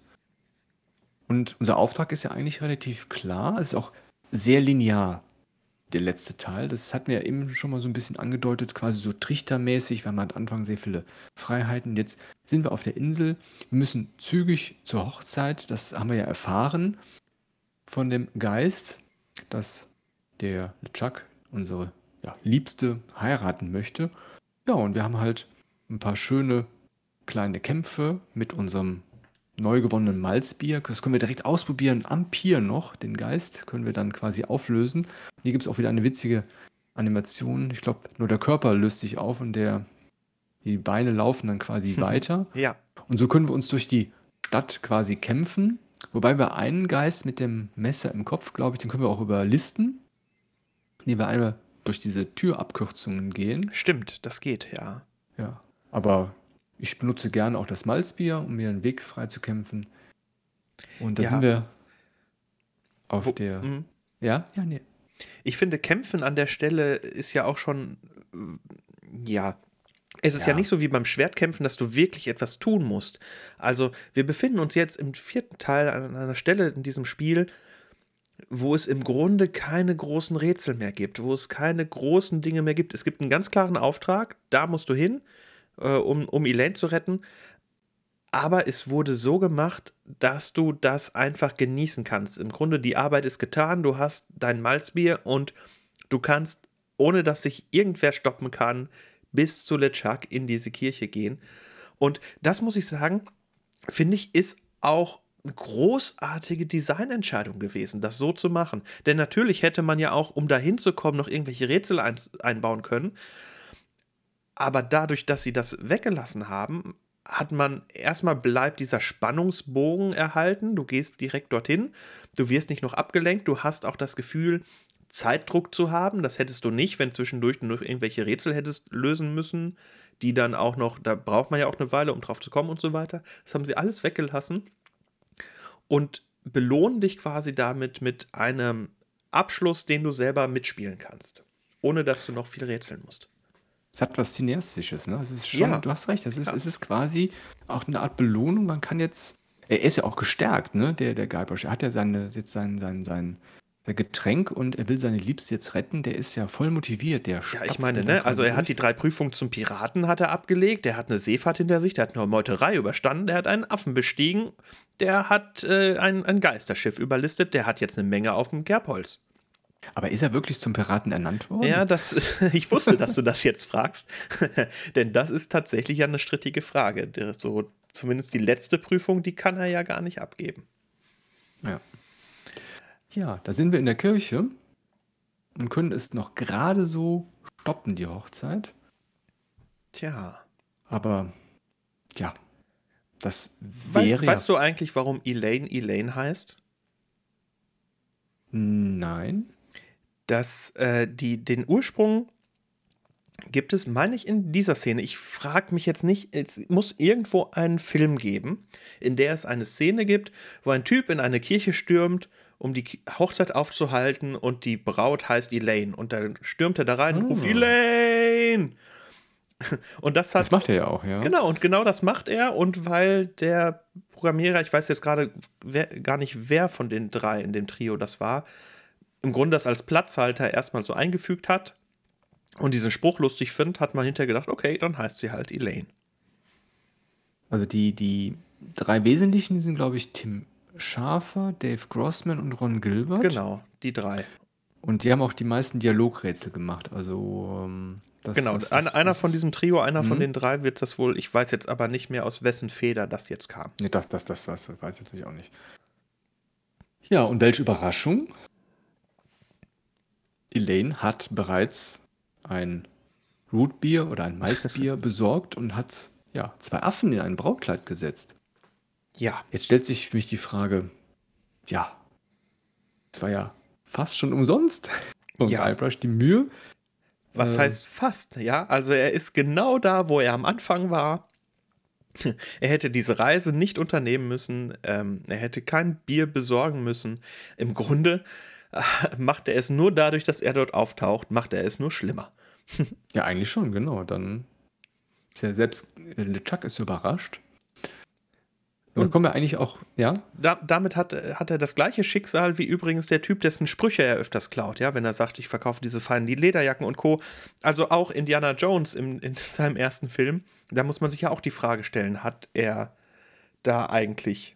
Und unser Auftrag ist ja eigentlich relativ klar. Es ist auch sehr linear, der letzte Teil. Das hatten wir ja eben schon mal so ein bisschen angedeutet, quasi so trichtermäßig, weil man am Anfang sehr viele Freiheiten. Jetzt sind wir auf der Insel. Wir müssen zügig zur Hochzeit. Das haben wir ja erfahren von dem Geist, dass der LeChuck, unsere Liebste, heiraten möchte. Ja, und wir haben halt ein paar schöne kleine Kämpfe mit unserem neu gewonnenen Malzbier. Das können wir direkt ausprobieren am Pier noch. Den Geist können wir dann quasi auflösen. Hier gibt es auch wieder eine witzige Animation. Ich glaube, nur der Körper löst sich auf und die Beine laufen dann quasi weiter. Ja. Und so können wir uns durch die Stadt quasi kämpfen. Wobei wir einen Geist mit dem Messer im Kopf, glaube ich, den können wir auch überlisten, indem wir einmal durch diese Türabkürzungen gehen. Stimmt, das geht, ja. Ja, aber ich benutze gerne auch das Malzbier, um mir einen Weg frei zu kämpfen. Und da sind Ja. wir auf Wo, der. mm. Ja, ja, nee. Ich finde, Kämpfen an der Stelle ist ja auch schon, ja, es ist ja Ja. nicht so wie beim Schwertkämpfen, dass du wirklich etwas tun musst. Also, wir befinden uns jetzt im 4. Teil an einer Stelle in diesem Spiel, wo es im Grunde keine großen Rätsel mehr gibt, wo es keine großen Dinge mehr gibt. Es gibt einen ganz klaren Auftrag, da musst du hin, um Elaine zu retten. Aber es wurde so gemacht, dass du das einfach genießen kannst. Im Grunde, die Arbeit ist getan, du hast dein Malzbier und du kannst, ohne dass sich irgendwer stoppen kann, bis zu LeChuck in diese Kirche gehen. Und das muss ich sagen, finde ich, ist auch eine großartige Designentscheidung gewesen, das so zu machen. Denn natürlich hätte man ja auch, um dahin zu kommen, noch irgendwelche Rätsel einbauen können. Aber dadurch, dass sie das weggelassen haben, hat man erstmal bleibt dieser Spannungsbogen erhalten. Du gehst direkt dorthin, du wirst nicht noch abgelenkt, du hast auch das Gefühl, Zeitdruck zu haben. Das hättest du nicht, wenn zwischendurch du noch irgendwelche Rätsel hättest lösen müssen, die dann auch noch, da braucht man ja auch eine Weile, um drauf zu kommen und so weiter. Das haben sie alles weggelassen und belohnen dich quasi damit mit einem Abschluss, den du selber mitspielen kannst, ohne dass du noch viel rätseln musst. Es hat was Cineastisches, ne? Es ist schon, Ja, du hast recht, ja. es ist quasi auch eine Art Belohnung. Man kann jetzt, er ist ja auch gestärkt, ne? Der Guybrush. Er hat ja jetzt sein Getränk und er will seine Liebste jetzt retten. Der ist ja voll motiviert, der Ja, ich stapft meine, da dann ne, also quasi er hat durch. die 3 Prüfungen zum Piraten hat er abgelegt, der hat eine Seefahrt hinter sich, der hat eine Meuterei überstanden, der hat einen Affen bestiegen, der hat ein Geisterschiff überlistet, der hat jetzt eine Menge auf dem Kerbholz. Aber ist er wirklich zum Piraten ernannt Ja, worden? ich wusste, dass du das jetzt fragst, denn das ist tatsächlich ja eine strittige Frage. So, zumindest die letzte Prüfung, die kann er ja gar nicht abgeben. Ja. Ja, da sind wir in der Kirche und können es noch gerade so stoppen, die Hochzeit. Tja. Aber, ja, das wäre ja. Weißt du eigentlich, warum Elaine heißt? Nein. Den Ursprung gibt es, meine ich, in dieser Szene, ich frage mich jetzt nicht, es muss irgendwo einen Film geben, in der es eine Szene gibt, wo ein Typ in eine Kirche stürmt, um die Hochzeit aufzuhalten und die Braut heißt Elaine. Und dann stürmt er da rein und ruft Ah, Elaine! Und das das hat, macht er ja auch, ja. genau, und genau das macht er. Und weil der Programmierer, ich weiß jetzt gerade gar nicht, wer von den drei in dem Trio das war, im Grunde das als Platzhalter erstmal so eingefügt hat und diesen Spruch lustig findet, hat man hinterher gedacht, okay, dann heißt sie halt Elaine. Also die drei Wesentlichen sind, glaube ich, Tim Schafer, Dave Grossman und Ron Gilbert. Genau, die drei. Und die haben auch die meisten Dialogrätsel gemacht. Also Genau, einer das von ist. diesem Trio, einer von Mhm. den drei wird das wohl, ich weiß jetzt aber nicht mehr, aus wessen Feder das jetzt kam. Nee, das weiß ich jetzt nicht auch nicht. Ja, und welche Überraschung? Elaine hat bereits ein Rootbier oder ein Malzbier besorgt und hat ja 2 Affen in ein Brautkleid gesetzt. Ja, Jetzt stellt sich für mich die Frage, ja, es war ja fast schon umsonst von ja, Guybrush die Mühe. was Äh, heißt fast, ja? Also er ist genau da, wo er am Anfang war. Er hätte diese Reise nicht unternehmen müssen. Er hätte kein Bier besorgen müssen. Im Grunde macht er es nur dadurch, dass er dort auftaucht, macht er es nur schlimmer. ja, eigentlich schon, genau. Dann ist ja selbst LeChuck ist überrascht. Und dann Und kommen wir eigentlich auch, ja, damit hat er das gleiche Schicksal wie übrigens der Typ, dessen Sprüche er öfters klaut, ja, wenn er sagt, ich verkaufe diese feinen Lederjacken und Co. Also auch Indiana Jones in seinem ersten Film, da muss man sich ja auch die Frage stellen, hat er da eigentlich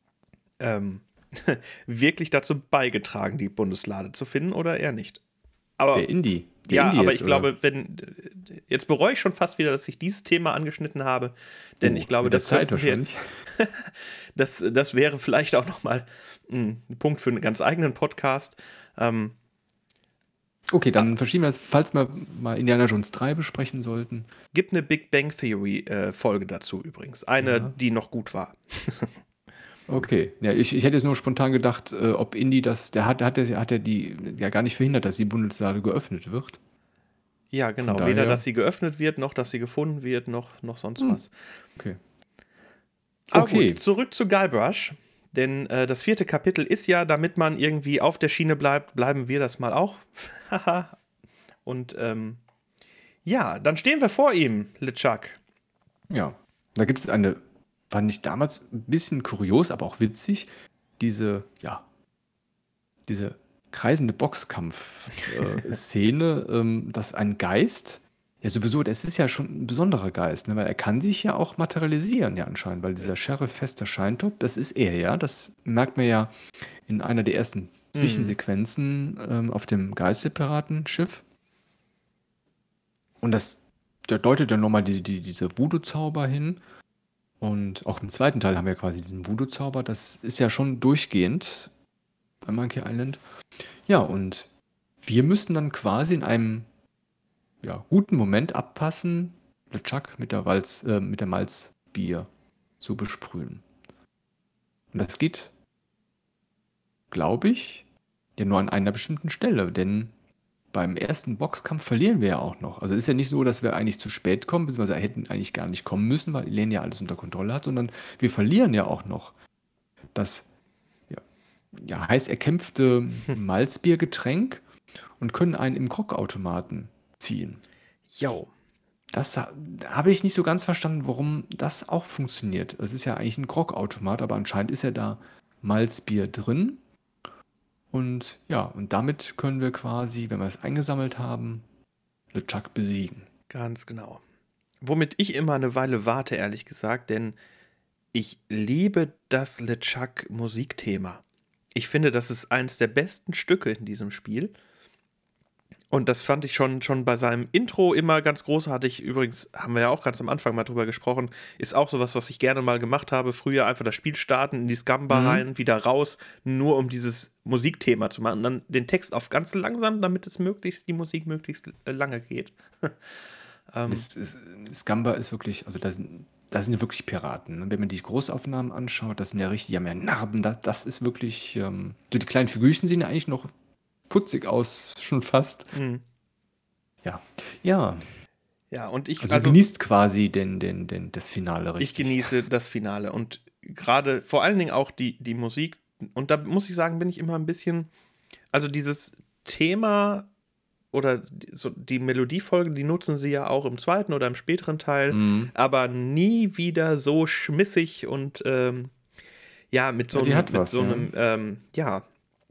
wirklich dazu beigetragen, die Bundeslade zu finden oder eher nicht? Aber der Indie. Der ja, Indie aber jetzt, ich oder? glaube, jetzt bereue ich schon fast wieder, dass ich dieses Thema angeschnitten habe, denn ich glaube, Mit der das Zeit könnten wir jetzt, wahrscheinlich. das wäre vielleicht auch nochmal ein Punkt für einen ganz eigenen Podcast. Ähm, Okay, dann verschieben wir es, falls wir mal Indiana Jones 3 besprechen sollten. Gibt eine Big Bang Theory Folge dazu übrigens. Eine, Ja. die noch gut war. Okay. Ja, ich hätte jetzt nur spontan gedacht, ob Indy hat er die ja gar nicht verhindert, dass die Bundeslade geöffnet wird. Ja, Von genau. Weder, daher. dass sie geöffnet wird, noch, dass sie gefunden wird, noch sonst was. Okay. Aber gut, Okay. zurück zu Guybrush. Denn das 4. Kapitel ist ja, damit man irgendwie auf der Schiene bleibt, bleiben wir das mal auch. Haha. Und ja, dann stehen wir vor ihm, LeChuck. Ja. Da gibt es fand ich damals ein bisschen kurios, aber auch witzig, diese kreisende Boxkampf-Szene, dass ein Geist, ja sowieso, das ist ja schon ein besonderer Geist, ne, weil er kann sich ja auch materialisieren, ja anscheinend, weil dieser Sheriff Fester Scheintop, das ist er, ja, das merkt man ja in einer der ersten Zwischensequenzen auf dem Geisterpiratenschiff. Und da deutet dann nochmal diese Voodoo-Zauber hin. Und auch im zweiten Teil haben wir quasi diesen Voodoo-Zauber. Das ist ja schon durchgehend bei Monkey Island. Ja, und wir müssten dann quasi in einem guten Moment abpassen, LeChuck mit der Malzbier zu besprühen. Und das geht, glaube ich, ja nur an einer bestimmten Stelle, denn beim ersten Boxkampf verlieren wir ja auch noch. Also ist ja nicht so, dass wir eigentlich zu spät kommen, beziehungsweise hätten eigentlich gar nicht kommen müssen, weil Elaine ja alles unter Kontrolle hat, sondern wir verlieren ja auch noch das heiß erkämpfte Malzbiergetränk und können einen im Grogautomaten ziehen. Jo. Das habe ich nicht so ganz verstanden, warum das auch funktioniert. Es ist ja eigentlich ein Grogautomat, aber anscheinend ist ja da Malzbier drin. Und ja, und damit können wir quasi, wenn wir es eingesammelt haben, LeChuck besiegen. Ganz genau. Womit ich immer eine Weile warte, ehrlich gesagt, denn ich liebe das LeChuck Musikthema. Ich finde, das ist eines der besten Stücke in diesem Spiel. Und das fand ich schon bei seinem Intro immer ganz großartig. Übrigens haben wir ja auch ganz am Anfang mal drüber gesprochen. Ist auch sowas, was ich gerne mal gemacht habe. Früher einfach das Spiel starten, in die Scamba rein, wieder raus, nur um dieses Musikthema zu machen. Und dann den Text auf ganz langsam, damit die Musik möglichst lange geht. Scamba ist wirklich, also da sind ja wirklich Piraten. Und wenn man die Großaufnahmen anschaut, das sind ja richtig, die haben ja Narben, das ist wirklich, so die kleinen Figürchen sehen ja eigentlich noch putzig aus, schon fast. Mhm. Ja. Ja, Ja, und Also du genießt quasi das Finale ich richtig. genieße das Finale und gerade vor allen Dingen auch die Musik. Und da muss ich sagen, bin ich immer ein bisschen, also dieses Thema oder so die Melodiefolge, die nutzen sie ja auch im zweiten oder im späteren Teil, Mhm. aber nie wieder so schmissig und ja, Ja, die hat was, ja. Ja.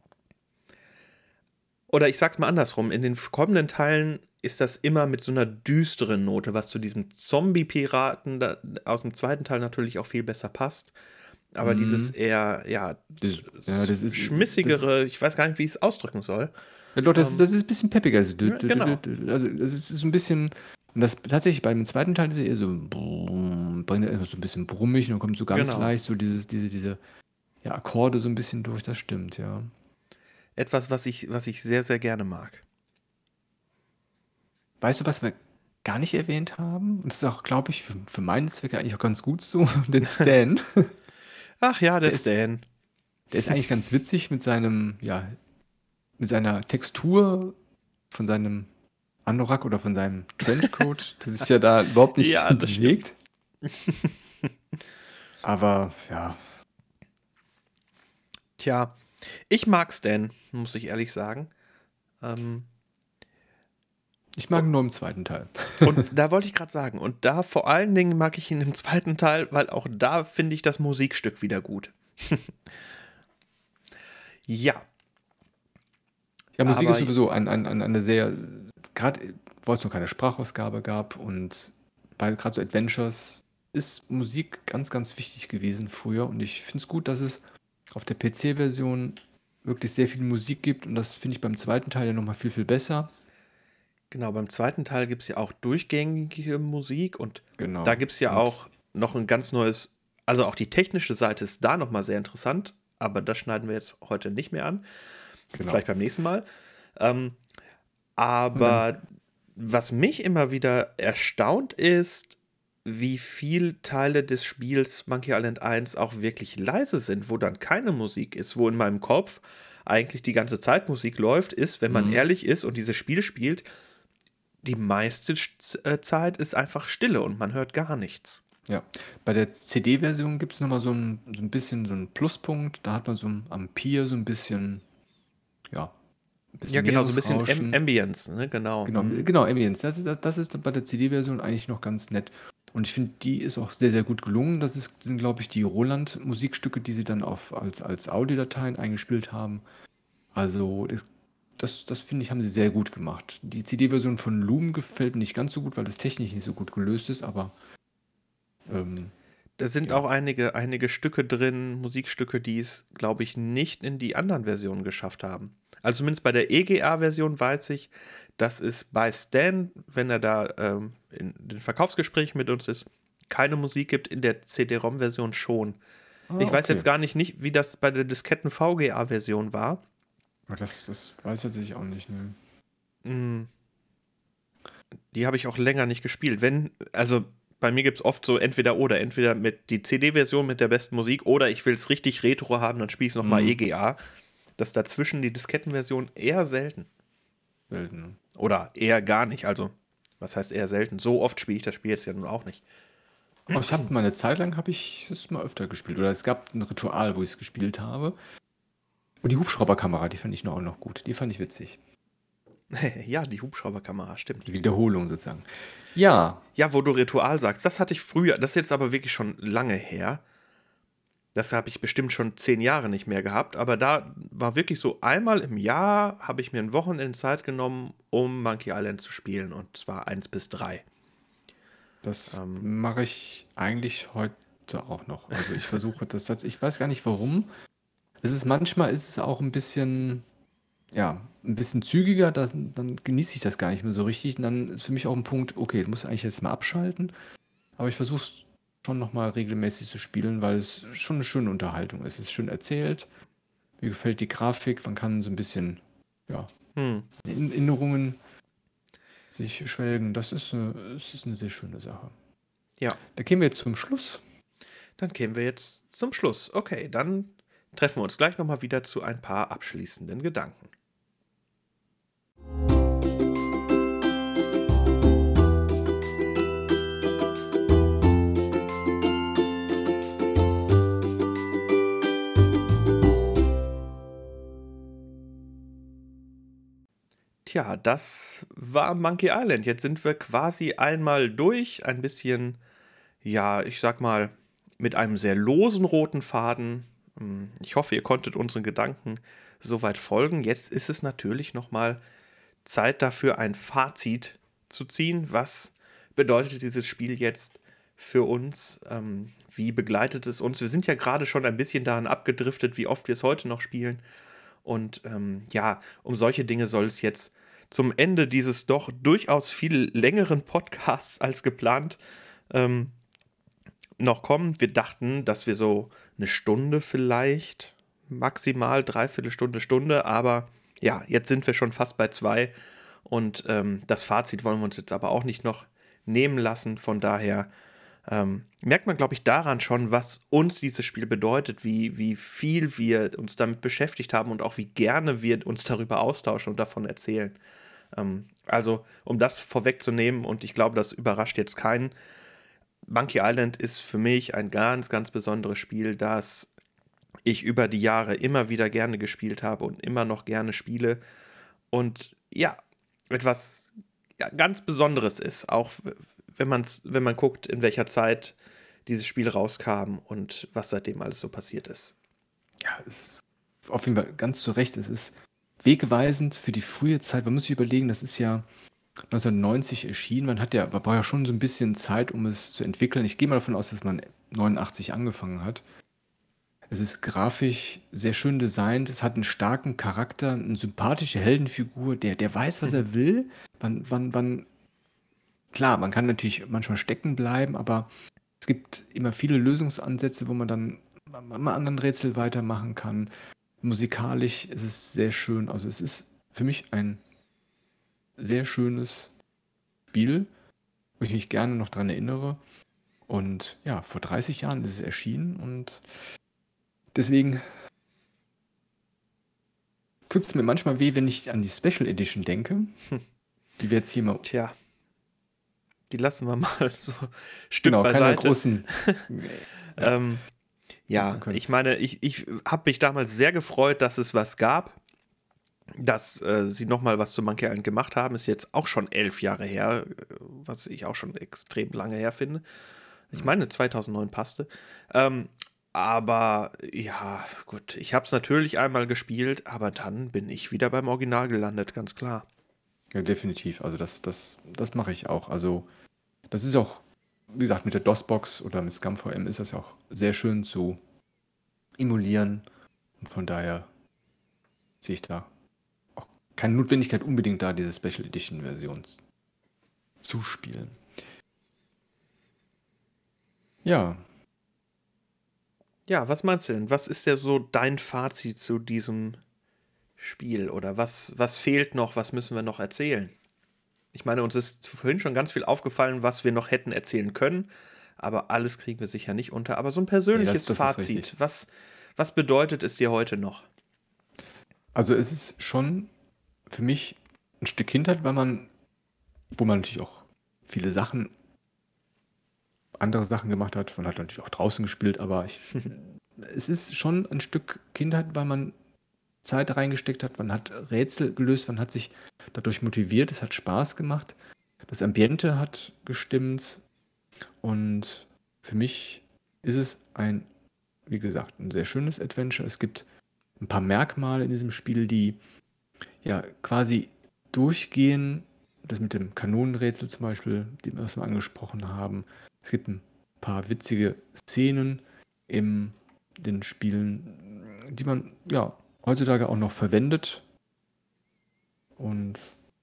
Oder ich sag's mal andersrum, in den kommenden Teilen ist das immer mit so einer düsteren Note, was zu diesem Zombie-Piraten aus dem zweiten Teil natürlich auch viel besser passt. Aber dieses Mhm. eher, ja, Das ist, schmissigere, ich weiß gar nicht, wie ich es ausdrücken soll. ja doch, das ist ein bisschen peppiger. Also, Ja, genau. also das ist so ein bisschen, und das tatsächlich beim zweiten Teil ist er eher so, bringt er so ein bisschen brummig und dann kommt so ganz Genau. leicht so diese ja, Akkorde so ein bisschen durch, das stimmt, ja. Etwas, was ich sehr, sehr gerne mag. Weißt du, was wir gar nicht erwähnt haben? Und das ist auch, glaube ich, für meinen Zweck eigentlich auch ganz gut so, den Stan. Ach ja, der Der ist, Stan. der ist eigentlich ganz witzig mit seinem, ja, mit seiner Textur von seinem Anorak oder von seinem Trenchcoat, der sich ja da überhaupt nicht Ja, das stimmt. bewegt. Aber ja, Tja, ich mag Stan, muss ich ehrlich sagen. Ähm, ich mag ihn nur im zweiten Teil. und da wollte ich gerade sagen, und da vor allen Dingen mag ich ihn im zweiten Teil, weil auch da finde ich das Musikstück wieder gut. Ja, Ja, Musik ist aber sowieso eine sehr, gerade wo es noch keine Sprachausgabe gab und bei gerade so Adventures ist Musik ganz, ganz wichtig gewesen früher und ich finde es gut, dass es auf der PC-Version wirklich sehr viel Musik gibt und das finde ich beim zweiten Teil ja nochmal viel, viel besser. genau, beim zweiten Teil gibt es ja auch durchgängige Musik und da Genau. gibt es ja Und auch noch ein ganz neues, also auch die technische Seite ist da nochmal sehr interessant, aber das schneiden wir jetzt heute nicht mehr an, genau. vielleicht beim nächsten Mal. Ähm, Und dann, aber was mich immer wieder erstaunt ist, wie viele Teile des Spiels Monkey Island 1 auch wirklich leise sind, wo dann keine Musik ist, wo in meinem Kopf eigentlich die ganze Zeit Musik läuft, ist, wenn man mhm. ehrlich ist und dieses Spiel spielt, die meiste Zeit ist einfach Stille und man hört gar nichts. Ja, bei der CD-Version gibt es nochmal so ein bisschen so einen Pluspunkt. Da hat man so am Pier so ein bisschen, ja, ein Ja, bisschen genau, so ein bisschen Meeresrauschen. Ambience, ne? Genau. Genau, genau, Ambience. Das ist bei der CD-Version eigentlich noch ganz nett. Und ich finde, die ist auch sehr, sehr gut gelungen. Sind, glaube ich, die Roland-Musikstücke, die sie dann als Audiodateien eingespielt haben. Also, das finde ich, haben sie sehr gut gemacht. Die CD-Version von Loom gefällt mir nicht ganz so gut, weil das technisch nicht so gut gelöst ist, aber ähm, Da sind ja. auch einige Stücke drin, Musikstücke, die es, glaube ich, nicht in die anderen Versionen geschafft haben. Also zumindest bei der EGA-Version weiß ich, dass es bei Stan, wenn er da in den Verkaufsgesprächen mit uns ist, keine Musik gibt, in der CD-ROM-Version schon. Ah, Ich weiß okay. jetzt gar nicht, wie das bei der Disketten-VGA-Version war. Ja, das weiß er sich auch nicht, ne? Mm, Die habe ich auch länger nicht gespielt. Also bei mir gibt es oft so entweder oder. Entweder mit die CD-Version mit der besten Musik oder ich will es richtig retro haben, dann spiele ich es nochmal Mhm. EGA. Das dazwischen die Diskettenversion eher selten. Selten, ne? Oder eher gar nicht. Also, was heißt eher selten? So oft spiele ich das Spiel jetzt ja nun auch nicht. Oh, ich habe mal eine Zeit lang habe ich es mal öfter gespielt. Oder es gab ein Ritual, wo ich es gespielt habe. Und die Hubschrauberkamera, die fand ich auch noch gut. Die fand ich witzig. Ja, die Hubschrauberkamera, stimmt. Die Wiederholung sozusagen. Ja, Ja, wo du Ritual sagst, das hatte ich früher, das ist jetzt aber wirklich schon lange her. Das habe ich bestimmt schon 10 Jahre nicht mehr gehabt, aber da war wirklich so einmal im Jahr habe ich mir ein Wochenende Zeit genommen, um Monkey Island zu spielen und zwar 1 bis 3. das Ähm, mache ich eigentlich heute auch noch. Also ich versuche das, ich weiß gar nicht warum. Manchmal ist es auch ein bisschen, ja, ein bisschen zügiger, dann genieße ich das gar nicht mehr so richtig. Und dann ist für mich auch ein Punkt, okay, du musst eigentlich jetzt mal abschalten. Aber ich versuche es schon nochmal regelmäßig zu spielen, weil es schon eine schöne Unterhaltung ist. Es ist schön erzählt. Mir gefällt die Grafik. Man kann so ein bisschen, ja, hm. in Erinnerungen sich schwelgen. Es ist eine sehr schöne Sache. Ja, Da kämen wir jetzt zum Schluss. dann kämen wir jetzt zum Schluss. Okay, dann treffen wir uns gleich nochmal wieder zu ein paar abschließenden Gedanken. Tja, das war Monkey Island. Jetzt sind wir quasi einmal durch. Ein bisschen, ja, ich sag mal, mit einem sehr losen roten Faden. Ich hoffe, ihr konntet unseren Gedanken soweit folgen. Jetzt ist es natürlich nochmal Zeit dafür, ein Fazit zu ziehen. Was bedeutet dieses Spiel jetzt für uns? Wie begleitet es uns? Wir sind ja gerade schon ein bisschen daran abgedriftet, wie oft wir es heute noch spielen. Und ja, um solche Dinge soll es jetzt zum Ende dieses doch durchaus viel längeren Podcasts als geplant ähm, noch kommen. Wir dachten, dass wir so eine Stunde vielleicht, maximal dreiviertel Stunde, Stunde, aber ja, jetzt sind wir schon fast bei 2 und das Fazit wollen wir uns jetzt aber auch nicht noch nehmen lassen. Von daher merkt man, glaube ich, daran schon, was uns dieses Spiel bedeutet, wie viel wir uns damit beschäftigt haben und auch wie gerne wir uns darüber austauschen und davon erzählen. Also, um das vorwegzunehmen, und ich glaube, das überrascht jetzt keinen, Monkey Island ist für mich ein ganz, ganz besonderes Spiel, das ich über die Jahre immer wieder gerne gespielt habe und immer noch gerne spiele. Und ja, etwas ja, ganz Besonderes ist, auch wenn man guckt, in welcher Zeit dieses Spiel rauskam und was seitdem alles so passiert ist. Ja, es ist auf jeden Fall ganz zu Recht. Es ist wegweisend für die frühe Zeit. Man muss sich überlegen, das ist ja 1990 erschienen. Man braucht ja schon so ein bisschen Zeit, um es zu entwickeln. Ich gehe mal davon aus, dass man 89 angefangen hat. Es ist grafisch sehr schön designt. Es hat einen starken Charakter, eine sympathische Heldenfigur, der weiß, was er will. Klar, man kann natürlich manchmal stecken bleiben, aber es gibt immer viele Lösungsansätze, wo man dann am anderen Rätsel weitermachen kann. Musikalisch ist es sehr schön. Also es ist für mich ein sehr schönes Spiel, wo ich mich gerne noch dran erinnere. Und ja, vor 30 Jahren ist es erschienen und deswegen tut es mir manchmal weh, wenn ich an die Special Edition denke. Die wir jetzt hier mal. Tja, die lassen wir mal so ein Stück Genau, keine beiseite. großen. Ja, ich meine, ich habe mich damals sehr gefreut, dass es was gab, dass sie nochmal was zu Monkey Island gemacht haben. Ist jetzt auch schon 11 Jahre her, was ich auch schon extrem lange her finde. Ich meine, 2009 passte. Aber ja, gut, ich habe es natürlich einmal gespielt, aber dann bin ich wieder beim Original gelandet, ganz klar. Ja, definitiv. Also das mache ich auch. Also das ist auch, wie gesagt, mit der DOS-Box oder mit ScumVM ist das ja auch sehr schön zu emulieren. Und von daher sehe ich da auch keine Notwendigkeit, unbedingt da diese Special Edition Version zu spielen. Ja, Ja, was meinst du denn? Was ist ja so dein Fazit zu diesem Spiel? Oder was fehlt noch? Was müssen wir noch erzählen? Ich meine, uns ist vorhin schon ganz viel aufgefallen, was wir noch hätten erzählen können. Aber alles kriegen wir sicher nicht unter. Aber so ein persönliches das ist Fazit. richtig. Was bedeutet es dir heute noch? Also es ist schon für mich ein Stück Kindheit, wo man natürlich auch viele andere Sachen gemacht hat. Man hat natürlich auch draußen gespielt, aber es ist schon ein Stück Kindheit, weil man Zeit reingesteckt hat. Man hat Rätsel gelöst, man hat sich dadurch motiviert, es hat Spaß gemacht. Das Ambiente hat gestimmt und für mich ist es wie gesagt, ein sehr schönes Adventure. Es gibt ein paar Merkmale in diesem Spiel, die ja quasi durchgehen. Das mit dem Kanonenrätsel zum Beispiel, was wir angesprochen haben. Es gibt ein paar witzige Szenen in den Spielen, die man ja heutzutage auch noch verwendet. Und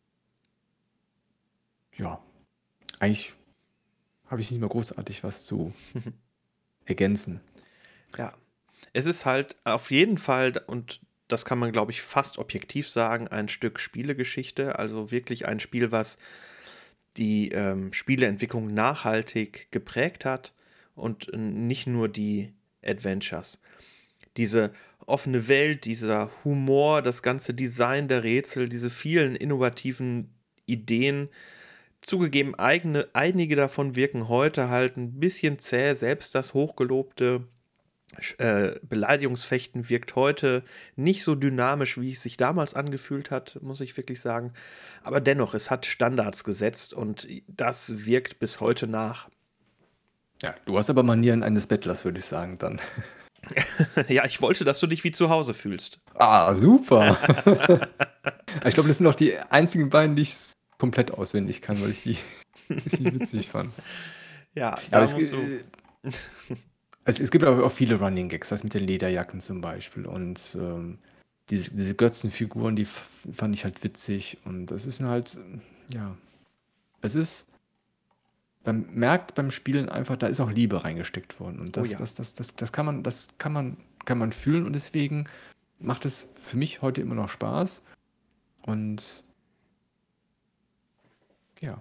ja, eigentlich habe ich nicht mehr großartig was zu ergänzen. Ja, es ist halt auf jeden Fall, und das kann man, glaube ich, fast objektiv sagen, ein Stück Spielegeschichte. Also wirklich ein Spiel, was die Spieleentwicklung nachhaltig geprägt hat und nicht nur die Adventures. Diese offene Welt, dieser Humor, das ganze Design der Rätsel, diese vielen innovativen Ideen. Zugegeben, einige davon wirken heute halt ein bisschen zäh, selbst das hochgelobte Beleidigungsfechten wirkt heute nicht so dynamisch, wie es sich damals angefühlt hat, muss ich wirklich sagen. Aber dennoch, es hat Standards gesetzt und das wirkt bis heute nach. Ja, du hast aber Manieren eines Bettlers, würde ich sagen dann. Ja, ich wollte, dass du dich wie zu Hause fühlst. Ah, super. Ich glaube, das sind auch die einzigen beiden, die ich komplett auswendig kann, weil ich die witzig fand. Ja, Ja, aber da musst du. es gibt aber auch viele Running Gags, das mit den Lederjacken zum Beispiel. Und diese Götzenfiguren, die fand ich halt witzig. Und das ist halt, ja, es ist, man merkt beim Spielen einfach, da ist auch Liebe reingesteckt worden. Und Oh ja. kann man fühlen. Und deswegen macht es für mich heute immer noch Spaß. Und ja,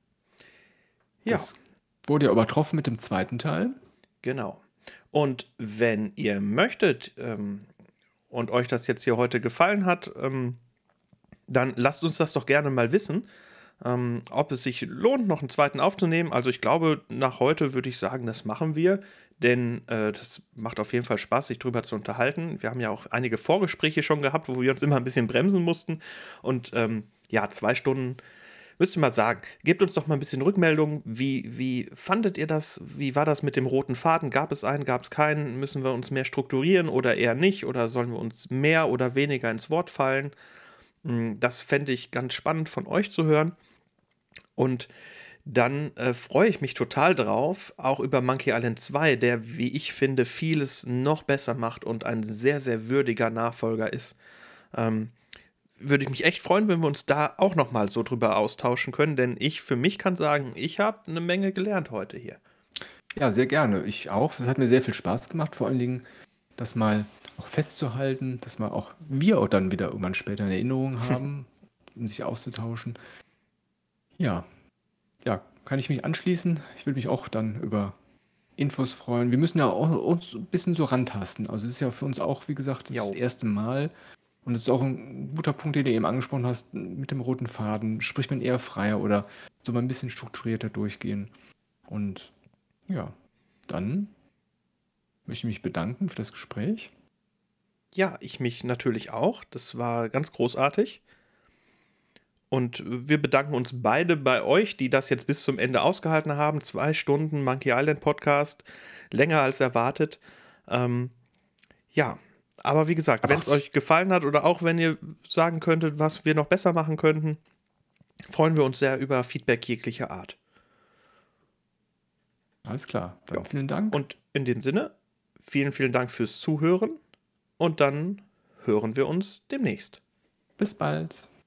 Ja, das wurde ja übertroffen mit dem zweiten Teil. genau. Und wenn ihr möchtet und euch das jetzt hier heute gefallen hat, dann lasst uns das doch gerne mal wissen, ob es sich lohnt, noch einen zweiten aufzunehmen. Also ich glaube, nach heute würde ich sagen, das machen wir, denn das macht auf jeden Fall Spaß, sich drüber zu unterhalten. Wir haben ja auch einige Vorgespräche schon gehabt, wo wir uns immer ein bisschen bremsen mussten. Und ja, 2 Stunden, müsst ihr mal sagen, gebt uns doch mal ein bisschen Rückmeldung. Wie fandet ihr das? Wie war das mit dem roten Faden? Gab es einen, gab es keinen? Müssen wir uns mehr strukturieren oder eher nicht? Oder sollen wir uns mehr oder weniger ins Wort fallen? Das fände ich ganz spannend von euch zu hören. Und dann freue ich mich total drauf, auch über Monkey Island 2, der, wie ich finde, vieles noch besser macht und ein sehr, sehr würdiger Nachfolger ist. Würde ich mich echt freuen, wenn wir uns da auch nochmal so drüber austauschen können, denn ich für mich kann sagen, ich habe eine Menge gelernt heute hier. Ja, sehr gerne. Ich auch. Das hat mir sehr viel Spaß gemacht, vor allen Dingen das mal auch festzuhalten, dass wir auch dann wieder irgendwann später in Erinnerung haben, um sich auszutauschen. Ja, ja, kann ich mich anschließen. Ich würde mich auch dann über Infos freuen. Wir müssen ja auch uns ein bisschen so rantasten. Also es ist ja für uns auch, wie gesagt, das Jo. erste Mal. Und es ist auch ein guter Punkt, den du eben angesprochen hast, mit dem roten Faden. Spricht man eher freier oder so mal ein bisschen strukturierter durchgehen. Und ja, dann möchte ich mich bedanken für das Gespräch. Ja, ich mich natürlich auch. Das war ganz großartig. Und wir bedanken uns beide bei euch, die das jetzt bis zum Ende ausgehalten haben. 2 Stunden Monkey Island Podcast, länger als erwartet. Ja, aber wie gesagt, Aber wenn es euch gefallen hat oder auch wenn ihr sagen könntet, was wir noch besser machen könnten, freuen wir uns sehr über Feedback jeglicher Art. alles klar. Ja. Dann vielen Dank. Und in dem Sinne, vielen, vielen Dank fürs Zuhören und dann hören wir uns demnächst. Bis bald.